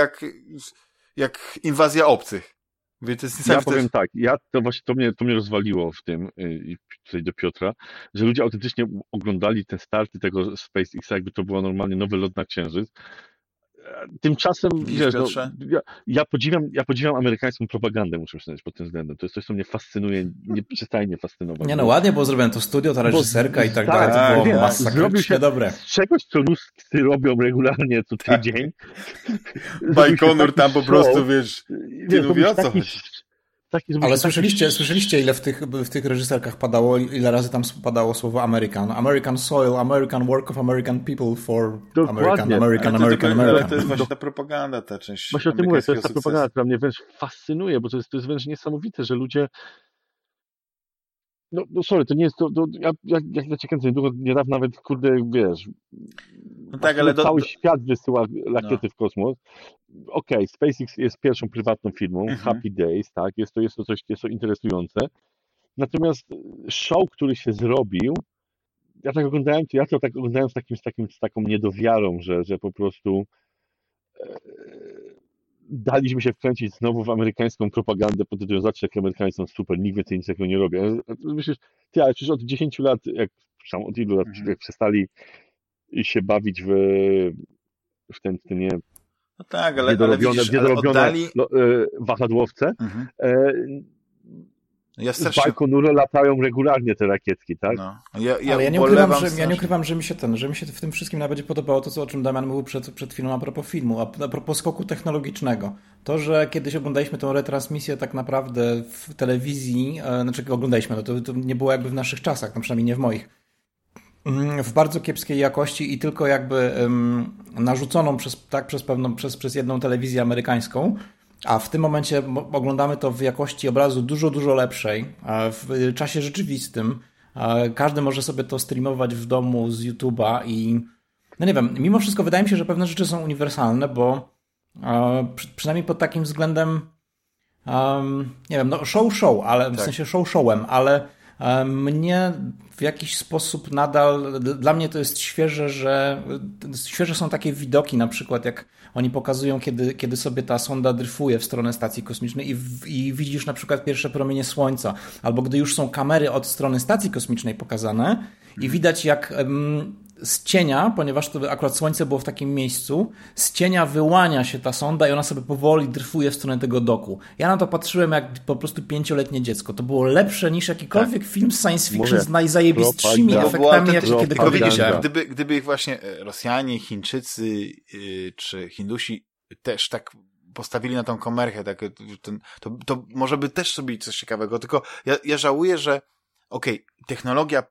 jak inwazja obcych. Ja powiem tak, to mnie rozwaliło w tym, i tutaj do Piotra, że ludzie autentycznie oglądali te starty tego SpaceXa, jakby to było normalnie nowy lot na Księżyc. Tymczasem, wiesz, ja podziwiam amerykańską propagandę, muszę przyznać, pod tym względem. To jest coś, co mnie fascynuje, nie przestaje mnie fascynować. Nie no, ładnie było zrobione to studio, ta reżyserka i tak dalej, to było masakrycznie dobre. Z czegoś, co Ruscy robią regularnie co tydzień. Bajkonur tam po prostu, wiesz, nie mówi o co chodzi. Ale słyszeliście, ile w tych reżyserkach padało, ile razy tam padało słowo American? American soil, American work of American people for American. To jest właśnie ta propaganda, ta część. Właśnie o tym mówię, to jest ta propaganda, która mnie wręcz fascynuje, bo to jest wręcz niesamowite, że ludzie... No sorry, to nie jest ja cię kręcę, niedawno nawet, kurde, wiesz... No tak, ale cały świat wysyła rakiety w kosmos. Okej, SpaceX jest pierwszą prywatną firmą, Happy Days, tak, jest to coś, jest to interesujące. Natomiast show, który się zrobił, ja to tak oglądałem z taką niedowiarą, że po prostu daliśmy się wkręcić znowu w amerykańską propagandę pod tytułem zobaczcie, jak Amerykanie są super, nikt więcej nic takiego nie robi. Myślisz, ale przecież od 10 lat, od ilu lat jak przestali się bawić w ten nie... No tak, ale oddali... wahadłowce. Z Bajkonuru latają regularnie te rakietki, tak? No. Ale ja nie ukrywam, że mi się w tym wszystkim najbardziej podobało to, o czym Damian mówił przed chwilą a propos filmu, a propos skoku technologicznego. To, że kiedyś oglądaliśmy tę retransmisję tak naprawdę w telewizji, oglądaliśmy, to nie było jakby w naszych czasach, no przynajmniej nie w moich, w bardzo kiepskiej jakości i tylko jakby narzuconą przez jedną telewizję amerykańską, a w tym momencie oglądamy to w jakości obrazu dużo, dużo lepszej, w czasie rzeczywistym. Każdy może sobie to streamować w domu z YouTube'a i no nie wiem, mimo wszystko wydaje mi się, że pewne rzeczy są uniwersalne, bo przynajmniej pod takim względem nie wiem, no show, ale w Tak. sensie showem, ale mnie w jakiś sposób nadal, dla mnie to jest świeże, że świeże są takie widoki, na przykład jak oni pokazują, kiedy sobie ta sonda dryfuje w stronę stacji kosmicznej i widzisz na przykład pierwsze promienie słońca, albo gdy już są kamery od strony stacji kosmicznej pokazane i widać jak z cienia, ponieważ to akurat słońce było w takim miejscu, z cienia wyłania się ta sonda i ona sobie powoli dryfuje w stronę tego doku. Ja na to patrzyłem jak po prostu 5-letnie dziecko. To było lepsze niż jakikolwiek film science fiction z najzajebistszymi efektami, jakie kiedykolwiek widziałem. Gdyby ich właśnie Rosjanie, Chińczycy czy Hindusi też tak postawili na tą komerchę, tak, to może by też zrobili coś ciekawego, tylko ja żałuję, że technologia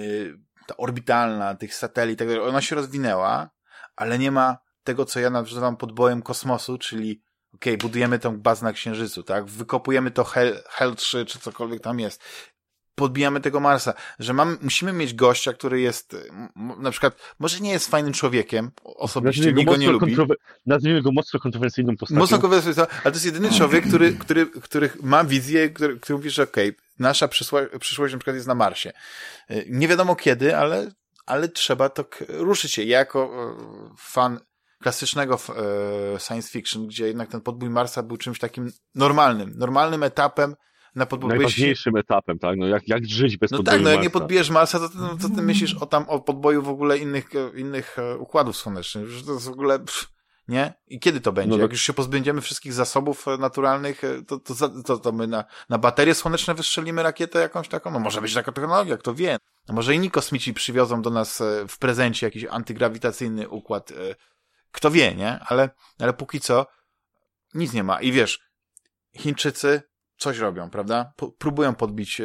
ta orbitalna, tych satelit, ona się rozwinęła, ale nie ma tego, co ja nazywam podbojem kosmosu, czyli budujemy tą bazę na Księżycu, tak? Wykopujemy to Hell 3, czy cokolwiek tam jest. Podbijamy tego Marsa, że musimy mieć gościa, który jest na przykład, może nie jest fajnym człowiekiem, osobiście nikt go nie lubi. Nazwijmy go mocno kontrowersyjną postacią. Mocno kontrowersyjną, ale to jest jedyny człowiek, który ma wizję, który mówi, że nasza przyszłość na przykład jest na Marsie. Nie wiadomo kiedy, ale trzeba to ruszyć się. Ja jako fan klasycznego science fiction, gdzie jednak ten podbój Marsa był czymś takim normalnym etapem na podbój. Najważniejszym etapem, tak? No jak żyć bez podboju Marsa? No tak, jak nie podbijesz Marsa, to ty myślisz o podboju w ogóle innych układów słonecznych. Że to jest w ogóle... Nie? I kiedy to będzie? Jak już się pozbędziemy wszystkich zasobów naturalnych, to my na baterie słoneczne wystrzelimy rakietę jakąś taką? No może być taka technologia, kto wie. No może inni kosmici przywiozą do nas w prezencie jakiś antygrawitacyjny układ. Kto wie, nie? Ale póki co nic nie ma. I wiesz, Chińczycy coś robią, prawda? Próbują podbić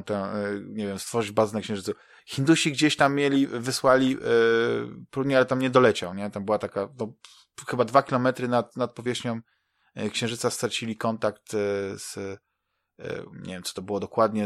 nie wiem, stworzyć bazę na Księżycu. Hindusi gdzieś tam wysłali próbnie, ale tam nie doleciał, nie? Tam była taka, chyba 2 kilometry nad powierzchnią Księżyca stracili kontakt z nie wiem, co to było dokładnie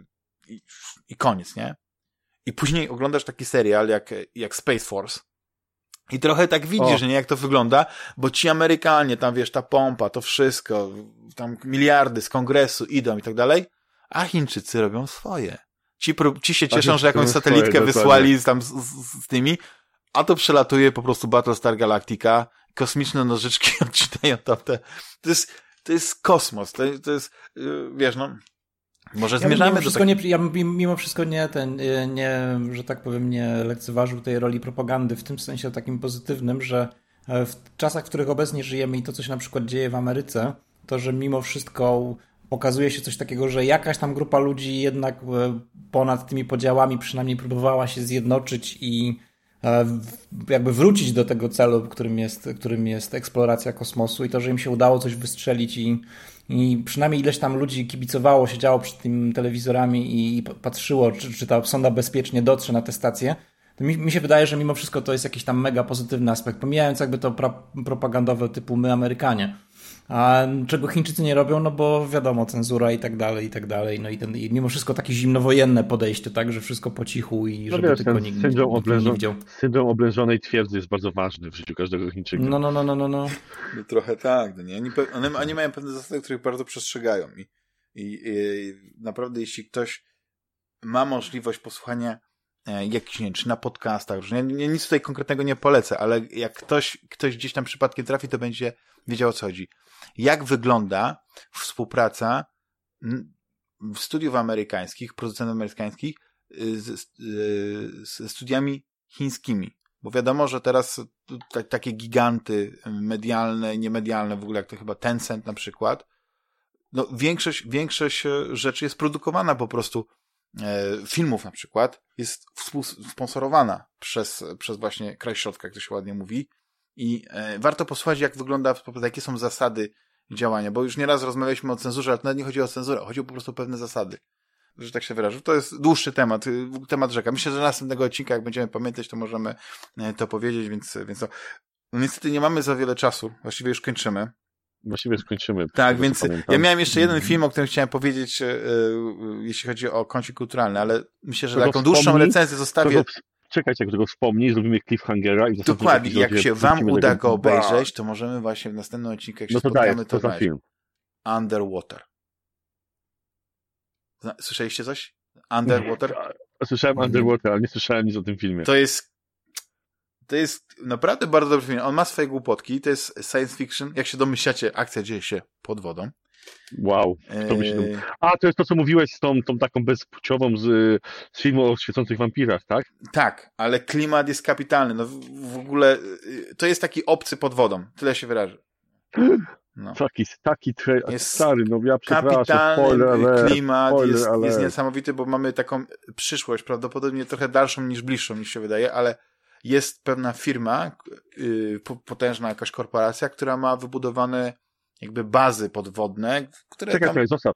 i koniec, nie? I później oglądasz taki serial jak Space Force i trochę tak widzisz, nie, jak to wygląda, bo ci Amerykanie, tam wiesz, ta pompa, to wszystko, tam miliardy z kongresu idą i tak dalej, a Chińczycy robią swoje. Ci się cieszą, że jakąś satelitkę wysłali tam z tymi, a to przelatuje po prostu Battlestar Galactica, kosmiczne nożyczki odcinają tamte. To jest kosmos, to jest, wiesz, no, może zmierzamy do tego. Ja bym mimo wszystko nie, że tak powiem, nie lekceważył tej roli propagandy w tym sensie takim pozytywnym, że w czasach, w których obecnie żyjemy i to, co się na przykład dzieje w Ameryce, to, że mimo wszystko pokazuje się coś takiego, że jakaś tam grupa ludzi jednak ponad tymi podziałami przynajmniej próbowała się zjednoczyć i jakby wrócić do tego celu, którym jest eksploracja kosmosu i to, że im się udało coś wystrzelić i przynajmniej ileś tam ludzi kibicowało, siedziało przed tymi telewizorami i patrzyło, czy ta sonda bezpiecznie dotrze na tę stację, to mi się wydaje, że mimo wszystko to jest jakiś tam mega pozytywny aspekt, pomijając jakby to propagandowe typu my Amerykanie. A czego Chińczycy nie robią, no bo wiadomo, cenzura i tak dalej, no i mimo wszystko takie zimnowojenne podejście, tak, że wszystko po cichu i żeby wiesz, tylko nikt nie widział. Syndrom oblężonej twierdzy jest bardzo ważny w życiu każdego Chińczyka. No. Trochę tak, nie? Oni mają pewne zasady, których bardzo przestrzegają i naprawdę jeśli ktoś ma możliwość posłuchania jakiś, nie wiem, czy na podcastach, że nic tutaj konkretnego nie polecę, ale jak ktoś gdzieś tam przypadkiem trafi, to będzie wiedział, o co chodzi. Jak wygląda współpraca studiów amerykańskich, producentów amerykańskich ze studiami chińskimi? Bo wiadomo, że teraz takie giganty medialne i niemedialne, w ogóle jak to chyba Tencent na przykład, no większość rzeczy jest produkowana po prostu, filmów na przykład, jest sponsorowana przez właśnie kraj środka, jak to się ładnie mówi. I warto posłuchać, jak wygląda, jakie są zasady działania, bo już nieraz rozmawialiśmy o cenzurze, ale to nawet nie chodzi o cenzurę, chodzi o po prostu pewne zasady, że tak się wyrażę. To jest dłuższy temat rzeka. Myślę, że następnego odcinka, jak będziemy pamiętać, to możemy to powiedzieć, więc to... No niestety nie mamy za wiele czasu, właściwie już kończymy. Tak, więc ja miałem jeszcze jeden film, o którym chciałem powiedzieć, jeśli chodzi o kącik kulturalny, ale myślę, że taką dłuższą recenzję zostawię. Czekajcie, jak tego wspomni, zrobimy cliffhangera. I dokładnie, jak się wam uda go obejrzeć, to możemy właśnie w następnym odcinku, jak się spotkamy, to za film. Underwater. Słyszeliście coś? Underwater? Słyszałem Underwater, ale nie słyszałem nic o tym filmie. To jest naprawdę bardzo dobry film. On ma swoje głupotki, to jest science fiction. Jak się domyślacie, akcja dzieje się pod wodą. Wow. To jest to, co mówiłeś z tą taką bezpłciową z filmu o świecących wampirach, tak? Tak, ale klimat jest kapitalny. No w ogóle to jest taki obcy pod wodą. Tyle się wyrażę. No. Taki stary, no ja przepraszam. Kapitalny klimat jest niesamowity, bo mamy taką przyszłość, prawdopodobnie trochę dalszą niż bliższą, niż się wydaje, ale jest pewna firma, potężna jakaś korporacja, która ma wybudowane jakby bazy podwodne, które Czekaj, zostaw.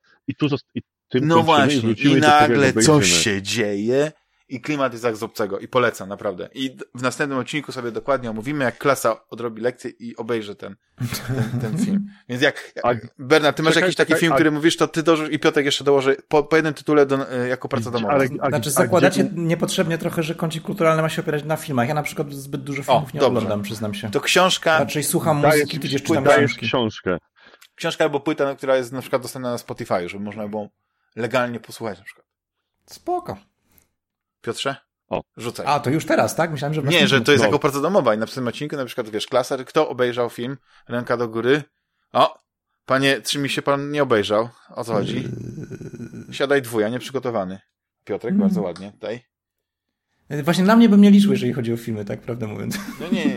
No właśnie, i nagle coś się dzieje i klimat jest jak z obcego i polecam, naprawdę. I w następnym odcinku sobie dokładnie omówimy, jak klasa odrobi lekcję i obejrzy ten film. Więc Bernard, ty masz jakiś taki film, który mówisz, to ty dorzuć i Piotrek jeszcze dołoży po jednym tytule jako praca domowa. Znaczy zakładacie niepotrzebnie trochę, że kącik kulturalny ma się opierać na filmach. Ja na przykład zbyt dużo filmów nie oglądam, przyznam się. To książka... Raczej słucham muzyki, tudzież czytam książkę. Książka albo płyta, która jest na przykład dostępna na Spotify, żeby można było legalnie posłuchać na przykład. Spoko. Piotrze? Rzucaj. A, to już teraz, tak? Myślałem, że... Nie, że to jest jako praca domowa i na przykład odcinku, na przykład, wiesz, klasa, kto obejrzał film? Ręka do góry. Panie, czy mi się pan nie obejrzał? O co chodzi? Siadaj dwuja, nieprzygotowany. Piotrek, bardzo ładnie, tutaj. Właśnie na mnie by mnie liczył, jeżeli chodzi o filmy, tak prawdę mówiąc. No nie.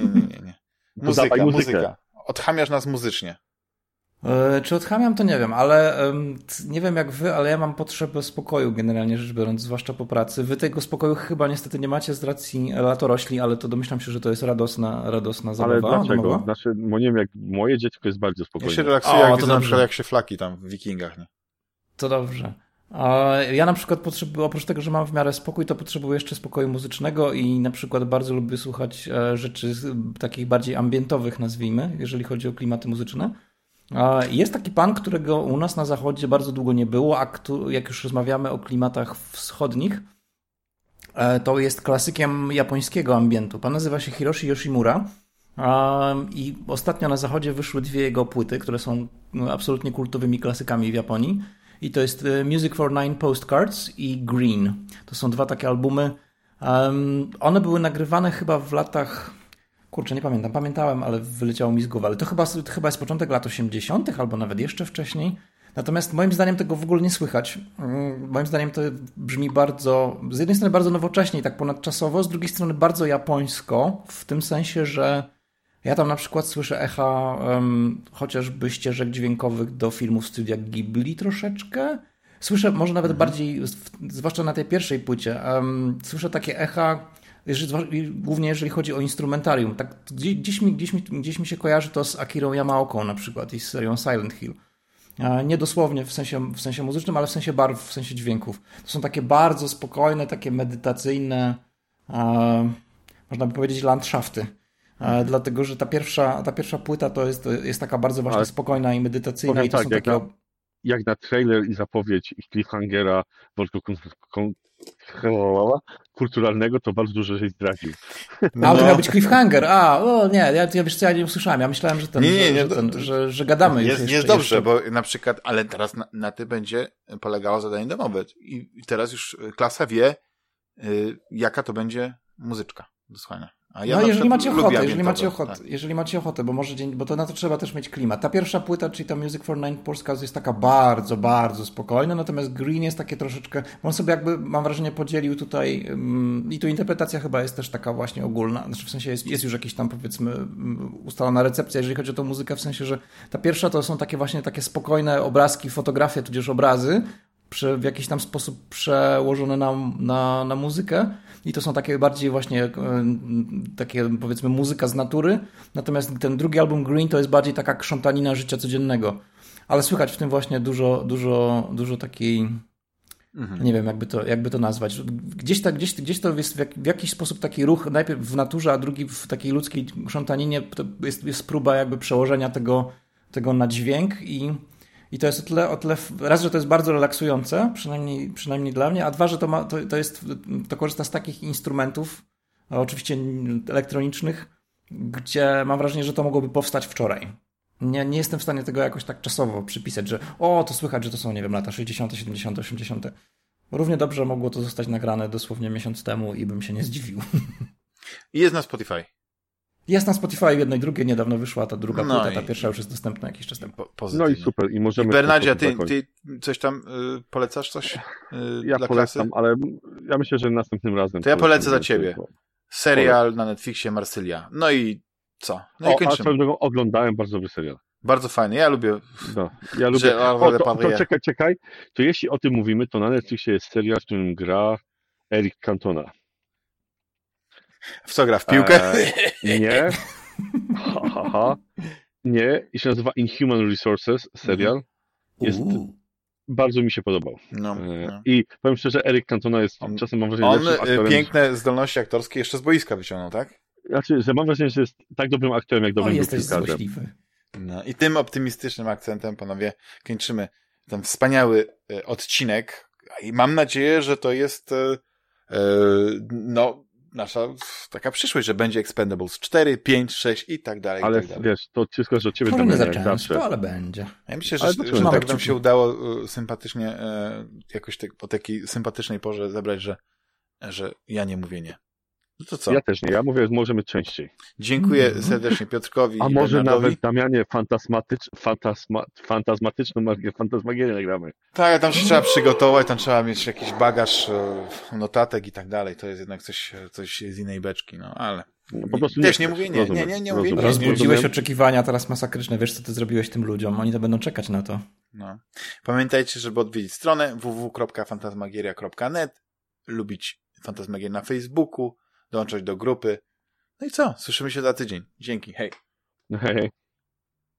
Muzyka. Odchamiasz nas muzycznie. Czy odchamiam, to nie wiem, ale nie wiem jak wy, ale ja mam potrzebę spokoju generalnie rzecz biorąc, zwłaszcza po pracy. Wy tego spokoju chyba niestety nie macie z racji latorośli, ale to domyślam się, że to jest radosna zabawa. Ale dlaczego? Znaczy, nie wiem, jak moje dziecko jest bardzo spokojne. Ja się relaksuję, jak widzę na przykład jak się flaki tam w Wikingach, nie? To dobrze. Ja na przykład oprócz tego, że mam w miarę spokój, to potrzebuję jeszcze spokoju muzycznego i na przykład bardzo lubię słuchać rzeczy takich bardziej ambientowych, nazwijmy, jeżeli chodzi o klimaty muzyczne. Jest taki pan, którego u nas na zachodzie bardzo długo nie było, a jak już rozmawiamy o klimatach wschodnich, to jest klasykiem japońskiego ambientu. Pan nazywa się Hiroshi Yoshimura i ostatnio na zachodzie wyszły 2 jego płyty, które są absolutnie kultowymi klasykami w Japonii. I to jest Music for 9 Postcards i Green. To są 2 takie albumy. One były nagrywane chyba w latach... Kurczę, nie pamiętam. Pamiętałem, ale wyleciało mi z głowy. Ale to chyba jest początek lat 80., albo nawet jeszcze wcześniej. Natomiast moim zdaniem tego w ogóle nie słychać. Moim zdaniem to brzmi z jednej strony bardzo nowocześnie i tak ponadczasowo, z drugiej strony bardzo japońsko, w tym sensie, że ja tam na przykład słyszę echa chociażby ścieżek dźwiękowych do filmów studia Ghibli troszeczkę. Słyszę może nawet bardziej, zwłaszcza na tej pierwszej płycie, słyszę takie echa, głównie jeżeli chodzi o instrumentarium. Tak, gdzieś mi się kojarzy to z Akirą Yamaoką na przykład i z serią Silent Hill. Nie dosłownie w sensie muzycznym, ale w sensie barw, w sensie dźwięków. To są takie bardzo spokojne, takie medytacyjne, można by powiedzieć landschafty. Dlatego, że ta pierwsza płyta to jest taka bardzo właśnie spokojna i medytacyjna. I to tak, są takie... jak na trailer i zapowiedź cliffhangera wątku kulturalnego, to bardzo dużo żeś zdradził. A to miał być cliffhanger. Nie, wiesz co, ja nie usłyszałem. Ja myślałem, że że gadamy. Jest dobrze, bo na przykład, ale teraz na tym będzie polegało zadanie domowe. I teraz już klasa wie, jaka to będzie muzyczka do słuchania. Jeżeli macie ochotę, bo to na to trzeba też mieć klimat. Ta pierwsza płyta, czyli ta Music for 9 Postcards jest taka bardzo, bardzo spokojna, natomiast Green jest takie troszeczkę, on sobie jakby, mam wrażenie, podzielił tutaj i tu interpretacja chyba jest też taka właśnie ogólna, znaczy w sensie jest już jakiś tam powiedzmy ustalona recepcja, jeżeli chodzi o tą muzykę, w sensie, że ta pierwsza to są takie właśnie takie spokojne obrazki, fotografie, tudzież obrazy, w jakiś tam sposób przełożone na muzykę i to są takie bardziej właśnie takie powiedzmy muzyka z natury, natomiast ten drugi album Green to jest bardziej taka krzątanina życia codziennego, ale słychać w tym właśnie dużo takiej nie wiem jakby to nazwać, gdzieś to jest w jakiś sposób taki ruch najpierw w naturze, a drugi w takiej ludzkiej krzątaninie, to jest próba jakby przełożenia tego na dźwięk i to jest o tyle, raz, że to jest bardzo relaksujące, przynajmniej dla mnie, a dwa, że to korzysta z takich instrumentów, oczywiście elektronicznych, gdzie mam wrażenie, że to mogłoby powstać wczoraj. Nie jestem w stanie tego jakoś tak czasowo przypisać, że to słychać, że to są, nie wiem, lata 60., 70., 80. Równie dobrze mogło to zostać nagrane dosłownie miesiąc temu i bym się nie zdziwił. I jest na Spotify. Jest na Spotify jedno i drugie, niedawno wyszła ta druga płyta, ta pierwsza już jest dostępna jakiś czas temu. No i super. I możemy. Bernardzie, ty coś tam polecasz coś ja dla polecam, klasy? ale ja myślę, że następnym razem. To ja polecę za ciebie. Serial na Netflixie Marsylia. No i co? No i kończymy. A swoją drogą oglądałem bardzo dobry serial. Bardzo fajny. Ja lubię. No, ja lubię. To czekaj. To jeśli o tym mówimy, to na Netflixie jest serial, w którym gra Eric Cantona. W co gra? W piłkę? Nie. Nie. I się nazywa Inhuman Resources serial. Bardzo mi się podobał. No. I powiem szczerze, Eric Cantona jest czasem, mam wrażenie, lepszym aktorem. Piękne zdolności aktorskie jeszcze z boiska wyciągnął, tak? Znaczy, że mam wrażenie, że jest tak dobrym aktorem, jak dobrym jesteś złośliwy. No i tym optymistycznym akcentem, panowie, kończymy ten wspaniały odcinek i mam nadzieję, że to jest nasza taka przyszłość, że będzie Expendables 4, 5, 6 i tak dalej. Ale tak dalej. Wiesz, to wszystko jest od ciebie. Może nie zaczęto, ale będzie. Ja myślę, że tak nam się udało sympatycznie jakoś o takiej sympatycznej porze zebrać, że ja nie mówię nie. No to co? Ja też nie. Ja mówię, możemy częściej. Dziękuję serdecznie Piotrkowi. A może nawet, Damianie, fantazmatyczną fantasmagierę nagramy. Tak, tam się trzeba przygotować, tam trzeba mieć jakiś bagaż notatek i tak dalej. To jest jednak coś z innej beczki, no ale... Po prostu też nie mówię nie mówię nie. Rozbudziłeś oczekiwania teraz masakryczne. Wiesz, co ty zrobiłeś tym ludziom? Oni to będą czekać na to. No. Pamiętajcie, żeby odwiedzić stronę www.fantasmagieria.net, lubić Fantasmagierię na Facebooku, dołączać do grupy. No i co? Słyszymy się za tydzień. Dzięki. Hej. Hej.